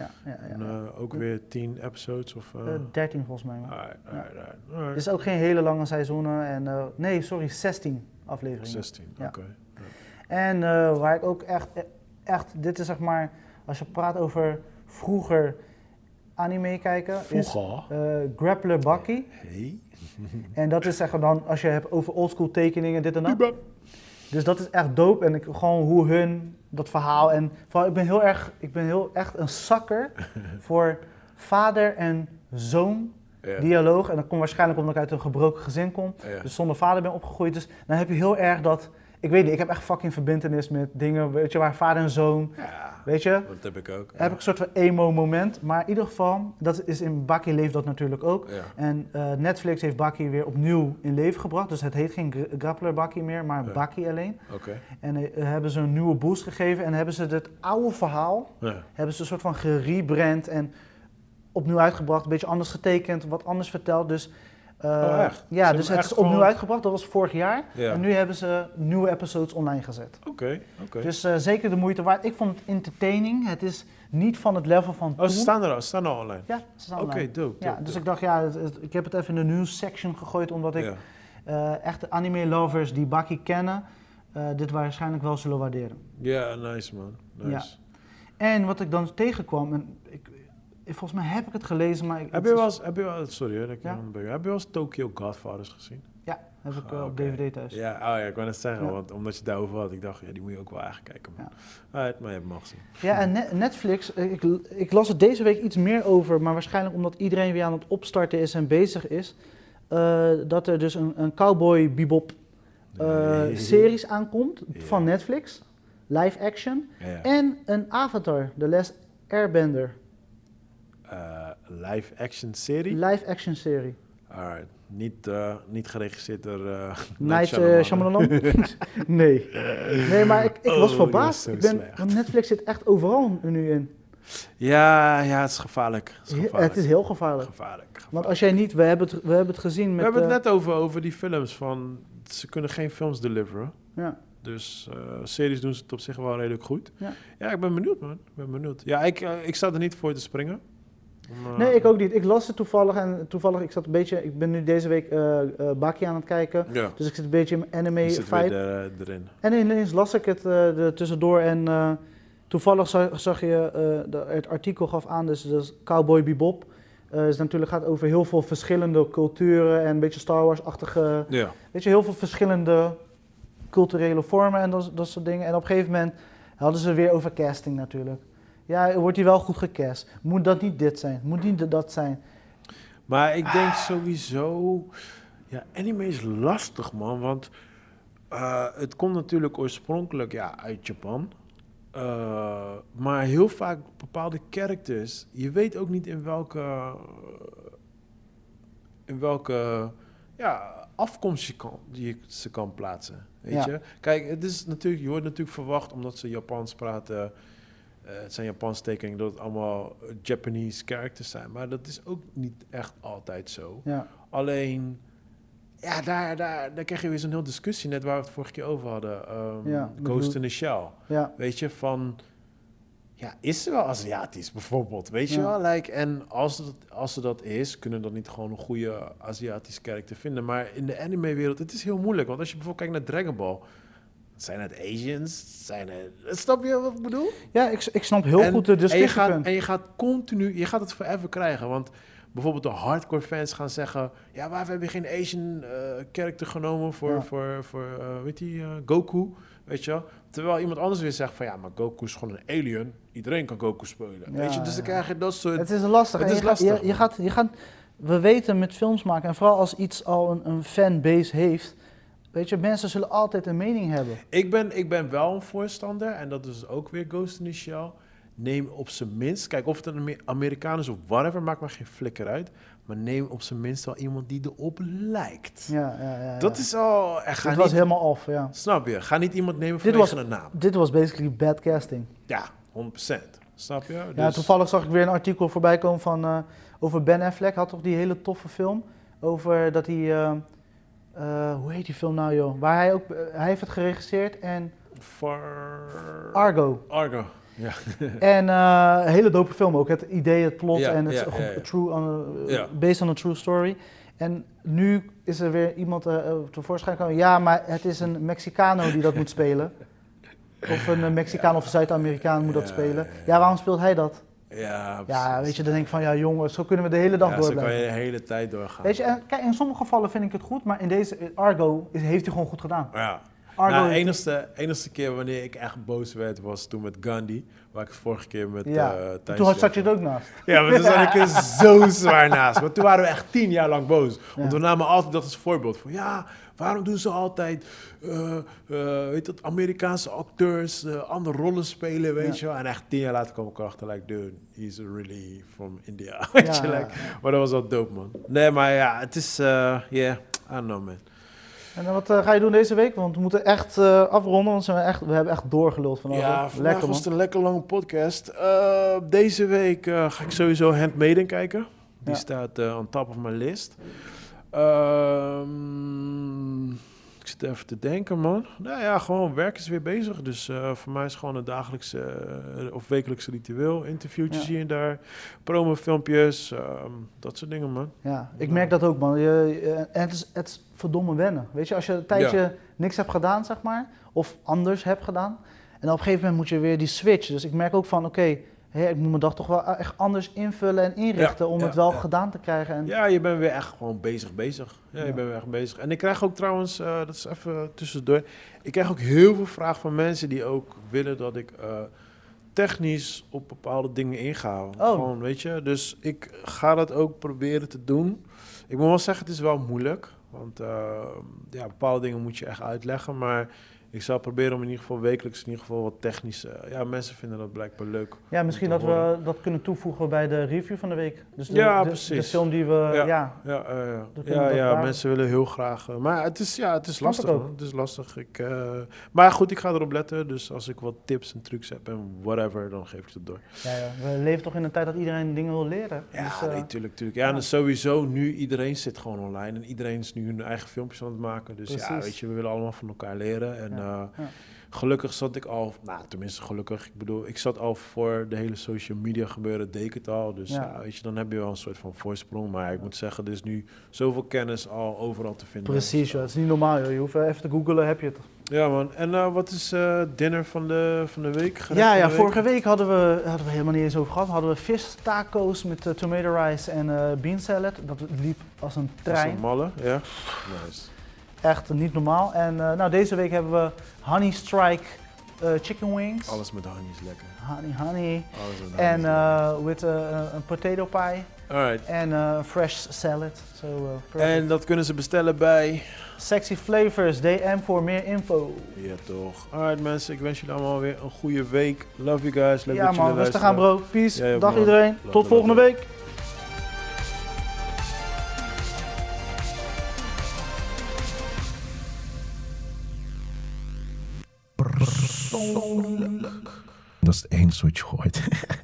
En, ook weer 10 episodes of... 13 volgens mij. Alright. Het is ook geen hele lange seizoenen. En, 16 afleveringen. 16, oké. Ja. En waar ik ook echt, dit is zeg maar, als je praat over vroeger anime kijken, is Grappler Baki. Hey. En dat is zeg maar dan, als je hebt over oldschool tekeningen, dit en dat. Dus dat is echt dope en gewoon hoe hun, dat verhaal en vooral, ik ben heel echt een zakker voor vader en zoon dialoog. En dat komt waarschijnlijk omdat ik uit een gebroken gezin kom, dus zonder vader ben opgegroeid. Dus dan heb je heel erg dat, ik weet niet, ik heb echt fucking verbintenis met dingen, weet je, waar vader en zoon, weet je. Dat heb ik ook. Heb ik een soort van emo moment, maar in ieder geval, dat is in Baki leeft dat natuurlijk ook. Ja. En Netflix heeft Baki weer opnieuw in leven gebracht, dus het heet geen Grappler Baki meer, maar Baki alleen. En hebben ze een nieuwe boost gegeven en hebben ze het oude verhaal, hebben ze een soort van gerebrand en opnieuw uitgebracht, een beetje anders getekend, wat anders verteld. Dus echt? Ja, dus het is opnieuw uitgebracht, dat was vorig jaar. Ja. En nu hebben ze nieuwe episodes online gezet. Oké. Dus zeker de moeite waard. Ik vond het entertaining. Het is niet van het level van toen. Ze staan er al, ze staan al online? Ja, ze staan online. Oké, dope. Ja, dus ik dacht, ik heb het even in de news section gegooid, omdat ik echt de anime lovers die Baki kennen, dit waarschijnlijk wel zullen waarderen. Ja, nice man. Nice. Ja. En wat ik dan tegenkwam, en volgens mij heb ik het gelezen, maar... Heb je wel eens Tokyo Godfathers gezien? Ja, heb ik op DVD thuis. Ja, ik wou net zeggen, want omdat je het daarover had, ik dacht, die moet je ook wel eigenlijk kijken. Man. Maar je hebt hem al gezien. Ja, en Netflix, ik las er deze week iets meer over, maar waarschijnlijk omdat iedereen weer aan het opstarten is en bezig is, dat er dus een Cowboy Bebop series aankomt van Netflix, live action, en een Avatar, The Last Airbender. Live action serie? Live action serie. Alright. Niet geregisseerd door Night Shyamalan? Nee, maar ik was verbaasd. Want Netflix zit echt overal nu in. Ja, het is gevaarlijk. Het is heel gevaarlijk. Want als jij niet, we hebben het gezien met... We hebben het net over die films van, ze kunnen geen films deliveren. Ja. Dus series doen ze het op zich wel redelijk goed. Ja, ik ben benieuwd, man. Ja, ik sta er niet voor te springen. Nee, ik ook niet. Ik las het toevallig ik ben nu deze week Baki aan het kijken, dus ik zit een beetje in mijn anime vibe. Erin. En ineens las ik het er tussendoor en toevallig zag je, het artikel gaf aan, dus Cowboy Bebop. Het natuurlijk gaat over heel veel verschillende culturen en een beetje Star Wars-achtige, weet je, heel veel verschillende culturele vormen en dat soort dingen. En op een gegeven moment hadden ze weer over casting natuurlijk. Ja, wordt hij wel goed gecast? Moet dat niet dit zijn? Moet niet dat zijn? Maar ik denk sowieso... Ja, anime is lastig, man. Want het komt natuurlijk oorspronkelijk uit Japan. Maar heel vaak bepaalde characters... Je weet ook niet in welke afkomst je ze kan plaatsen. Weet je? Kijk, het is natuurlijk, je wordt natuurlijk verwacht omdat ze Japans praten... het zijn Japanse tekeningen dat het allemaal Japanese characters zijn. Maar dat is ook niet echt altijd zo. Ja. Alleen, daar krijg je weer zo'n hele discussie. Net waar we het vorige keer over hadden. Ghost in the Shell. Ja. Weet je, van... Ja, is ze wel Aziatisch bijvoorbeeld? Weet je wel? En als ze dat is, kunnen dan niet gewoon een goede Aziatische karakter vinden. Maar in de anime-wereld, het is heel moeilijk. Want als je bijvoorbeeld kijkt naar Dragon Ball... Zijn het Asians? Snap je wat ik bedoel? Ja, ik snap heel goed de discussie. En je gaat continu, je gaat het forever krijgen. Want bijvoorbeeld de hardcore fans gaan zeggen... Ja, waarom hebben we geen Asian character genomen voor Goku? Weet je wel? Terwijl iemand anders weer zegt van... Ja, maar Goku is gewoon een alien. Iedereen kan Goku spelen. Weet je? Dus dan krijg je dat soort... Het is lastig. Je gaat, we weten met films maken... En vooral als iets al een fanbase heeft... Weet je, mensen zullen altijd een mening hebben. Ik ben wel een voorstander, en dat is ook weer Ghost in the Shell. Neem op zijn minst, kijk of het een Amerikaan is of whatever, maakt maar geen flikker uit. Maar neem op zijn minst wel iemand die erop lijkt. Ja. Dat is al... Dit was helemaal off, ja. Snap je? Ga niet iemand nemen vanwege een naam. Dit was basically bad casting. Ja, 100%. Snap je? Ja, dus... toevallig zag ik weer een artikel voorbij komen over Ben Affleck. Had toch die hele toffe film over dat hij... hoe heet die film nou, joh? Waar hij heeft het geregisseerd en... Argo. Ja. En een hele dope film ook. Het idee, het plot Ja, en het based on a true story. En nu is er weer iemand tevoorschijn gekomen. Ja, maar het is een Mexicano die dat moet spelen. Of een Mexicaan of een Zuid-Amerikaan moet dat spelen. Ja, waarom speelt hij dat? Ja, Ja, weet je, dan denk ik van, ja jongens, zo kunnen we de hele dag door blijven. Zo kan je de hele tijd doorgaan. Weet je, en, kijk, in sommige gevallen vind ik het goed, maar in deze Argo heeft hij gewoon goed gedaan. Ja. Argo De enige keer wanneer ik echt boos werd was toen met Gandhi, waar ik het vorige keer met Thijs... Toen zat je er ook naast. Ja, maar toen zat ik er zo zwaar naast. Maar toen waren we echt 10 jaar lang boos. Want we namen altijd dat als voorbeeld van, ja, waarom doen ze altijd, weet dat, Amerikaanse acteurs andere rollen spelen, weet je wel. En echt 10 jaar later kwam ik erachter, like, dude, he's really from India. Weet je, like. Maar dat was wel dope, man. Nee, maar ja, het is, I don't know, man. En wat ga je doen deze week? Want we moeten echt afronden, want we hebben echt doorgeluld vanavond. Ja, vandaag was het een lekker lange podcast. Deze week ga ik sowieso Handmaiden kijken. Die staat on top of my list. Ik zit even te denken, man. Nou ja, gewoon werk is weer bezig. Dus voor mij is gewoon een dagelijkse of wekelijkse ritueel. Interviewtjes hier en daar. Promofilmpjes. Dat soort dingen, man. Ja, ik merk dat ook, man. Het is verdomme wennen. Weet je, als je een tijdje niks hebt gedaan, zeg maar. Of anders hebt gedaan. En op een gegeven moment moet je weer die switch. Dus ik merk ook van, oké, ik moet mijn dag toch wel echt anders invullen en inrichten om het wel gedaan te krijgen. En... Ja, je bent weer echt gewoon bezig. Ja, je bent weer echt bezig. En ik krijg ook trouwens, dat is even tussendoor, ik krijg ook heel veel vragen van mensen die ook willen dat ik technisch op bepaalde dingen inga. Gewoon, weet je. Dus ik ga dat ook proberen te doen. Ik moet wel zeggen, het is wel moeilijk. Want bepaalde dingen moet je echt uitleggen, maar... Ik zal proberen om in ieder geval wekelijks in ieder geval wat technisch... Ja, mensen vinden dat blijkbaar leuk. Ja, misschien dat we dat kunnen toevoegen bij de review van de week. Dus precies. De film die we... Ja, mensen willen heel graag... maar het is lastig, man. Het is lastig. Maar goed, ik ga erop letten. Dus als ik wat tips en trucs heb en whatever, dan geef ik het door. Ja. We leven toch in een tijd dat iedereen dingen wil leren. Ja, dus, nee, tuurlijk. Ja, en sowieso nu, iedereen zit gewoon online. En iedereen is nu hun eigen filmpjes aan het maken. Dus precies. Ja, weet je, we willen allemaal van elkaar leren. En gelukkig zat ik al, tenminste gelukkig, ik bedoel, ik zat al voor de hele social media gebeuren, deed ik het al. Dus weet je, dan heb je wel een soort van voorsprong. Maar ik moet zeggen, er is nu zoveel kennis al overal te vinden. Precies, joh. Het is niet normaal, joh. Je hoeft even te googlen, heb je het. Ja, man. En wat is dinner van de week? Vorige week hadden we helemaal niet eens over gehad. Hadden we vis taco's met tomato rice en bean salad. Dat liep als een trein. Als een malle, ja. Nice. Echt niet normaal. En deze week hebben we Honey Strike chicken wings. Alles met honey is lekker. Honey. Alles met honey. En with een potato pie. Alright. En fresh salad. En dat kunnen ze bestellen bij... Sexy Flavors, DM voor meer info. Ja, toch. Alright mensen, ik wens jullie allemaal weer een goede week. Love you guys. Leuk dat jullie man, rustig aan bro. Peace. Ja, dag iedereen. Tot volgende week. Persoonlijk. Dat is het enige wat je hoort.